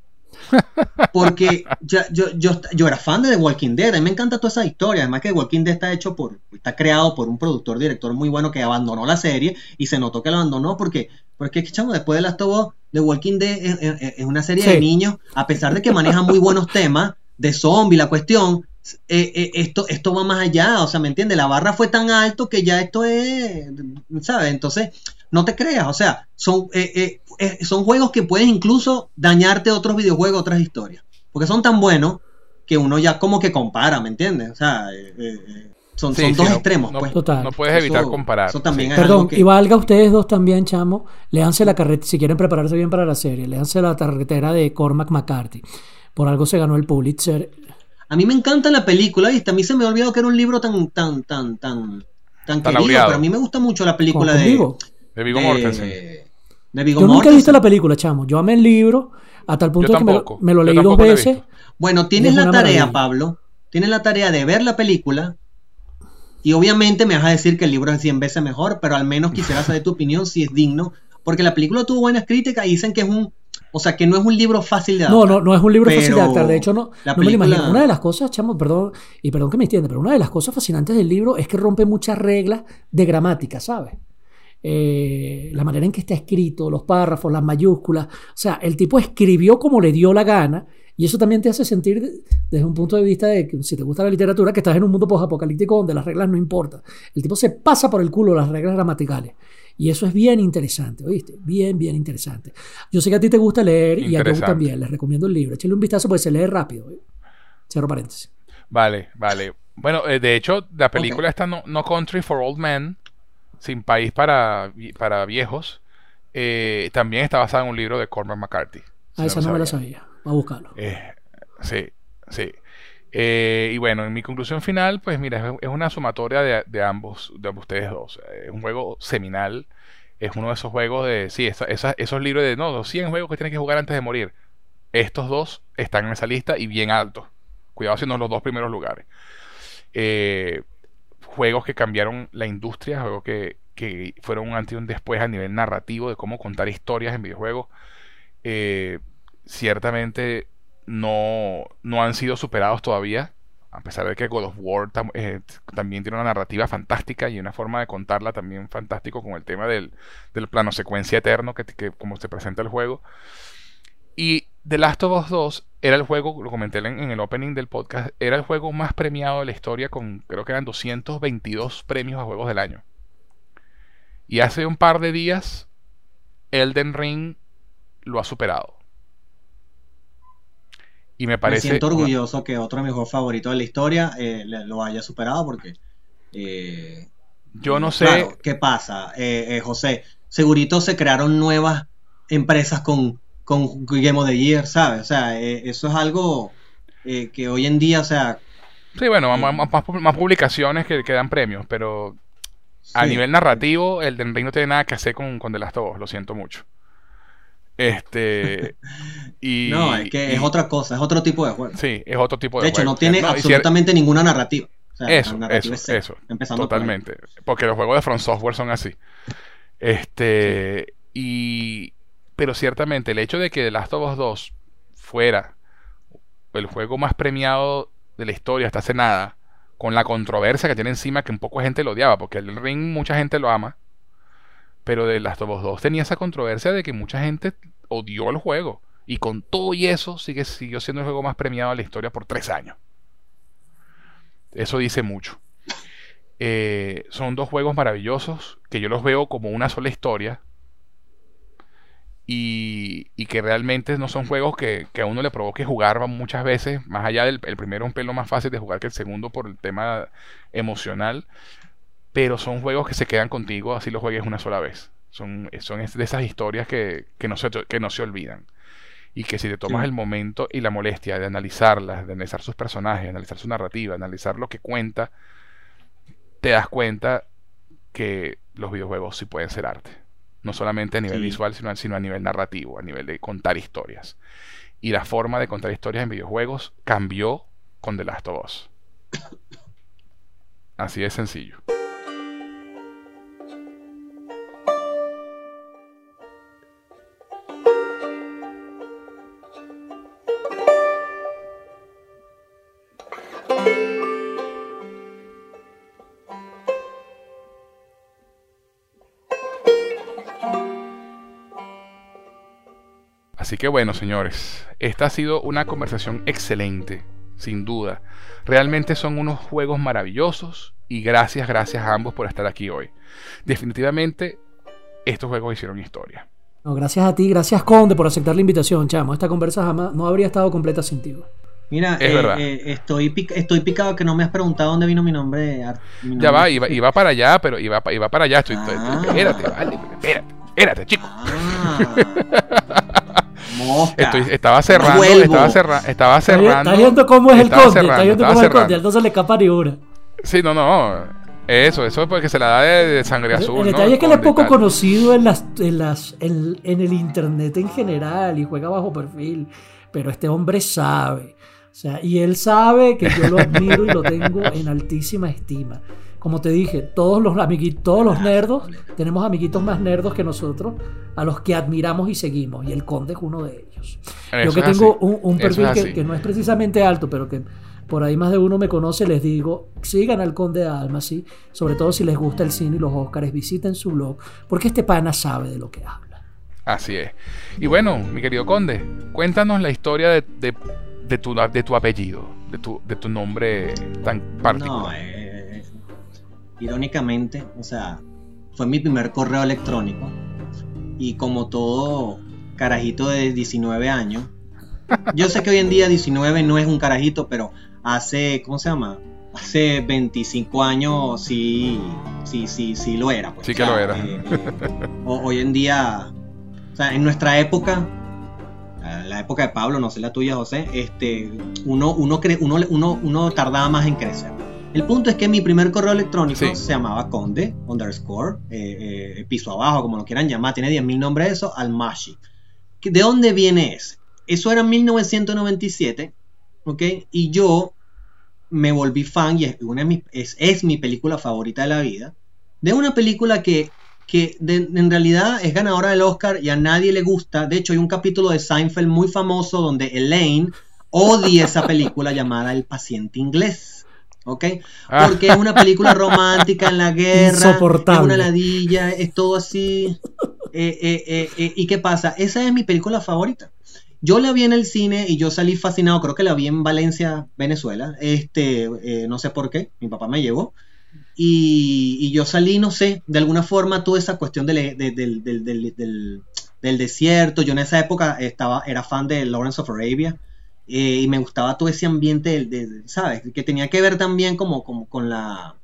Porque yo era fan de The Walking Dead. A mí me encanta toda esa historia. Además que The Walking Dead está creado por un director muy bueno que abandonó la serie. Y se notó que lo abandonó porque chamo, después de The Last of Us, The Walking Dead es una serie de niños. A pesar de que maneja muy buenos temas de zombie, la cuestión, esto va más allá, o sea, ¿me entiendes? La barra fue tan alto que ya esto es, ¿sabes? Entonces, no te creas, o sea, son juegos que pueden incluso dañarte otros videojuegos, otras historias, porque son tan buenos que uno ya como que compara, ¿me entiendes? O sea, son dos extremos, pues. Total. No puedes evitar comparar. Eso también es Perdón, algo que... y valga ustedes dos también, chamo, léanse la carretera, si quieren prepararse bien para la serie, léanse La carretera de Cormac McCarthy. Por algo se ganó el Pulitzer. A mí me encanta la película, ¿viste? A mí se me ha olvidado que era un libro tan querido, laureado. pero a mí me gusta mucho la película de Viggo Mortensen. Yo nunca he visto la película, chamo. Yo amé el libro a tal punto que me lo leí 2 veces. Bueno, tienes la tarea, Pablo. Tienes la tarea de ver la película. Y obviamente me vas a decir que el libro es 100 veces mejor, pero al menos quisiera saber tu opinión si es digno. Porque la película tuvo buenas críticas y dicen que es o sea, que no es un libro fácil de adaptar. No es un libro fácil de adaptar. De hecho, no me lo imagino. Una de las cosas, chamo, perdón que me entienda, pero una de las cosas fascinantes del libro es que rompe muchas reglas de gramática, ¿sabes? La manera en que está escrito, los párrafos, las mayúsculas. O sea, el tipo escribió como le dio la gana, y eso también te hace sentir, desde un punto de vista de que si te gusta la literatura, que estás en un mundo posapocalíptico donde las reglas no importan. El tipo se pasa por el culo las reglas gramaticales. Y eso es bien interesante, ¿oíste? Bien interesante. Yo sé que a ti te gusta leer y a ti también. Les recomiendo el libro. Échale un vistazo porque se lee rápido. Cierro paréntesis. Vale. Bueno, de hecho, la película está No Country for Old Men, Sin País para Viejos, también está basada en un libro de Cormac McCarthy. Esa no me la sabía. Va a buscarlo. Sí. Y bueno, en mi conclusión final, pues mira, es una sumatoria de ambos, de ustedes dos. Es un juego seminal. Es uno de esos juegos de... Sí, esos libros de... No, los 100 juegos que tienes que jugar antes de morir. Estos dos están en esa lista y bien altos. Cuidado si no los 2 primeros lugares. Juegos que cambiaron la industria. Juegos que fueron un antes y un después a nivel narrativo de cómo contar historias en videojuegos. Ciertamente no han sido superados todavía, a pesar de que God of War también tiene una narrativa fantástica y una forma de contarla también fantástico con el tema del plano secuencia eterno que como se presenta el juego. Y The Last of Us 2 era el juego, lo comenté en el opening del podcast, era el juego más premiado de la historia con, creo que eran 222 premios a juegos del año. Y hace un par de días Elden Ring lo ha superado. Y me parece... Me siento orgulloso que otro de mis juegos favoritos de la historia lo haya superado porque... yo no sé... Claro, ¿qué pasa, José? Segurito se crearon nuevas empresas con Game of the Year, ¿sabes? O sea, eso es algo que hoy en día, o sea... Sí, bueno, más publicaciones que dan premios, pero a nivel narrativo, el Elden Ring no tiene nada que hacer con The Last of Us, lo siento mucho. No, es que es otra cosa, es otro tipo de juego. Sí, es otro tipo de juego. De hecho, no tiene absolutamente ninguna narrativa. O sea, eso, la narrativa es eso, empezando totalmente. Porque los juegos de From Software son así. Pero ciertamente el hecho de que The Last of Us 2 fuera el juego más premiado de la historia hasta hace nada, con la controversia que tiene encima, que un poco gente lo odiaba, porque el Ring mucha gente lo ama, pero The Last of Us 2 tenía esa controversia de que mucha gente odió el juego, y con todo y eso siguió siendo el juego más premiado de la historia por 3 años. Eso dice mucho. Son dos juegos maravillosos que yo los veo como una sola historia, y que realmente no son juegos que a uno le provoque jugar muchas veces, más allá del el primero, un pelo más fácil de jugar que el segundo por el tema emocional, pero son juegos que se quedan contigo así los juegues una sola vez. Son de esas historias que no se olvidan, y que si te tomas el momento y la molestia de analizarlas, de analizar sus personajes, de analizar su narrativa, de analizar lo que cuenta, te das cuenta que los videojuegos sí pueden ser arte. No solamente a nivel visual, sino a nivel narrativo, a nivel de contar historias. Y la forma de contar historias en videojuegos cambió con The Last of Us. Así de sencillo. Así que bueno, señores, esta ha sido una conversación excelente, sin duda. Realmente son unos juegos maravillosos y gracias a ambos por estar aquí hoy. Definitivamente, estos juegos hicieron historia. No, gracias a ti, gracias Conde por aceptar la invitación, chamo. Esta conversa jamás no habría estado completa sin ti. Mira, estoy picado que no me has preguntado dónde vino mi nombre. Ya va, iba para allá, pero iba para allá. Espérate, chico. Mosca. Estaba cerrando. Está viendo cómo es el Conde. Entonces le escapa ni una. Sí, no. Eso es porque se la da de sangre azul. El detalle es que él es poco conocido en el internet en general y juega bajo perfil. Pero este hombre sabe. O sea, y él sabe que yo lo admiro y lo tengo en altísima estima. Como te dije, todos los nerdos, tenemos amiguitos más nerdos que nosotros, a los que admiramos y seguimos, y el Conde es uno de ellos. Yo que tengo un perfil que no es precisamente alto, pero que por ahí más de uno me conoce, les digo, sigan al Conde de Alma, ¿sí? Sobre todo si les gusta el cine y los Óscares, visiten su blog, porque este pana sabe de lo que habla. Así es. Y bueno, mi querido Conde, cuéntanos la historia de tu apellido, de tu nombre tan particular. Irónicamente, o sea, fue mi primer correo electrónico y como todo carajito de 19 años, yo sé que hoy en día 19 no es un carajito, pero hace 25 años sí lo era. Pues, sí que lo era. Hoy en día, o sea, en nuestra época, la época de Pablo, no sé la tuya, José, uno tardaba más en crecer. El punto es que mi primer correo electrónico se llamaba Conde _ piso abajo, como lo quieran llamar, tiene 10.000 nombres eso, Almashi. ¿De dónde viene ese? Eso era en 1997, ¿ok? Y yo me volví fan, y es mi película favorita de la vida, de una película que en realidad es ganadora del Oscar y a nadie le gusta. De hecho, hay un capítulo de Seinfeld muy famoso donde Elaine odié esa película llamada El paciente inglés. ¿Ok? Porque es una película romántica en la guerra, insoportable. es una ladilla, es todo así. ¿Y qué pasa? Esa es mi película favorita. Yo la vi en el cine y yo salí fascinado, creo que la vi en Valencia, Venezuela, no sé por qué, mi papá me llevó, y yo salí, no sé, de alguna forma toda esa cuestión del desierto. Yo en esa época era fan de Lawrence of Arabia, y me gustaba todo ese ambiente, ¿sabes? Que tenía que ver también como con la...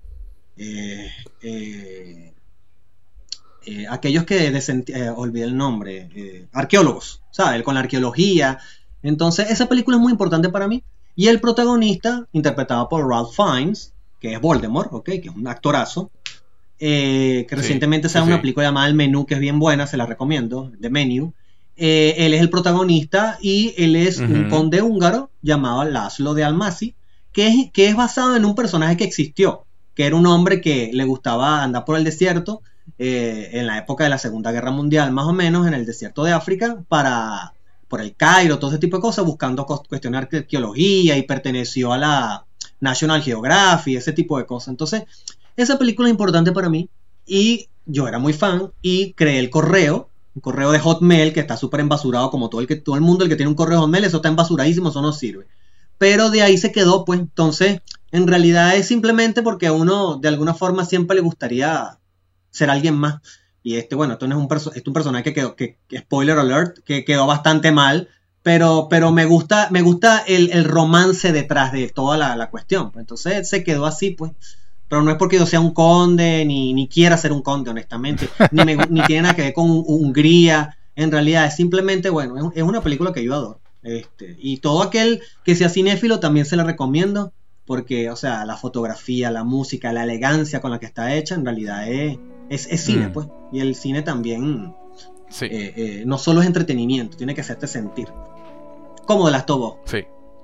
aquellos que olvidé el nombre, arqueólogos, ¿sabes? Con la arqueología. Entonces esa película es muy importante para mí, y el protagonista, interpretado por Ralph Fiennes, que es Voldemort, ¿okay? Que es un actorazo, que recientemente sale una película llamada El Menú, que es bien buena, se la recomiendo, The Menu. Él es el protagonista y él es un conde húngaro llamado Laszlo de Almazy, que es basado en un personaje que existió, que era un hombre que le gustaba andar por el desierto, en la época de la Segunda Guerra Mundial, más o menos, en el desierto de África, por el Cairo, todo ese tipo de cosas, buscando cuestionar arqueología, y perteneció a la National Geographic, ese tipo de cosas. Entonces, esa película es importante para mí, y yo era muy fan, y creé un correo de Hotmail, que está súper embasurado, como todo el mundo, el que tiene un correo de Hotmail, eso está embasuradísimo, eso no sirve. Pero de ahí se quedó, pues. Entonces, en realidad es simplemente porque a uno, de alguna forma, siempre le gustaría ser alguien más. Y bueno, esto no es un personaje que quedó, que spoiler alert, que quedó bastante mal, pero me gusta el romance detrás de toda la cuestión. Entonces se quedó así, pues. Pero no es porque yo sea un conde, ni quiera ser un conde, honestamente, ni tiene nada que ver con Hungría. En realidad es simplemente, bueno, es una película que yo adoro. Y todo aquel que sea cinéfilo también se la recomiendo, porque, o sea, la fotografía, la música, la elegancia con la que está hecha, en realidad es cine, pues. Y el cine también, no solo es entretenimiento, tiene que hacerte sentir. Como The Last of Us. Sí.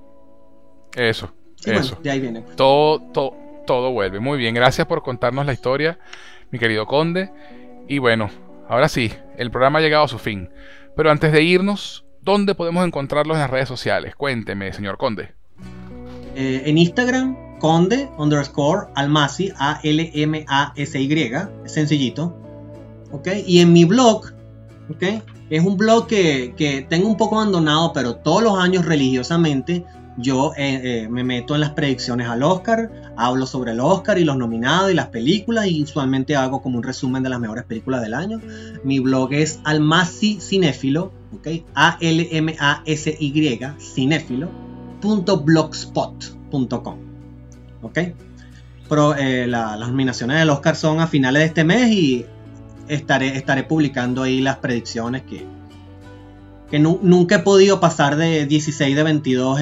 Eso. Bueno, de ahí viene. Pues. Todo vuelve. Muy bien, gracias por contarnos la historia, mi querido Conde. Y bueno, ahora sí, el programa ha llegado a su fin. Pero antes de irnos, ¿dónde podemos encontrarlos en las redes sociales? Cuénteme, señor Conde. En Instagram, Conde_Almazy, ALMASY, es sencillito. ¿Ok? Y en mi blog, ¿ok? Es un blog que tengo un poco abandonado, pero todos los años religiosamente yo me meto en las predicciones al Oscar, hablo sobre el Oscar y los nominados y las películas, y usualmente hago como un resumen de las mejores películas del año. Mi blog es Almazy Cinéfilo, ¿ok? ALMASY cinéfilo.blogspot.com, ¿ok? Pero las nominaciones del Oscar son a finales de este mes, y estaré publicando ahí las predicciones que nunca he podido pasar de 16 de 22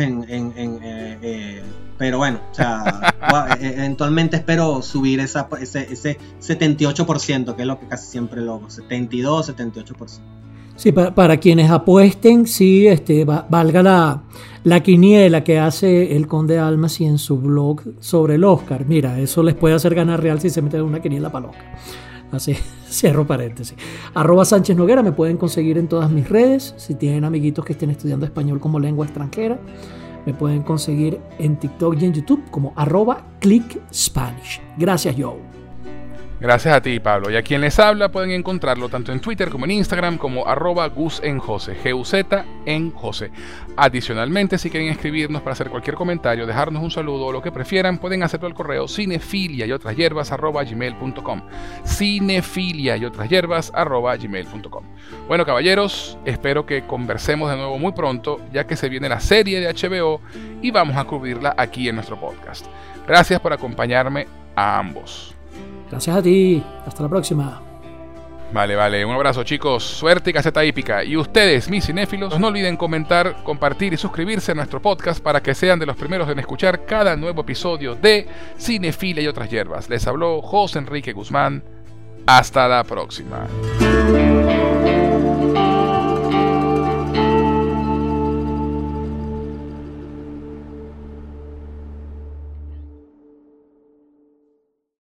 pero bueno, o sea, eventualmente espero subir ese 78%, que es lo que casi siempre logro, 78%. Sí, para quienes apuesten, sí, valga la quiniela que hace el Conde Almazy en su blog sobre el Oscar. Mira, eso les puede hacer ganar real si se meten en una quiniela para el Oscar. Así, cierro paréntesis. @Sánchez Noguera, me pueden conseguir en todas mis redes. Si tienen amiguitos que estén estudiando español como lengua extranjera, me pueden conseguir en TikTok y en YouTube como @ClickSpanish. Gracias, Joe. Gracias a ti, Pablo. Y a quien les habla pueden encontrarlo tanto en Twitter como en Instagram como @GuzEnJose, GUZ en Jose. Adicionalmente, si quieren escribirnos para hacer cualquier comentario, dejarnos un saludo o lo que prefieran, pueden hacerlo al correo cinefilia@gmail.com. cinefilia@gmail.com. Bueno, caballeros, espero que conversemos de nuevo muy pronto, ya que se viene la serie de HBO y vamos a cubrirla aquí en nuestro podcast. Gracias por acompañarme a ambos. Gracias a ti. Hasta la próxima. Vale. Un abrazo, chicos. Suerte y caseta hípica. Y ustedes, mis cinéfilos, no olviden comentar, compartir y suscribirse a nuestro podcast para que sean de los primeros en escuchar cada nuevo episodio de Cinefilia y otras hierbas. Les habló José Enrique Guzmán. Hasta la próxima.